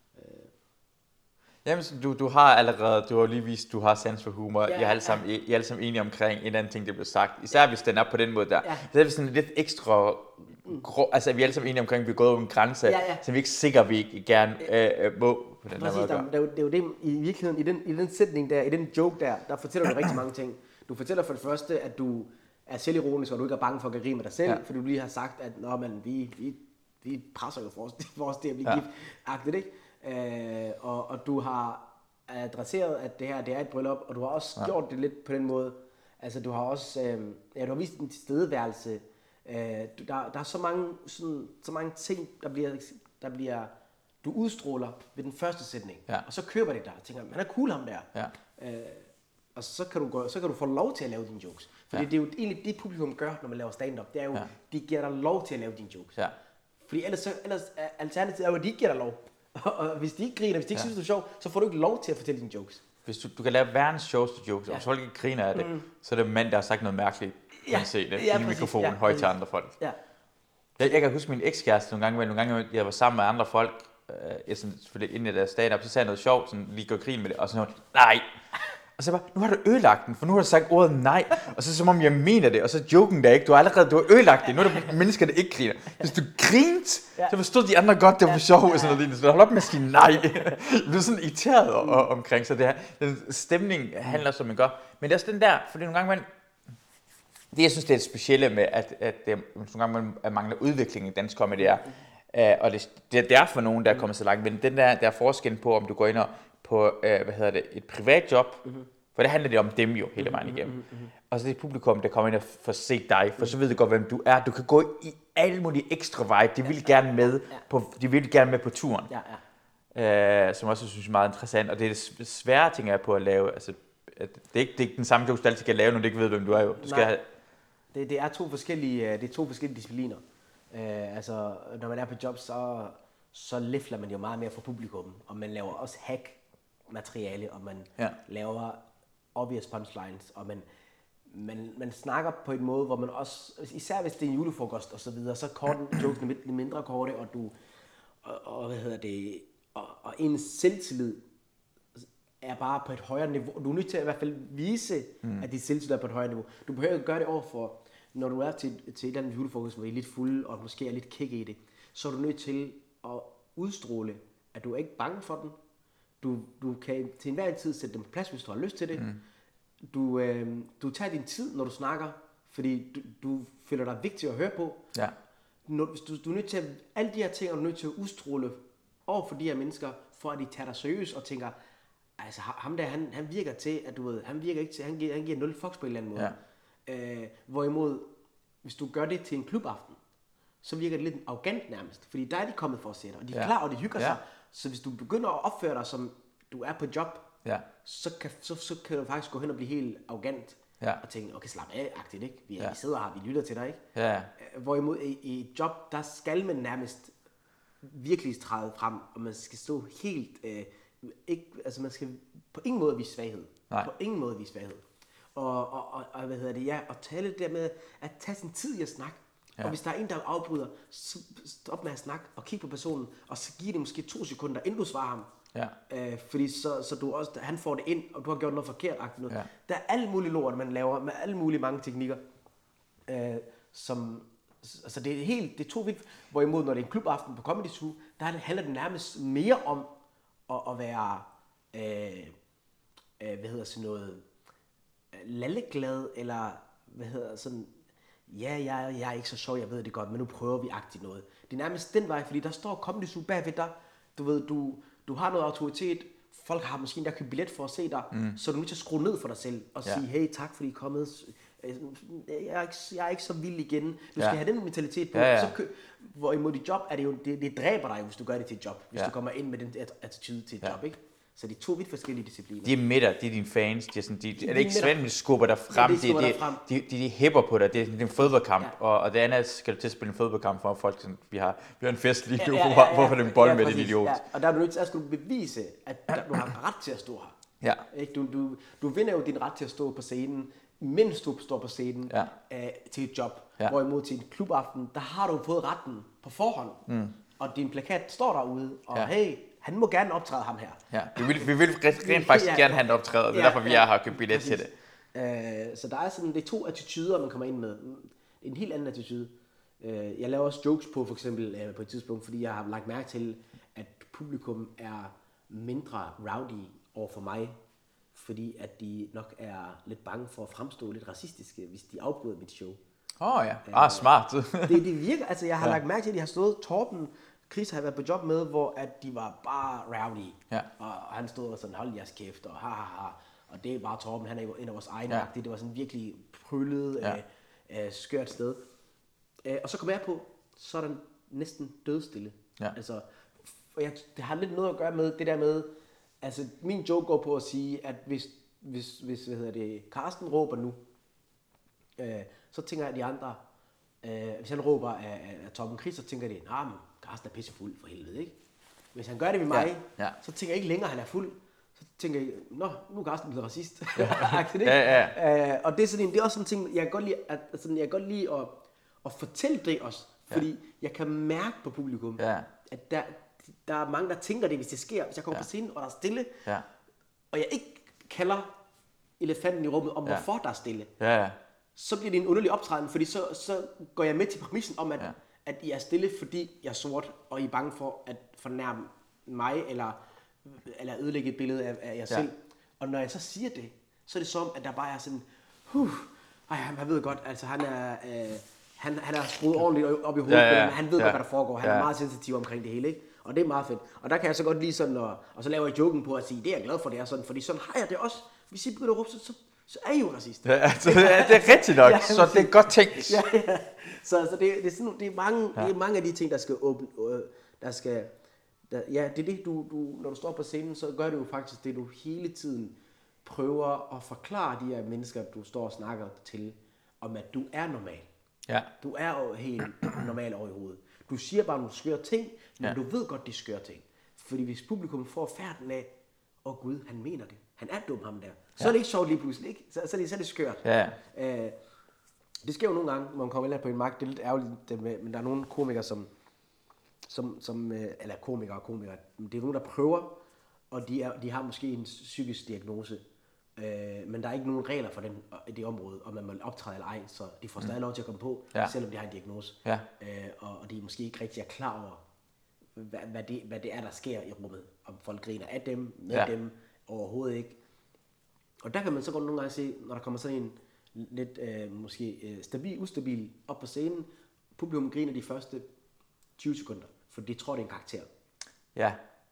A: Jamen, du, du har allerede, du har lige vist, du har sans for humor. Ja, I, er alle sammen,
C: ja.
A: I er alle sammen enige omkring en anden ting, der blev sagt. Især hvis den er på den måde der.
C: Ja.
A: Så er vi sådan lidt ekstra, grå, altså vi er alle sammen enige omkring, at vi er gået over en grænse, ja, ja. så vi er ikke sikre, at vi ikke gerne øh, må på den
C: Præcis,
A: her måde.
C: Der, det, er jo, det er jo det, i virkeligheden, i den, i den sætning der, i den joke der, der fortæller du rigtig mange ting. Du fortæller for det første, at du er selvironisk, og du ikke er bange for at grine med dig selv, ja. fordi du lige har sagt, at nå, man, vi, vi, vi presser jo for os, for os det at blive ja. gift-agtigt, ikke? Øh, og, og du har adresseret, at det her det er et bryllup, og du har også ja. gjort det lidt på den måde. Altså, du har også, øh, ja, du har vist en tilstedeværelse. Øh, der, der er så mange, sådan, så mange ting, der bliver, der bliver, du udstråler ved den første sætning,
A: ja.
C: og så køber det der, og tænker, han er cool ham der.
A: Ja.
C: Øh, og så kan, du gå, så kan du få lov til at lave dine jokes. Fordi ja. det er jo egentlig det, publikum gør, når man laver stand-up. Det er jo, ja. de giver dig lov til at lave dine jokes.
A: Ja.
C: Fordi ellers, så, ellers alternativet er jo, at de ikke giver dig lov. Og hvis de ikke griner, hvis de ikke ja. synes, du er sjov, så får du ikke lov til at fortælle dine jokes.
A: Hvis du, du kan lave verdens sjoveste jokes, ja. og hvis folk ikke griner af det, mm. så er det mand, der har sagt noget mærkeligt, ja. se det, ja, i mikrofonen, ja, højt til andre folk.
C: Ja.
A: Jeg, jeg kan huske min ekskæreste nogle gange, nogle gange jeg var sammen med andre folk, øh, jeg sådan, selvfølgelig inden i deres stand-up, så sagde jeg noget sjovt, sådan lige gå og grine med det, og sådan noget, nej. Og så bare, nu har du ødelagt den, for nu har du sagt ordet nej, og så som om jeg mener det, og så joken der ikke, du har allerede, du har ødelagt det, nu er der mennesker, der ikke griner. Hvis du grinte, så forstod de andre godt, det var for sjov, og sådan noget, så hold op med at sige nej. Jeg blev sådan irriteret og, omkring, så det her, den stemning handler som man gør. Men det er også den der, fordi nogle gange man, det jeg synes, det er det specielle med, at, at det, nogle gange man mangler udvikling i dansk comedy er, uh, og det, det er derfor nogen, der er kommet så langt, men den der, der er forskel på, om du går ind og på, øh, hvad hedder det, et privat job, mm-hmm. for det handler det om dem jo hele vejen igennem. Mm-hmm. Og så det publikum, der kommer ind og får set dig, for så ved du godt, hvem du er. Du kan gå i alle mulige ekstra veje. De vil ja, gerne med ja, ja. på, de vil gerne med på turen. Ja, ja. Øh, som også synes er meget interessant. Og det er det svære ting er på at lave. Altså, at det, er ikke, det er ikke den samme joke, du altid kan lave, når du ikke ved, hvem du er jo. Du skal have...
C: det, det er to forskellige, det er to forskellige discipliner. Øh, altså, når man er på job, så så lifler man jo meget mere for publikum, og man laver også hack materiale, og man ja. laver obvious punchlines, og man, man, man snakker på en måde, hvor man også, især hvis det er en julefrokost og så videre, så er korten, jokene lidt mindre korte, og du, og, og hvad hedder det, og, og ens selvtillid er bare på et højere niveau. Du er nødt til at i hvert fald vise, mm. at dit selvtillid er på et højere niveau. Du behøver ikke gøre det over for, når du er til, til et eller andet julefrokost, hvor I er lidt fulde, og måske er lidt kick i det, så er du nødt til at udstråle, at du er ikke bange for den. Du, du kan til enhver tid sætte dem på plads, hvis du har lyst til det. Mm. Du, øh, du tager din tid, når du snakker, fordi du, du føler dig vigtig at høre på.
A: Ja.
C: Når, du, du er nødt til at, alle de her ting er du nødt til at udstråle over for de her mennesker, for at de tager dig seriøst og tænker, altså ham der, han, han virker til, at du ved, han virker ikke til, han giver, han giver nul fucks på en eller anden måde. Ja. Øh, hvorimod, hvis du gør det til en klubaften, så virker det lidt arrogant nærmest, fordi der er de kommet for at se dig, og de er ja. klar, og de hygger ja. sig. Så hvis du begynder at opføre dig, som du er på job, ja. så, kan, så, så kan du faktisk gå hen og blive helt arrogant, ja. og tænke, okay, slap af-agtigt, ikke? Vi, ja. vi sidder her, vi lytter til dig, ikke? Ja. Hvorimod i, i et job, der skal man nærmest virkelig træde frem, og man skal stå helt, øh, ikke, altså man skal på ingen måde vise svaghed. Nej. På ingen måde vise svaghed. Og, og, og, og hvad hedder det, ja, og tale det der med at tage sin tid i at snakke. Ja. Og hvis der er en, der afbryder, så stop med at snakke og kig på personen, og så giv det måske to sekunder, inden du svarer ham. Ja. Øh, fordi så, så du også, han får det ind, og du har gjort noget forkert. Noget. Ja. Der er alle mulige lort, man laver med alle mulige mange teknikker, øh, som, altså det er helt, det er to vildt. Hvorimod, når det er en klubaften på Comedy Zoo, der handler det nærmest mere om at, at være, øh, øh, hvad hedder sådan noget, lalleglad, eller hvad hedder sådan, ja, jeg, jeg er ikke så sjov, jeg ved det godt, men nu prøver vi agtigt noget. Det er nærmest den vej, fordi der står Comedy Zoo bagved dig. Du ved, du, du har noget autoritet. Folk har måske endda købt billet for at se dig, mm. så er du nødt til at skrue ned for dig selv og ja. sige, hey, tak fordi I er kommet. Jeg er, ikke, jeg er ikke så vild igen. Du skal ja. have den mentalitet på. Ja, ja. Så kø- Hvorimod dit job, er det jo, det, det dræber dig, hvis du gør det til et job. Hvis ja. du kommer ind med den attitude til et ja. job, ikke?
D: Så det er to vidt forskellige discipliner.
A: De er midter, det er dine fans, de er, sådan, de, de,
D: de
A: er det ikke svært, de skubber dig frem,
D: ja, de, skubber
A: de,
D: dig frem.
A: de, de, de, de hæpper på dig, det er, det er en fodboldkamp, ja. og, og det andet skal du til at spille en fodboldkamp for folk, sådan, vi har, vi har en fest lige nu, ja, ja, ja, ja. Hvorfor er det en bold ja, med din idiot? Ja.
D: Og der er du nødt til at skulle bevise, at der, du har ret til at stå her.
A: Ja.
D: Ikke? Du, du, du vinder jo din ret til at stå på scenen, mens du står på scenen
A: ja.
D: øh, til et job.
A: Ja.
D: Hvorimod til en klubaften, der har du fået retten på forhånd, mm. og din plakat står derude, og ja. hey, han må gerne optræde ham her.
A: Ja, vi vil, vi vil rent faktisk ja. gerne have en optræde, det er ja, derfor vi ja, er her og købt billet til det.
D: Uh, så der er sådan, det er to attityder, man kommer ind med. En helt anden attitude. Uh, jeg laver også jokes på, for eksempel uh, på et tidspunkt, fordi jeg har lagt mærke til, at publikum er mindre rowdy over for mig, fordi at de nok er lidt bange for at fremstå lidt racistiske, hvis de afbryder mit show.
A: Åh oh, ja, ah, uh, smart.
D: det, det virker, altså jeg har ja. lagt mærke til, at de har stået, Torben Chris har været på job med, hvor at de var bare rowdy,
A: ja.
D: og han stod og sådan, hold jeres kæft, og ha, ha, ha. Og det er bare Torben, han er jo en af vores egne ja. Det var sådan virkelig prøllet, ja. øh, øh, skørt sted. Øh, og så kommer jeg på, så er der næsten dødstille.
A: Ja.
D: Altså, for jeg, det har lidt noget at gøre med det der med, altså min joke går på at sige, at hvis, hvis, hvis hvad hedder det, Carsten råber nu, øh, så tænker jeg, at de andre, øh, hvis han råber af, af, af Torben Chris, så tænker de, nej, men Carsten er pissefuld for helvede, ikke? Hvis han gør det med mig, ja. Ja. så tænker jeg ikke længere, at han er fuld. Så tænker jeg, nå, nu er Carsten blevet racist. Ja. ja, ja. Uh, og det er, sådan en, det er også sådan en ting, jeg kan godt lide at, sådan, jeg kan godt lide at, at fortælle det også. Fordi ja. jeg kan mærke på publikum, ja. at der, der er mange, der tænker det, hvis det sker. Hvis jeg kommer ja. på scenen, og der er stille, ja. og jeg ikke kalder elefanten i rummet om, ja. hvorfor der er stille, ja, ja. så bliver det en underlig optræden, fordi så, så går jeg med til præmissen om, at ja. at I er stille, fordi jeg er sort, og I er bange for at fornærme mig, eller, eller ødelægge et billede af, af jer ja. selv. Og når jeg så siger det, så er det som, at der bare er sådan, huh, ej, han ved godt, altså han er, øh, han, han er skruet ordentligt op i hovedet, ja, ja, men han ved ja. godt, hvad der foregår. Han ja. er meget sensitiv omkring det hele, ikke? Og det er meget fedt. Og der kan jeg så godt lide sådan, og, og så laver jeg joken på at sige, det er jeg glad for, det er sådan, fordi sådan har jeg det også. Hvis I begynder at råbe, så, så, så er I jo racist.
A: Ja, altså, det er rigtigt nok, ja, så det er godt tænkt.
D: Ja, ja. Så, så det, det, er sådan, det, er mange, ja. det er mange af de ting, der skal åbne, øh, der skal, der, ja, det er det, du, du, når du står på scenen, så gør du jo faktisk det, du hele tiden prøver at forklare de her mennesker, du står og snakker til, om at du er normal. Ja. Du er jo helt normal over i hovedet. Du siger bare nogle skøre ting, men ja. du ved godt, de skøre ting. Fordi hvis publikum får færden af, åh oh, Gud, han mener det. Han er dum, ham der. Så ja. er det ikke sjovt lige pludselig, ikke? Så, så, er, det, så er det skørt. Ja. Øh, det sker jo nogle gange, når man kommer ind på en mark. Det er lidt ærgerligt, det med, men der er nogle komikere, som, som, som øh, eller komikere og komikere, det er nogen, der prøver, og de, er, de har måske en psykisk diagnose, øh, men der er ikke nogen regler for den, det område, om man må optræde eller ej, så de får stadig mm. lov til at komme på, ja. selvom de har en diagnose. Ja. Øh, og, og de måske ikke rigtig er klar over, hvad, hvad, det, hvad det er, der sker i rummet. Om folk griner af dem, med ja. dem, overhovedet ikke. Og der kan man så godt nogle gange se, når der kommer sådan en lidt øh, måske øh, stabil, ustabil op på scenen, publikum griner de første tyve sekunder, for de tror, det er en karakter. Ja.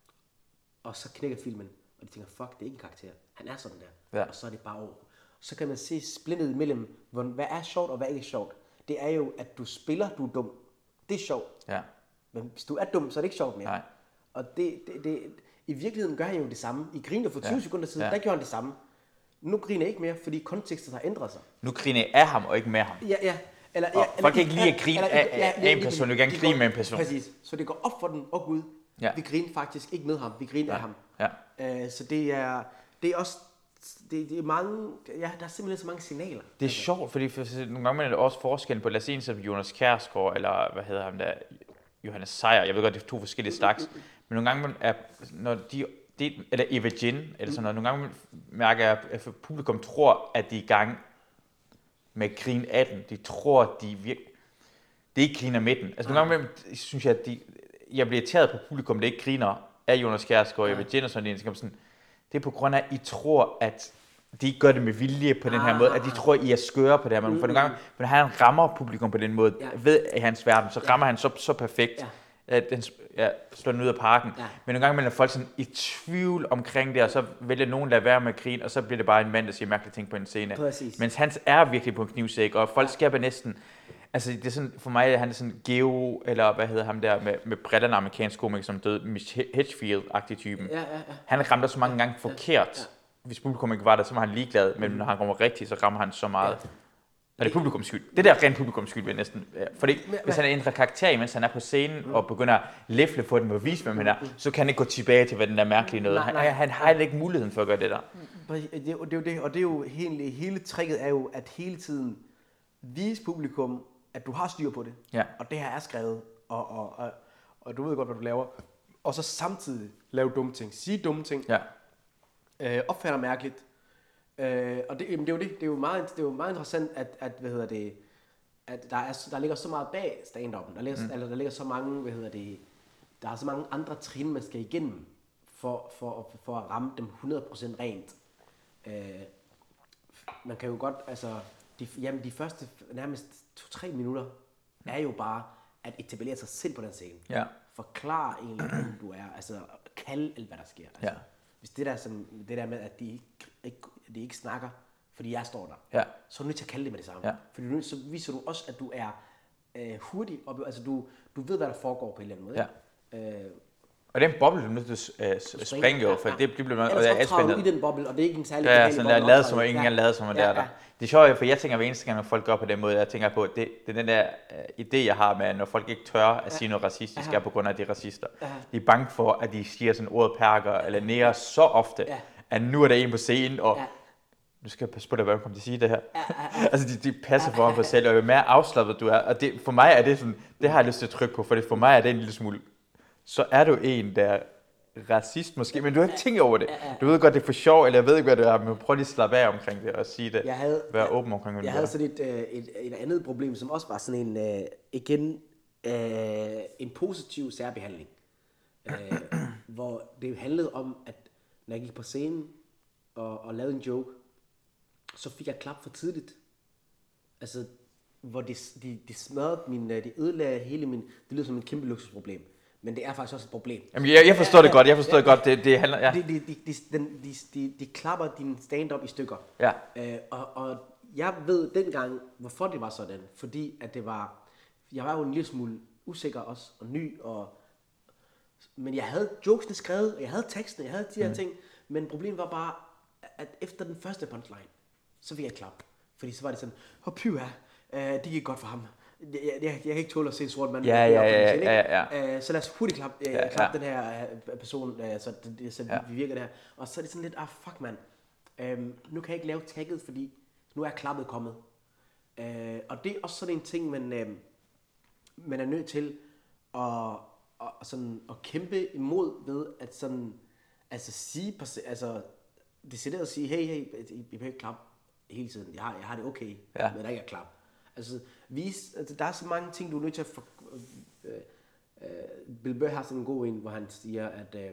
D: Og så knækker filmen, og de tænker, fuck, det er ikke en karakter. Han er sådan der. Ja. Og så er det bare over. Så kan man se splintet mellem, hvad er sjovt og hvad er ikke sjovt. Det er jo, at du spiller, du er dum. Det er sjovt. Ja. Men hvis du er dum, så er det ikke sjovt mere. Nej. Og det, det, det, i virkeligheden gør han jo det samme. I griner for tyve ja. sekunder siden, ja. der gjorde han det samme. Nu griner jeg ikke mere, fordi kontekstet har ændret sig.
A: Nu griner jeg af ham og ikke med ham.
D: Ja, ja. Eller,
A: ja, eller, folk kan ikke lide at grine af, af, af en person, du vil gerne grine med en person.
D: Præcis. Så det går op for den, åh oh, Gud, ja. vi griner faktisk ikke med ham, vi griner ja. af ham. Ja. Uh, så det er, det er også, det, det er mange, ja, der er simpelthen så mange signaler.
A: Det er altså. sjovt, fordi for, nogle gange er det også forskel på, lad os sige som Jonas Kjærsgaard, eller hvad hedder han der, Johannes Sejer, jeg ved godt, det er to forskellige slags, men nogle gange er, når de, det, eller Eva Jin, eller sådan noget, nogle gange mærker jeg, at publikum tror, at de er i gang med grin af den. De tror, de virkelig, det ikke griner med den. Altså nogle gange synes jeg, at de, jeg bliver irriteret på publikum, det ikke griner af Jonas Kjærsgaard og Eva Jin og sådan noget. Sådan, det er på grund af, at I tror, at de ikke gør det med vilje på den her ah, måde, at de tror, at I er skøre på det her måde. For nogle gange, når han rammer publikum på den måde, ja. ved i hans verden, så rammer ja. han så, så perfekt, ja. at den ja, slår den ud af parken. Ja. Men nogle gange er folk sådan i tvivl omkring det, og så vælger nogen at lade være med at grine, og så bliver det bare en mand, der siger mærkelige ting på en scene. Præcis. Mens hans er virkelig på en knivsæk, og folk ja. skaber næsten, Altså, det er sådan, for mig er han sådan Geo, eller hvad hedder ham der, med, med brillerne, amerikansk komiker, som døde, Mitch Hedgefield-agtig typen.
C: Ja, ja, ja.
A: Han ramte så mange gange forkert. Ja, ja. Hvis publikum ikke var der, så var han ligeglad, men når han rammer rigtigt, så rammer han så meget. Ja. Og det er publikums skyld. Det der er rent publikums skyld, vil jeg næsten. Fordi hvis han ændrer karakter, mens han er på scenen, mm. og begynder at læfle for den og vise, hvem han er, så kan han ikke gå tilbage til, hvad den der mærkelige noget. Nej, nej. Han, han har ikke muligheden for at gøre det der.
D: Det er jo det, og det er jo hele, hele tricket er jo, at hele tiden vise publikum, at du har styr på det.
A: Ja.
D: Og det her er skrevet, og, og, og, og du ved godt, hvad du laver. Og så samtidig lave dumme ting. Sige dumme ting.
A: Ja.
D: Øh, opfatter mærkeligt. Øh, og det, jamen, det, er jo det, det, er jo meget, det er jo meget interessant, at, at, hvad hedder det, at der, er, der ligger så meget bag stand-up'en. Der ligger, mm. altså, der ligger så mange, hvad hedder det, der er så mange andre trin, man skal igennem, for, for, for at ramme dem hundrede procent rent. Øh, man kan jo godt, altså, de, jamen, de første nærmest to-tre minutter, er jo bare at etablere sig selv på den scene.
A: Ja.
D: Forklar egentlig, hvem du er, altså, kald alt, hvad der sker. Altså,
A: ja.
D: Hvis det der, som, det der med, at de ikke, ikke, de ikke snakker, fordi jeg står der,
A: ja.
D: så er du nødt til at kalde det med det samme.
A: Ja.
D: Fordi du, så viser du også, at du er øh, hurtig, og, altså du, du ved, hvad der foregår på en eller anden måde.
A: Ja.
D: Øh,
A: og den boble, du er nødt til at uh, springe jo, for ja, ja. det bliver meget...
D: Ellers optræder du i den boble, og det er ikke en særlig...
A: Ja, sådan der lavet som, ingen ja. lavet som, og
D: ja,
A: der, der.
D: Ja.
A: Det er sjovt, for jeg tænker hver eneste gang, når folk gør på den måde, jeg tænker på, det, det er den der uh, idé, jeg har med, når folk ikke tør at sige noget racistisk, er på grund af, at de er racister. Ja. De er bange for, at de siger sådan ordet perker, eller nære så ofte, ja. at nu er der en på scenen, og... Ja. Du skal passe på dig, hvad du kommer til at sige det her. Ja, ja, ja. altså, de, de passer for ham på selv, og jo mere afslappet du er, og det, for mig er det sådan, det har jeg lyst til at trykke på, for det, for mig er det en lille smule, så er du en, der er racist måske, men du har ikke tænkt over det. Du ved godt, det er for sjov, eller jeg ved ikke, hvad det er, men prøv lige at slappe af omkring det, og sige det.
D: Jeg havde,
A: Vær åben omkring det.
D: Jeg havde sådan et, et, et andet problem, som også var sådan en, uh, igen, uh, en positiv særbehandling. Uh, hvor det handlede om, at når jeg gik på scenen og, og lavede en joke, så fik jeg klap for tidligt. Altså, hvor de, de, de smadrede min, de ødelagde hele min, det lyder som en kæmpe luksusproblem. Men det er faktisk også et problem.
A: Jamen, jeg, jeg forstår det godt, jeg forstår det godt, det, det handler, ja.
D: De, de, de, de, de, de, de, de klapper din stand-up i stykker.
A: Ja.
D: Øh, og, og jeg ved dengang, hvorfor det var sådan. Fordi at det var, jeg var jo en lille smule usikker også, og ny, og, men jeg havde jokesene skrevet, og jeg havde teksten, jeg havde de her mm. ting, men problemet var bare, at efter den første punchline, så fik jeg et klap. Fordi så var det sådan, åh oh, pyha, uh, det gik godt for ham. Jeg, jeg, jeg, jeg kan ikke tåle at se en sort mand.
A: Ja, ja, ja, ja, ja, ja.
D: Uh, så lad os hurtigt klappe uh,
A: ja,
D: klap
A: ja.
D: den her uh, person, uh, så, det, så ja. vi virker der. Og så er det sådan lidt, ah fuck mand, um, nu kan jeg ikke lave tagget, fordi nu er klappet kommet. Uh, og det er også sådan en ting, man, uh, man er nødt til at, og, sådan, at kæmpe imod ved, at sådan, altså sige, altså decideret at sige, hey, hey, I, I behøver ikke klappe hele tiden. Jeg har, jeg har det okay, ja. men der ikke er klap. Altså, vis, altså, der er så mange ting, du er nødt til at... For, øh, øh, Bill Burr har sådan en god en, hvor han siger, at øh,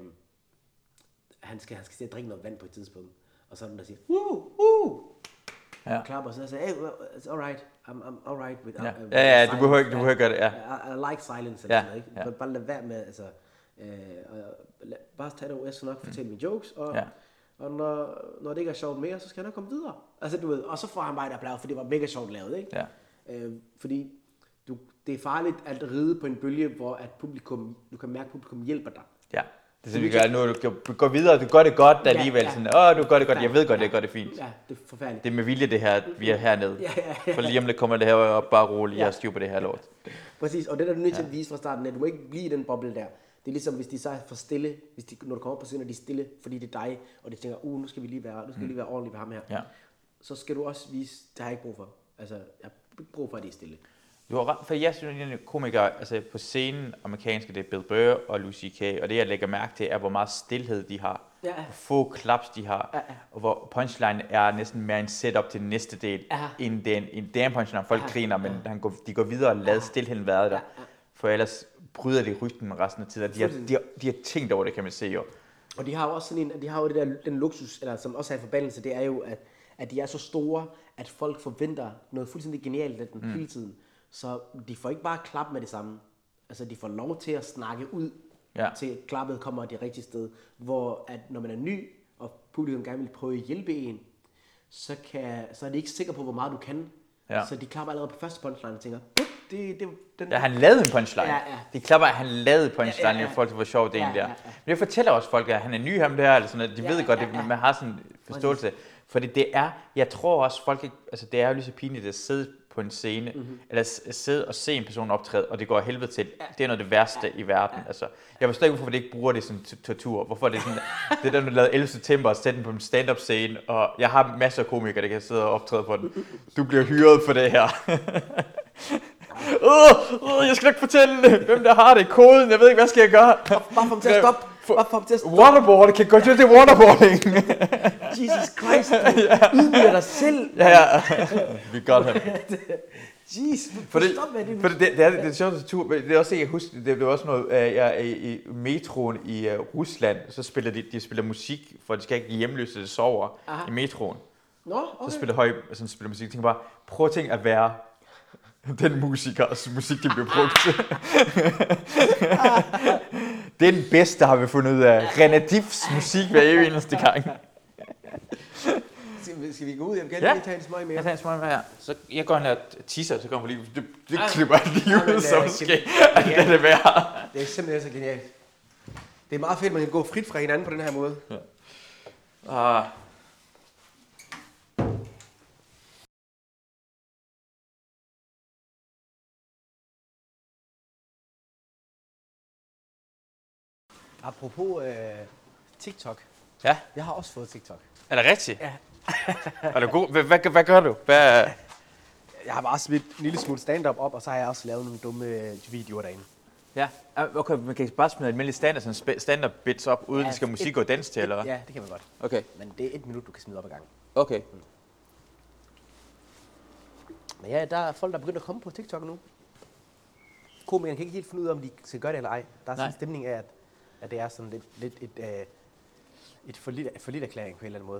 D: han skal, han skal til at drikke noget vand på et tidspunkt. Og så er der, der siger, uh, uh, ja. og klapper, og så siger hey, well, it's alright, I'm, I'm alright with...
A: Ja,
D: uh,
A: ja, ja, du behøver ikke, du behøver gøre det, ja.
D: I, I like silence,
A: ja.
D: sådan, ikke? Ja. Bare lad være med, altså... Øh, og, lad, bare tage det over, jeg skal nok fortælle mine jokes, og...
A: Ja.
D: Og når, når det ikke er sjovt mere, så skal han nok komme videre. Altså, du ved, og så får han bare et applaus, for det var mega sjovt lavet, ikke?
A: Ja.
D: Øh, fordi du, det er farligt at ride på en bølge, hvor at publikum, du kan mærke, at publikum hjælper dig.
A: Ja, det er sådan, vi gør nu. Du går videre, du gør det godt ja, alligevel. Ja. Sådan, åh, du gør det godt, jeg ved godt, ja, det gør det fint.
D: Ja, det er forfærdeligt.
A: Det er med vilje det her, vi er hernede.
D: Ja, ja, ja.
A: For lige om lidt kommer det her op, bare roligt, jeg har styr på det her lort.
D: Præcis, og det er du nødt til at vise fra starten, at du ikke bliver i den boble der. Det er ligesom, hvis de så er for stille, hvis de, når du kommer på scenen, og de er stille, fordi det er dig, og de tænker, uh, nu skal vi lige være, nu skal vi lige være ordentlige ved ham her.
A: Ja.
D: Så skal du også vise, det har jeg ikke brug for. Altså, jeg har ikke brug for, at de er stille.
A: Du har ret, for jeg synes, at komikere, altså på scenen, amerikanske, det er Bill Burr og Louis C K, og det jeg lægger mærke til, er, hvor meget stillhed de har,
D: ja.
A: hvor få klaps de har, ja, ja. og hvor punchline er næsten mere en setup til næste del, ja. end den, en damn punchline, folk ja. griner, men ja. han går, de går videre og lader ja. stillheden være der, ja. Ja. for ellers bryder de rytmen resten af tiden. De har, de, har, de har tænkt over det, kan man se jo.
D: Og de har jo også sådan en, de har jo det der, den luksus, eller som også er en forbandelse, det er jo, at, at de er så store, at folk forventer noget fuldstændig genialt af den mm. hele tiden. Så de får ikke bare klap med det samme. Altså, de får lov til at snakke ud, ja. til klappet kommer det rigtige sted. Hvor at når man er ny, og publikum gerne vil prøve at hjælpe en, så, kan, så er de ikke sikre på, hvor meget du kan.
A: Ja.
D: Så de klapper allerede på første punchline og tænker, det, det, den
A: Ja, han lavede en punchline.
D: Ja, ja.
A: De klapper, at han lavede punchline,
D: Ja, ja, ja.
A: i forhold til, hvor sjovt det
D: Ja,
A: egentlig er.
D: ja, ja.
A: Men jeg fortæller også folk, at han er ny ham der, eller sådan noget. De
D: Ja,
A: ved godt,
D: ja,
A: det,
D: ja.
A: man har sådan en forståelse. Fordi det er, jeg tror også, folk ikke, altså det er jo lige så pinligt at sidde på en scene, mm-hmm. eller s- sidde og se en person optræde, og det går af helvede til.
D: Ja.
A: Det er noget af det værste
D: Ja.
A: i verden.
D: Ja.
A: Altså, jeg forstår ikke, hvorfor de ikke bruger det som t- tortur. Hvorfor det er sådan, det er der, du lavede ellevte september og sætte den på en stand-up scene, og jeg har masser af komikere, der kan sidde og optræde på den. Du bliver hyret for det her. Uh, uh, jeg skal ikke fortælle, hvem der har det, koden, jeg ved ikke, hvad skal jeg gøre?
D: Bare få ham til at stoppe. Bare få ham til at stoppe.
A: Waterboarding, kan gå til det waterboarding.
D: Jesus Christ, du ydmyger dig selv.
A: Ja, ja. Vi godt have.
D: Jeez,
A: For det,
D: stop med det.
A: for det, det, det er det er sjovt tur, men det er også, jeg husker, det blev også noget, uh, jeg er i, i metroen i uh, Rusland, så spiller de, de spiller musik, for de skal ikke hjemløse, det sover
D: Aha.
A: i metroen.
D: Nå, okay.
A: Så spiller høj, sådan spiller musik. Jeg tænker bare, prøv at tænke at være den musikers musik, de bliver brugt til. Det er den bedste, har vi fundet ud af. René Diffs musik hver evig eneste gang.
D: Skal vi, skal vi gå ud? Jeg vil gerne
A: Ja.
D: lige tage en smøg mere.
A: Jeg tager en smøg med her. Så jeg går hen og tisser, så kommer lige, det, det klipper jeg lige
D: Ja, men,
A: ud, så
D: øh,
A: måske at det er det værd.
D: Det er simpelthen så genialt. Det er meget fedt, at man kan gå frit fra hinanden på den her måde.
A: Ah.
D: Apropos øh, TikTok.
A: Ja,
D: Jeg har også fået TikTok.
A: er det rigtigt?
D: Ja.
A: Er du god? Hvad, hvad, hvad gør du? Hvad?
D: Jeg har bare smidt en lille smule stand-up op, og så har jeg også lavet nogle dumme videoer derinde.
A: Ja, okay, man kan bare smide et almindeligt stand, sådan sp- stand-up bits op, uden
D: Ja,
A: ja, skal musik
D: et-
A: og dans til, eller hvad?
D: Ja, det kan man godt.
A: Okay,
D: Men det er et minut, du kan smide op ad gangen.
A: okay.
D: Men ja, der er folk, der er begyndt at komme på TikTok nu. Komikerne kan ikke helt finde ud af, om de skal gøre det eller ej. Der er sådan
A: Nej.
D: en stemning af, at, at det er sådan lidt, lidt et, øh, et forlit, forlit erklæring på en eller anden måde.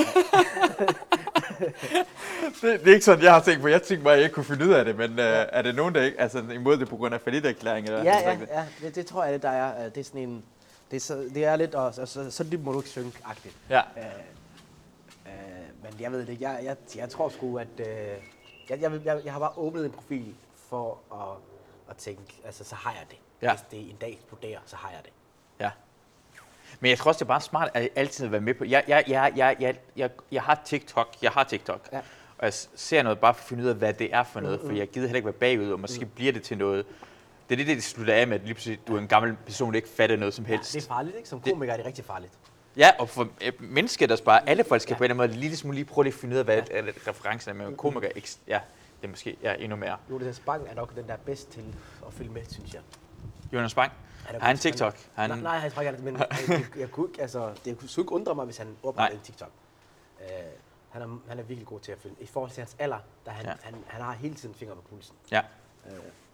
A: Det, det er ikke sådan, jeg har tænkt på. Jeg tænkte bare, at jeg ikke kunne finde ud af det, men uh, er det nogen, der ikke, altså imod det på grund af falliterklæring? Eller
D: ja,
A: hvad?
D: ja, ja det, det tror jeg, det der er. øh, Det er sådan en, det er, så, det er lidt, og, så, så, så det må du ikke synge-agtigt.
A: Ja.
D: Øh, øh, men jeg ved det, jeg, jeg, jeg tror sgu, at øh, jeg, jeg, vil- jeg, jeg har bare åbnet en profil for at, at tænke, altså så har jeg det.
A: Ja.
D: Hvis det en dag eksploderer, så har jeg det.
A: Ja. Men jeg tror også, det er bare smart at altid være med på. Jeg, jeg, jeg, jeg, jeg, jeg, jeg har TikTok, jeg har TikTok,
D: Ja.
A: og jeg ser noget bare for at finde ud af, hvad det er for noget, for jeg gider heller ikke være bagud, og måske bliver det til noget. Det er det, det slutter af med, at lige pludselig, du er en gammel person, der ikke fatter noget som helst.
D: Det er farligt, ikke? Som komiker er det rigtig farligt.
A: Ja, og for øh, mennesket også bare, alle folk skal ja. på en eller anden måde lige smule lige prøve at finde ud af, hvad ja. referencerne er med komiker. Ikke, ja, det er måske ja, endnu mere.
D: Jonas Bang er nok den, der er bedst til at følge med, synes jeg.
A: Jonas Bang,
D: Er der
A: har han
D: god-
A: TikTok? Han,
D: Nej, nej, jeg tror ikke, han- men jeg, jeg, jeg kunne ikke, altså, det kunne ikke undre mig, hvis han åbner en TikTok. Uh, han, er, han er virkelig god til at følge. I forhold til hans alder, der han,
A: Ja.
D: han, han har hele tiden fingre på pulsen.
A: Ja.
D: Uh,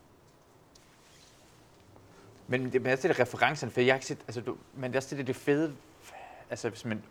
A: Men det, men det er det referencerne, for jeg har ikke set, altså du, men det er også det, det fede, altså hvis man,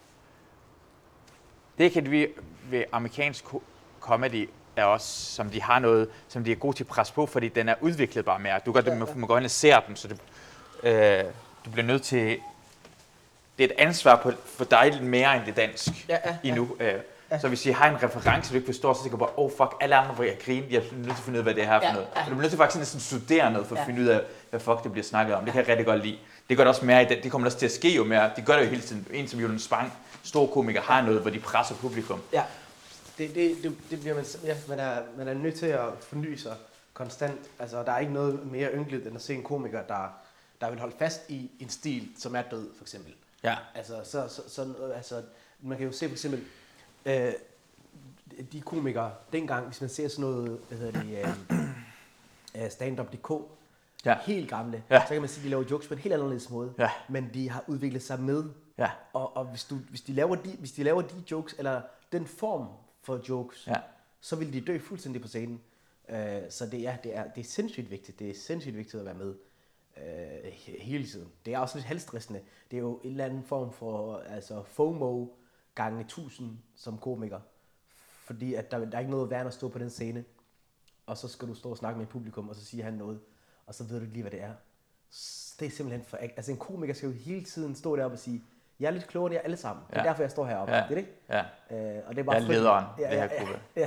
A: det kan vi ved amerikansk ko- comedy er også, som de har noget, som de er gode til at presse på, fordi den er udviklet bare mere. Du kan, du må, må gå hen og se dem, så det, øh, du bliver nødt til, det er et ansvar på, for dig lidt mere end det dansk
D: Ja, ja, ja.
A: endnu. Øh, Så hvis I har en reference, du ikke forstår, så tænker du bare, oh fuck, alle andre hvor jeg griner, jeg er nødt til at finde ud af, hvad det er her for
D: Ja,
A: noget.
D: ja.
A: Så du bliver nødt til faktisk næsten studere noget, for at
D: Ja.
A: finde ud af, hvad fuck det bliver snakket om. Det kan jeg rigtig godt lide. Det gør det også mere i det, det kommer også til at ske jo mere. Det gør det jo hele tiden. En som Jonas Bang, stor komiker, har noget, hvor de presser publikum.
D: ja, det, det, det, det bliver man, ja, man, er, man er nødt til at forny sig konstant. Altså, der er ikke noget mere ynkeligt, end at se en komiker, der, der vil holde fast i en stil, som er død, for eksempel.
A: Ja.
D: Altså, så, så, så, altså, man kan jo se for eksempel, øh, de komikere dengang, hvis man ser sådan noget, hvad hedder det, øh, standup punktum d k,
A: Ja.
D: helt gamle,
A: Ja.
D: så kan man sige, at de laver jokes på en helt anderledes måde,
A: Ja.
D: men de har udviklet sig med.
A: Ja.
D: Og, og hvis, du, hvis, de laver de, hvis de laver de jokes, eller den form for jokes,
A: Ja.
D: så vil de dø fuldstændig på scenen. Uh, så det er, det, er, det er sindssygt vigtigt. Det er sindssygt vigtigt at være med uh, he- hele tiden. Det er også lidt halvstressende. Det er jo en eller anden form for altså FOMO gange tusind som komiker. Fordi at der, der er ikke noget værd at stå på den scene, og så skal du stå og snakke med et publikum, og så siger han noget, og så ved du ikke lige, hvad det er. S- Det er simpelthen for... Altså en komiker skal jo hele tiden stå deroppe og sige, jeg er lidt klogere end jer alle sammen. Det er
A: Ja.
D: derfor, jeg står heroppe.
A: Ja.
D: Det er det ikke?
A: Ja.
D: Øh, og det er bare
A: Jeg er
D: frivilligt.
A: lederen
D: ja,
A: af det
D: ja,
A: her gruppe.
D: Ja,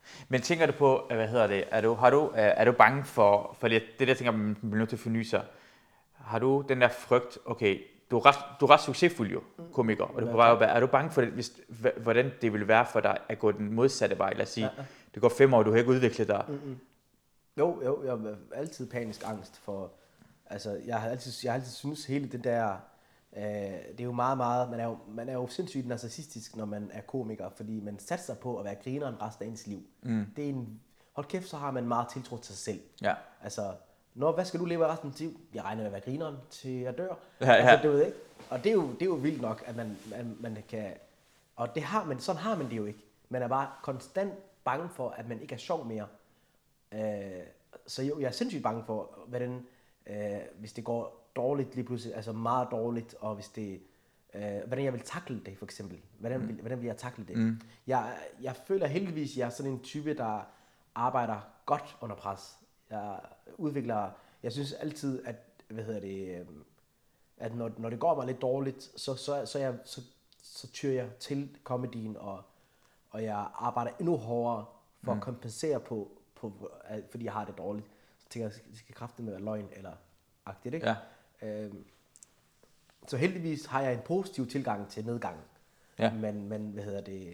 A: Men tænker du på, hvad hedder det, er du, har du, er du bange for, for det, det der tænker, man bliver nødt til at forny sig. Har du den der frygt, okay, du er ret, du er ret succesfuld jo, komiker, og du er på vej op, er du bange for det, hvis, hvordan det vil være for dig at gå den modsatte vej, lad os sige, ja, ja. Det går fem år, du har ikke udviklet dig.
D: Mm-hmm. Jo, jo, jeg har altid panisk angst for, altså jeg har altid, jeg har altid synes hele det der, øh, det er jo meget, meget, man er jo, man er jo sindssygt narcissistisk, når man er komiker, fordi man satser på at være grineren resten af ens liv. Mm. Det er en, hold kæft, så har man meget tiltro til sig selv.
A: Ja.
D: Altså, når, hvad skal du leve af resten af dit liv? Jeg regner med at være grineren til jeg dør.
A: Ja, ja.
D: Altså, det ved ikke. Og det er, jo, det er jo vildt nok, at man, man, man kan, og det har man, sådan har man det jo ikke. Man er bare konstant bange for, at man ikke er sjov mere. Øh, så jo, jeg er sindssygt bange for, hvordan, øh, hvis det går dårligt lige pludselig, altså meget dårligt, og hvis det, øh, hvordan jeg vil takle det for eksempel. Hvordan, mm. hvordan vil jeg takle det? Mm. Jeg, jeg føler heldigvis, at jeg er sådan en type, der arbejder godt under pres. Jeg udvikler, jeg synes altid, at, hvad hedder det, øh, at når, når det går mig lidt dårligt, så, så, så, jeg, så, så tyrer jeg til komedien, og, og jeg arbejder endnu hårdere for mm. at kompensere på, på, fordi jeg har det dårligt. Så tænker jeg, det skal kraftigt med at være løgn eller agtigt, ikke? Ja. Øhm, så heldigvis har jeg en positiv tilgang til nedgangen. Ja. Men, men, hvad hedder det,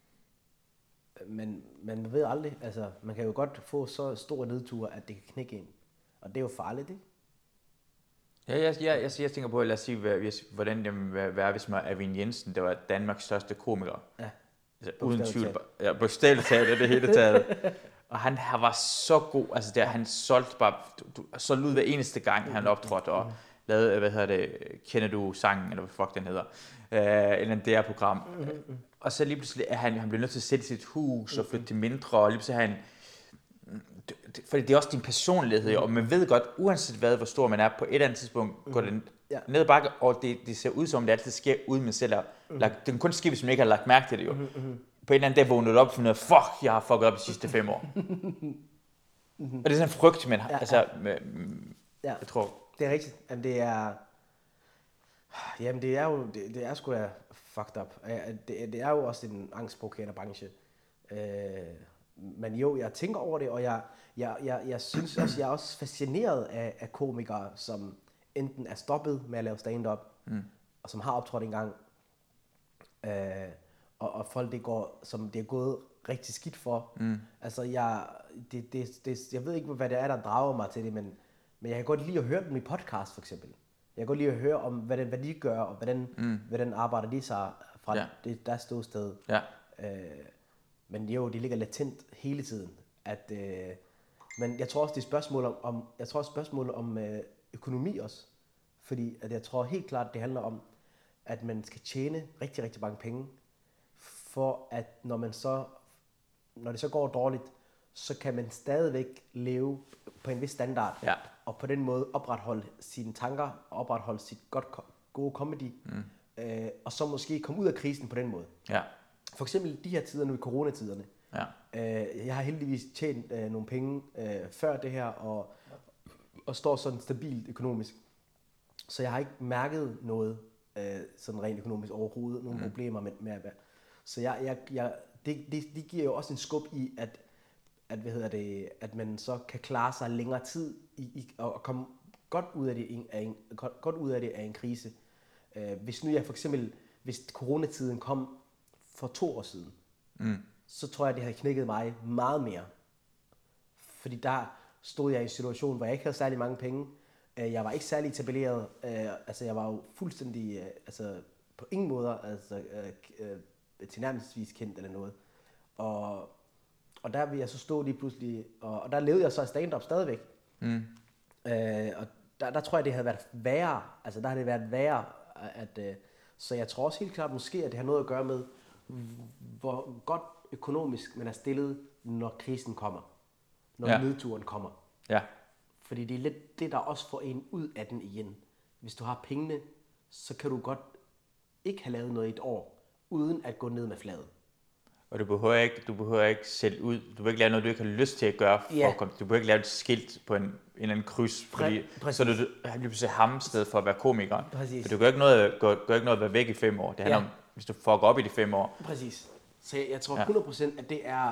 D: men, men man ved aldrig, altså man kan jo godt få så store nedture, at det kan knække ind. Og det er jo farligt, ikke?
A: Ja, jeg, jeg, jeg, jeg tænker på, lad os sige, hvis, hvordan det ville være, hvis man Erwin Jensen, der var Danmarks største komiker. Ja. Altså, uden tvivl. Ja, bogstaveligt talt, det hele taget. Og han, han var så god, altså der, han solgte bare, du, du, solgte ud hver eneste gang, han optrådte, og lavede, hvad hedder det, kender du sangen, eller hvad fuck den hedder, øh, eller en D R-program. Mm-hmm. Og så lige pludselig er han, han blev nødt til at sætte sit hus og flytte til mindre, og lige pludselig har han, for det er også din personlighed, og man ved godt, uanset hvad, hvor stor man er, på et eller andet tidspunkt går det ja. ned ad bakke, og det, det ser ud som, det altid sker, uden man selv har lagt, det kan kun ske, hvis man ikke har lagt mærke til det jo. Mm-hmm. På en eller anden dag vågnede du op og fundet, fuck, jeg har fucket op de sidste fem år. Mm-hmm. Og det er sådan en frygt, man har, ja, altså, med,
D: ja.
A: jeg tror.
D: Det er rigtigt, jamen det er, jamen det er jo, det, det er sgu da fucked up. Det, det er jo også en angstprovokerende branche. Øh, men jo, jeg tænker over det, og jeg, jeg, jeg, jeg synes også, jeg er også fascineret af, af komikere, som enten er stoppet med at lave stand-up, mm. og som har optrådt engang, øh, og, og folk, det går, som det er gået rigtig skidt for. Mm. Altså, jeg, det, det, det, jeg ved ikke, hvad det er, der drager mig til det, men, men jeg kan godt lide at høre dem i podcast, for eksempel. Jeg kan godt lide at høre om, hvad, det, hvad de gør, og hvordan, mm. hvordan arbejder de sig fra ja. det, deres ståsted. Ja. Øh, men jo, det ligger latent hele tiden. At, øh, men jeg tror også, det er spørgsmål om, om, jeg tror også spørgsmål om øh, økonomi også. Fordi at jeg tror helt klart, det handler om, at man skal tjene rigtig, rigtig mange penge, for at når man så, når det så går dårligt, så kan man stadigvæk leve på en vis standard, ja. og på den måde opretholde sine tanker, og opretholde sit godt, gode comedy, mm. øh, og så måske komme ud af krisen på den måde. Ja. For eksempel de her tider nu i coronatiderne. Ja. Øh, jeg har heldigvis tjent øh, nogle penge øh, før det her, og, og står sådan stabilt økonomisk. Så jeg har ikke mærket noget øh, sådan rent økonomisk overhovedet, nogle mm. problemer med, med at være. Så jeg, jeg, jeg, det, det, det giver jo også en skub i, at, at, hvad hedder det, at man så kan klare sig længere tid i, i, og komme godt ud af det af en, godt, godt ud af det af en krise. Øh, hvis nu jeg for eksempel, hvis coronatiden kom for to år siden, mm. så tror jeg, det havde knækket mig meget mere. Fordi der stod jeg i en situation, hvor jeg ikke havde særlig mange penge. Jeg var ikke særlig etableret. Altså, jeg var jo fuldstændig, altså på ingen måder, altså tilnærmelsesvis kendt eller noget. Og, og der ville jeg så stå lige pludselig, og, og der levede jeg så stand-up stadigvæk. Mm. Øh, og der, der tror jeg, det havde været værre. Altså, der havde det været værre, at, at så jeg tror også helt klart måske, at det har noget at gøre med, hvor godt økonomisk man er stillet, når krisen kommer. Når ja. nedturen kommer. Ja. Fordi det er lidt det, der også får en ud af den igen. Hvis du har pengene, så kan du godt ikke have lavet noget i et år, uden at gå ned med fladet.
A: Og du behøver ikke, du behøver ikke sælge ud. Du behøver ikke lave noget, du ikke har lyst til at gøre. For yeah. at komme. Du behøver ikke lave et skilt på en, en eller anden kryds, fordi Præ- så er du lige pludselig ham sted for at være komiker. Præcis. For du gør ikke noget, gør, gør ikke noget at være væk i fem år. Det handler yeah. om, hvis du fucker op i de fem år.
D: Præcis. Så jeg, jeg tror hundrede procent, at det er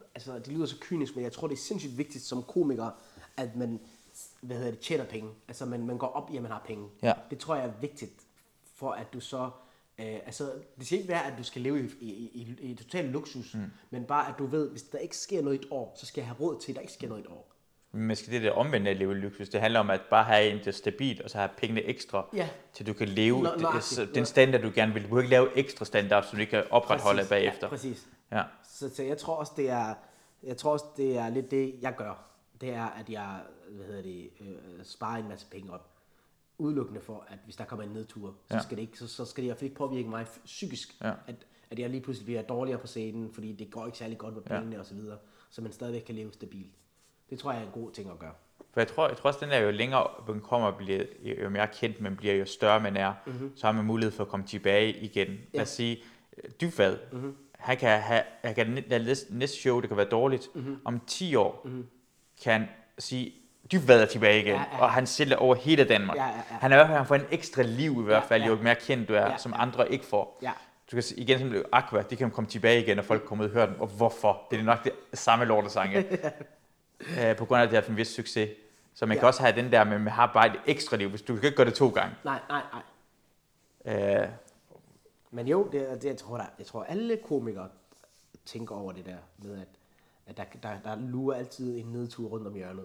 D: altså det lyder så kynisk, men jeg tror, det er sindssygt vigtigt som komiker, at man, hvad hedder det, tjener penge. Altså man, man går op i, at man har penge.
A: Ja.
D: Det tror jeg er vigtigt, for at du så, øh, altså det skal ikke være, at du skal leve i, i, i, i total luksus, mm. men bare at du ved, hvis der ikke sker noget i et år, så skal jeg have råd til, at der ikke sker noget i et år.
A: Men skal det der omvendte at leve i luksus? Det handler om at bare have en, der er stabilt, og så have pengene ekstra,
D: ja.
A: til du kan leve
D: Nå,
A: det,
D: nøjagtigt.
A: den standard, du gerne vil. Du kan ikke lave ekstra standard, som du ikke kan opretholde
D: Præcis.
A: bagefter.
D: Ja, præcis.
A: Ja.
D: Så, så jeg tror også, det er, jeg tror også, det er lidt det, jeg gør. Det er, at jeg, hvad hedder det, øh, sparer en masse penge op. Udelukkende for, at hvis der kommer en nedtur, så,
A: Ja.
D: skal det ikke, så, så skal det i hvert fald ikke påvirke mig psykisk.
A: Ja.
D: At, at jeg lige pludselig bliver dårligere på scenen, fordi det går ikke særlig godt med pengene ja. og så videre. Så man stadigvæk kan leve stabilt. Det tror jeg er en god ting at gøre.
A: For jeg tror, jeg tror også, den er jo længere man kommer, bliver, jo mere kendt man bliver, jo større man er, mm-hmm. så har man mulighed for at komme tilbage igen. Ja. Lad os sige, Dybvad, mm-hmm. han kan have, han kan lade næste show, det kan være dårligt, mm-hmm. om ti år mm-hmm. kan sige, Dybvad er tilbage igen, ja, ja. og han sælger over hele Danmark. Ja, ja, ja. Han er i hvert fald, han får en ekstra liv i hvert fald, ja, ja. jo mere kendt du er, ja, som andre ikke får. Ja. Du kan sige, igen som Aqua, de kan komme tilbage igen, og folk kommer ud og høre den, og hvorfor? Det er nok det samme lortesange. uh, på grund af, at det har haft en vis succes. Så man ja. kan også have den der, men man har bare et ekstra liv, hvis du kan ikke gøre det to gange.
D: Nej, nej, nej.
A: Uh,
D: men jo, det, det, jeg, tror, der, jeg tror, alle komikere tænker over det der, med at, at der, der, der lurer altid en nedtur rundt om hjørnet.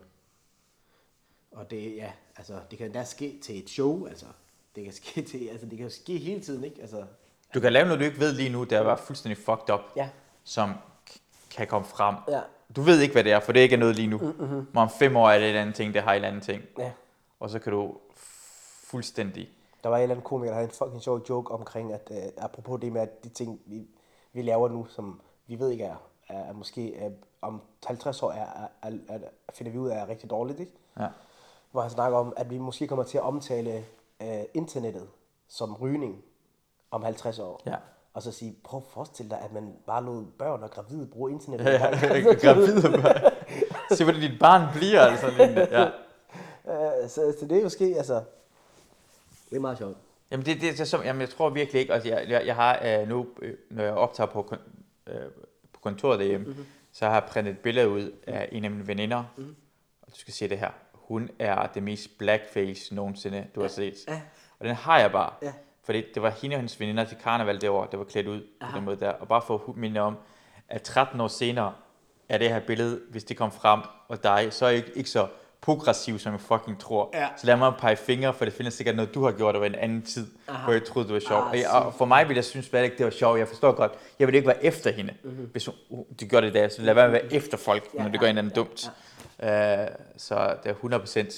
D: Og det, ja, altså, det kan da ske til et show, altså. Det kan ske til, altså, det kan ske hele tiden, ikke? Altså,
A: du kan lave noget, du ikke ved lige nu, der er bare fuldstændig fucked up,
D: ja.
A: som k- kan komme frem.
D: Ja.
A: Du ved ikke, hvad det er, for det ikke er noget lige nu.
D: Mm-hmm.
A: Men om fem år er det et andet ting, det har et eller andet ting.
D: Ja.
A: Og så kan du fuldstændig...
D: Der var en eller anden komiker, der havde en fucking sjov joke omkring, at uh, apropos det med, at de ting, vi, vi laver nu, som vi ved ikke er, er, er måske uh, om halvtreds år, er, er, er, er, finder vi ud af er rigtig dårligt, ikke?
A: Ja.
D: Hvor han snakker om, at vi måske kommer til at omtale uh, internettet som rygning om halvtreds år.
A: Ja.
D: Og så sige, prøv at forestille dig, at man bare lod børn og gravide bruge internettet.
A: Ja, ja, gravide børn. Se, hvordan dit barn bliver, altså. Ja.
D: Uh, så, så det er måske, altså, det er meget sjovt.
A: Jamen, det, det er som, jamen, jeg tror virkelig ikke, altså, jeg, jeg, jeg har øh, nu, øh, når jeg optager på, øh, på kontoret derhjemme, mm-hmm. så har jeg printet et billede ud af en af mine veninder, mm-hmm. og du skal se det her. Hun er det mest blackface nogensinde, du har set.
D: Ja.
A: Og den har jeg bare.
D: Ja.
A: Fordi det var hende og hendes veninder til karneval det år, der var klædt ud Aha. på den måde der. Og bare for at minde om, at tretten år senere er det her billede, hvis det kom frem, og dig, så er jeg ikke, ikke så progressiv, som jeg fucking tror. Ja. Så lad mig pege fingre, for det findes sikkert noget, du har gjort, der var en anden tid, Aha. hvor jeg troede, det var sjovt. Ah, og, og for mig ville jeg synes at det var sjovt. Jeg forstår godt, jeg ville ikke være efter hende, mm-hmm. hvis hun, uh, de gør det der. Så lad være med at være efter folk, ja, når det gør en anden ja, dumt. Ja. Uh, så det er hundrede procent.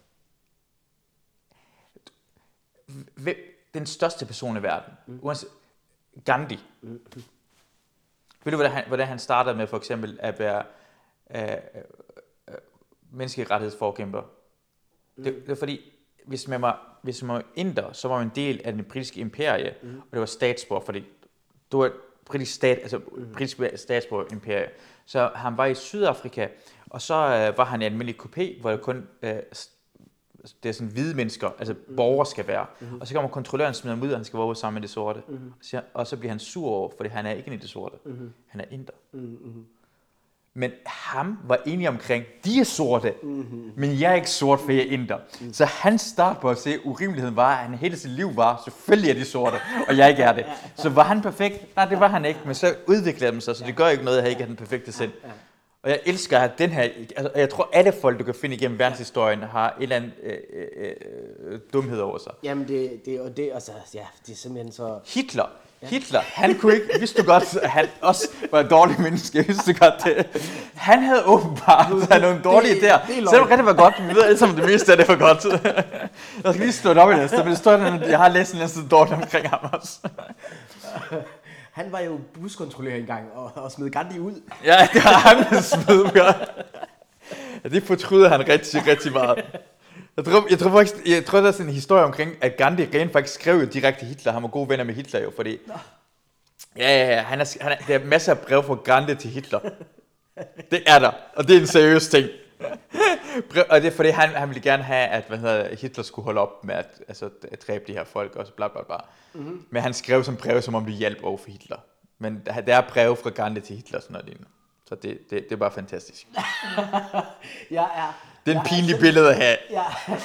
A: Hvem, den største person i verden, mm. uanset Gandhi. Mm. Ved du, hvordan han, hvordan han startede med for eksempel at være øh, øh, menneskerettighedsforkæmper? Mm. Det, det er fordi, hvis man var, hvis man var inder, så var man en del af den britiske imperie, mm. og det var statsborger, fordi det var et britisk stat, altså mm. britisk statsborger imperie. Så han var i Sydafrika, og så øh, var han i en almindelig kupé, hvor det kun øh, det er sådan hvide mennesker, altså mm. borgere skal være. Mm-hmm. Og så kommer kontrolløren smider ham ud, og han skal være over sammen med det sorte. Mm-hmm. Og, så, og så bliver han sur over, fordi han er ikke en i det sorte. Mm-hmm. Han er inder. Mm-hmm. Men ham var enig omkring, de er sorte, mm-hmm. men jeg er ikke sort, for jeg er inder. Mm-hmm. Så hans start på at se urimeligheden var, at han hele sit liv var, selvfølgelig er de sorte, og jeg ikke er det. Så var han perfekt? Nej, det var han ikke, men så udviklede han sig, så det gør ikke noget, at jeg ikke er den perfekte sind. Og jeg elsker, at den her, altså, jeg tror, alle folk, du kan finde igennem verdenshistorien, har en eller anden øh, øh, øh, dumhed over sig.
D: Jamen, det, det, og det, altså, ja, det er simpelthen så...
A: Hitler, ja. Hitler, han kunne ikke, vidste du godt, at han også var et dårligt menneske, vidste du godt det. Han havde åbenbart nogle dårlige idéer. Selvom det var godt, vi ved alle sammen, det meste af det var godt. Jeg skal lige slå det op i næste, men det står der, jeg har læst en næste dårligt omkring ham også.
D: Han var jo buskontrollør engang og, og smed Gandhi ud.
A: Ja, det var ham, der smed ud. Ja, det fortryder han rigtig, rigtig meget. Jeg tror, jeg tror faktisk, jeg tror, der er sådan en historie omkring, at Gandhi rent faktisk skrev jo direkte Hitler. Han var gode venner med Hitler jo, fordi... Ja, ja, ja, han er, han er, der er masser af brev fra Gandhi til Hitler. Det er der, og det er en seriøs ting. Og det er fordi, han, han ville gerne have, at hvad hedder, Hitler skulle holde op med at, altså, at dræbe de her folk, og så bla bla bla. Mm-hmm. Men han skrev som brev, som om det hjalp over for Hitler. Men der, der er brev fra Gandhi til Hitler, sådan noget lignende. Så det, det, det er bare fantastisk.
D: Jeg er...
A: Det er
D: jeg
A: en pinlig
D: er
A: billede at have.
D: Ja.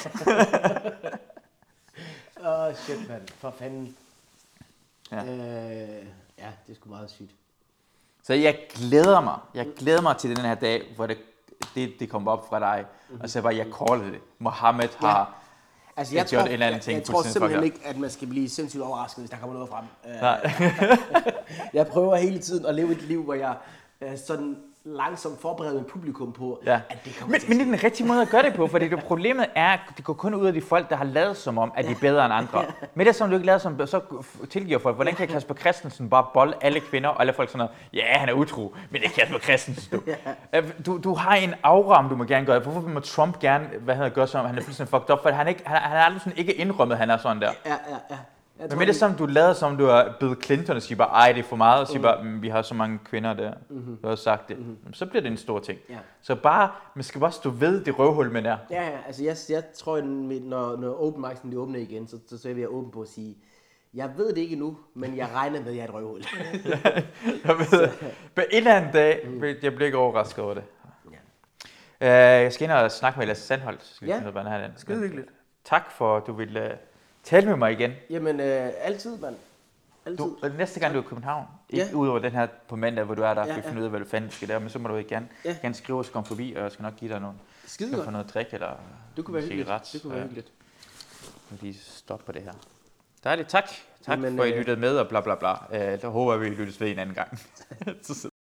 D: Åh, oh, shit, mand. For fanden.
A: Ja.
D: Øh, ja, det er sgu meget sygt.
A: Så jeg glæder mig. Jeg glæder mig til den her dag, hvor det, det, det kommer op fra dig. Mm-hmm. Og så bare, jeg callede det. Mohammed
D: Ja.
A: har
D: Altså, jeg
A: gjort
D: tror,
A: en eller anden
D: jeg,
A: ting.
D: jeg tror simpelthen ikke, at man skal blive sindssygt overrasket, hvis der kommer noget frem.
A: Nej.
D: Jeg prøver hele tiden at leve et liv, hvor jeg øh, sådan langsomt forbereder mit publikum på,
A: Ja.
D: at det kommer
A: Men,
D: til
A: men det er den rigtige måde at gøre det på, fordi det problemet er, at det går kun ud af de folk, der har lavet som om, at de er bedre end andre. Men det som du ikke lavet som, så tilgiver folk. Hvordan kan Kasper Christensen bare bolle alle kvinder, og alle folk sådan noget, ja, han er utro, men det er Kasper Christensen, du. Du, du har en aura, du må gerne gøre. Hvorfor må Trump gerne, hvad hedder, gøre som, han er fuldstændig fucked up, for han, ikke, han, han er aldrig sådan ikke indrømmet, at han er sådan der.
D: Ja, ja, ja. Jeg
A: Men med det som du lavede, som du har Bill Clinton og siger bare, ej, det er for meget, og siger bare, mm, vi har så mange kvinder der, mm-hmm. du har sagt det. Mm-hmm. Så bliver det en stor ting.
D: Ja.
A: Så bare, man skal bare stå ved det røvhul, man er.
D: Ja, ja, altså jeg, jeg tror, at når, når open mic'en de åbner igen, så, så, så er jeg åben på at sige, jeg ved det ikke endnu, men jeg regner med, at jeg er et røvhul.
A: Jeg ved, på en eller anden dag, mm. jeg bliver ikke overrasket over det. Ja. Uh, jeg skal ind og snakke med Lasse Sandholt. Skal
D: ja,
A: skide hyggeligt. Tak for, at du ville uh, tale med mig igen.
D: Jamen, øh, altid, mand. Altid.
A: Du, og næste gang du er i København, ikke
D: Ja.
A: udover den her på mandag, hvor du er der, og
D: Ja,
A: ja,
D: ja.
A: finde ud af, hvad du fanden skal der, men så må du ikke gerne,
D: Ja.
A: gerne skrive og så komme forbi, og jeg skal nok give dig nogle,
D: Skide
A: skal
D: godt.
A: få noget drik eller
D: Det kunne være
A: en
D: hyggeligt.
A: cigaret.
D: Det kunne være
A: Ja.
D: hyggeligt.
A: Nu lige stoppe på det her. Dejligt, tak. Tak
D: Jamen,
A: for, at I
D: øh,
A: lyttede med, og bla bla bla. Uh, der håber jeg, vi lyttes ved en anden gang.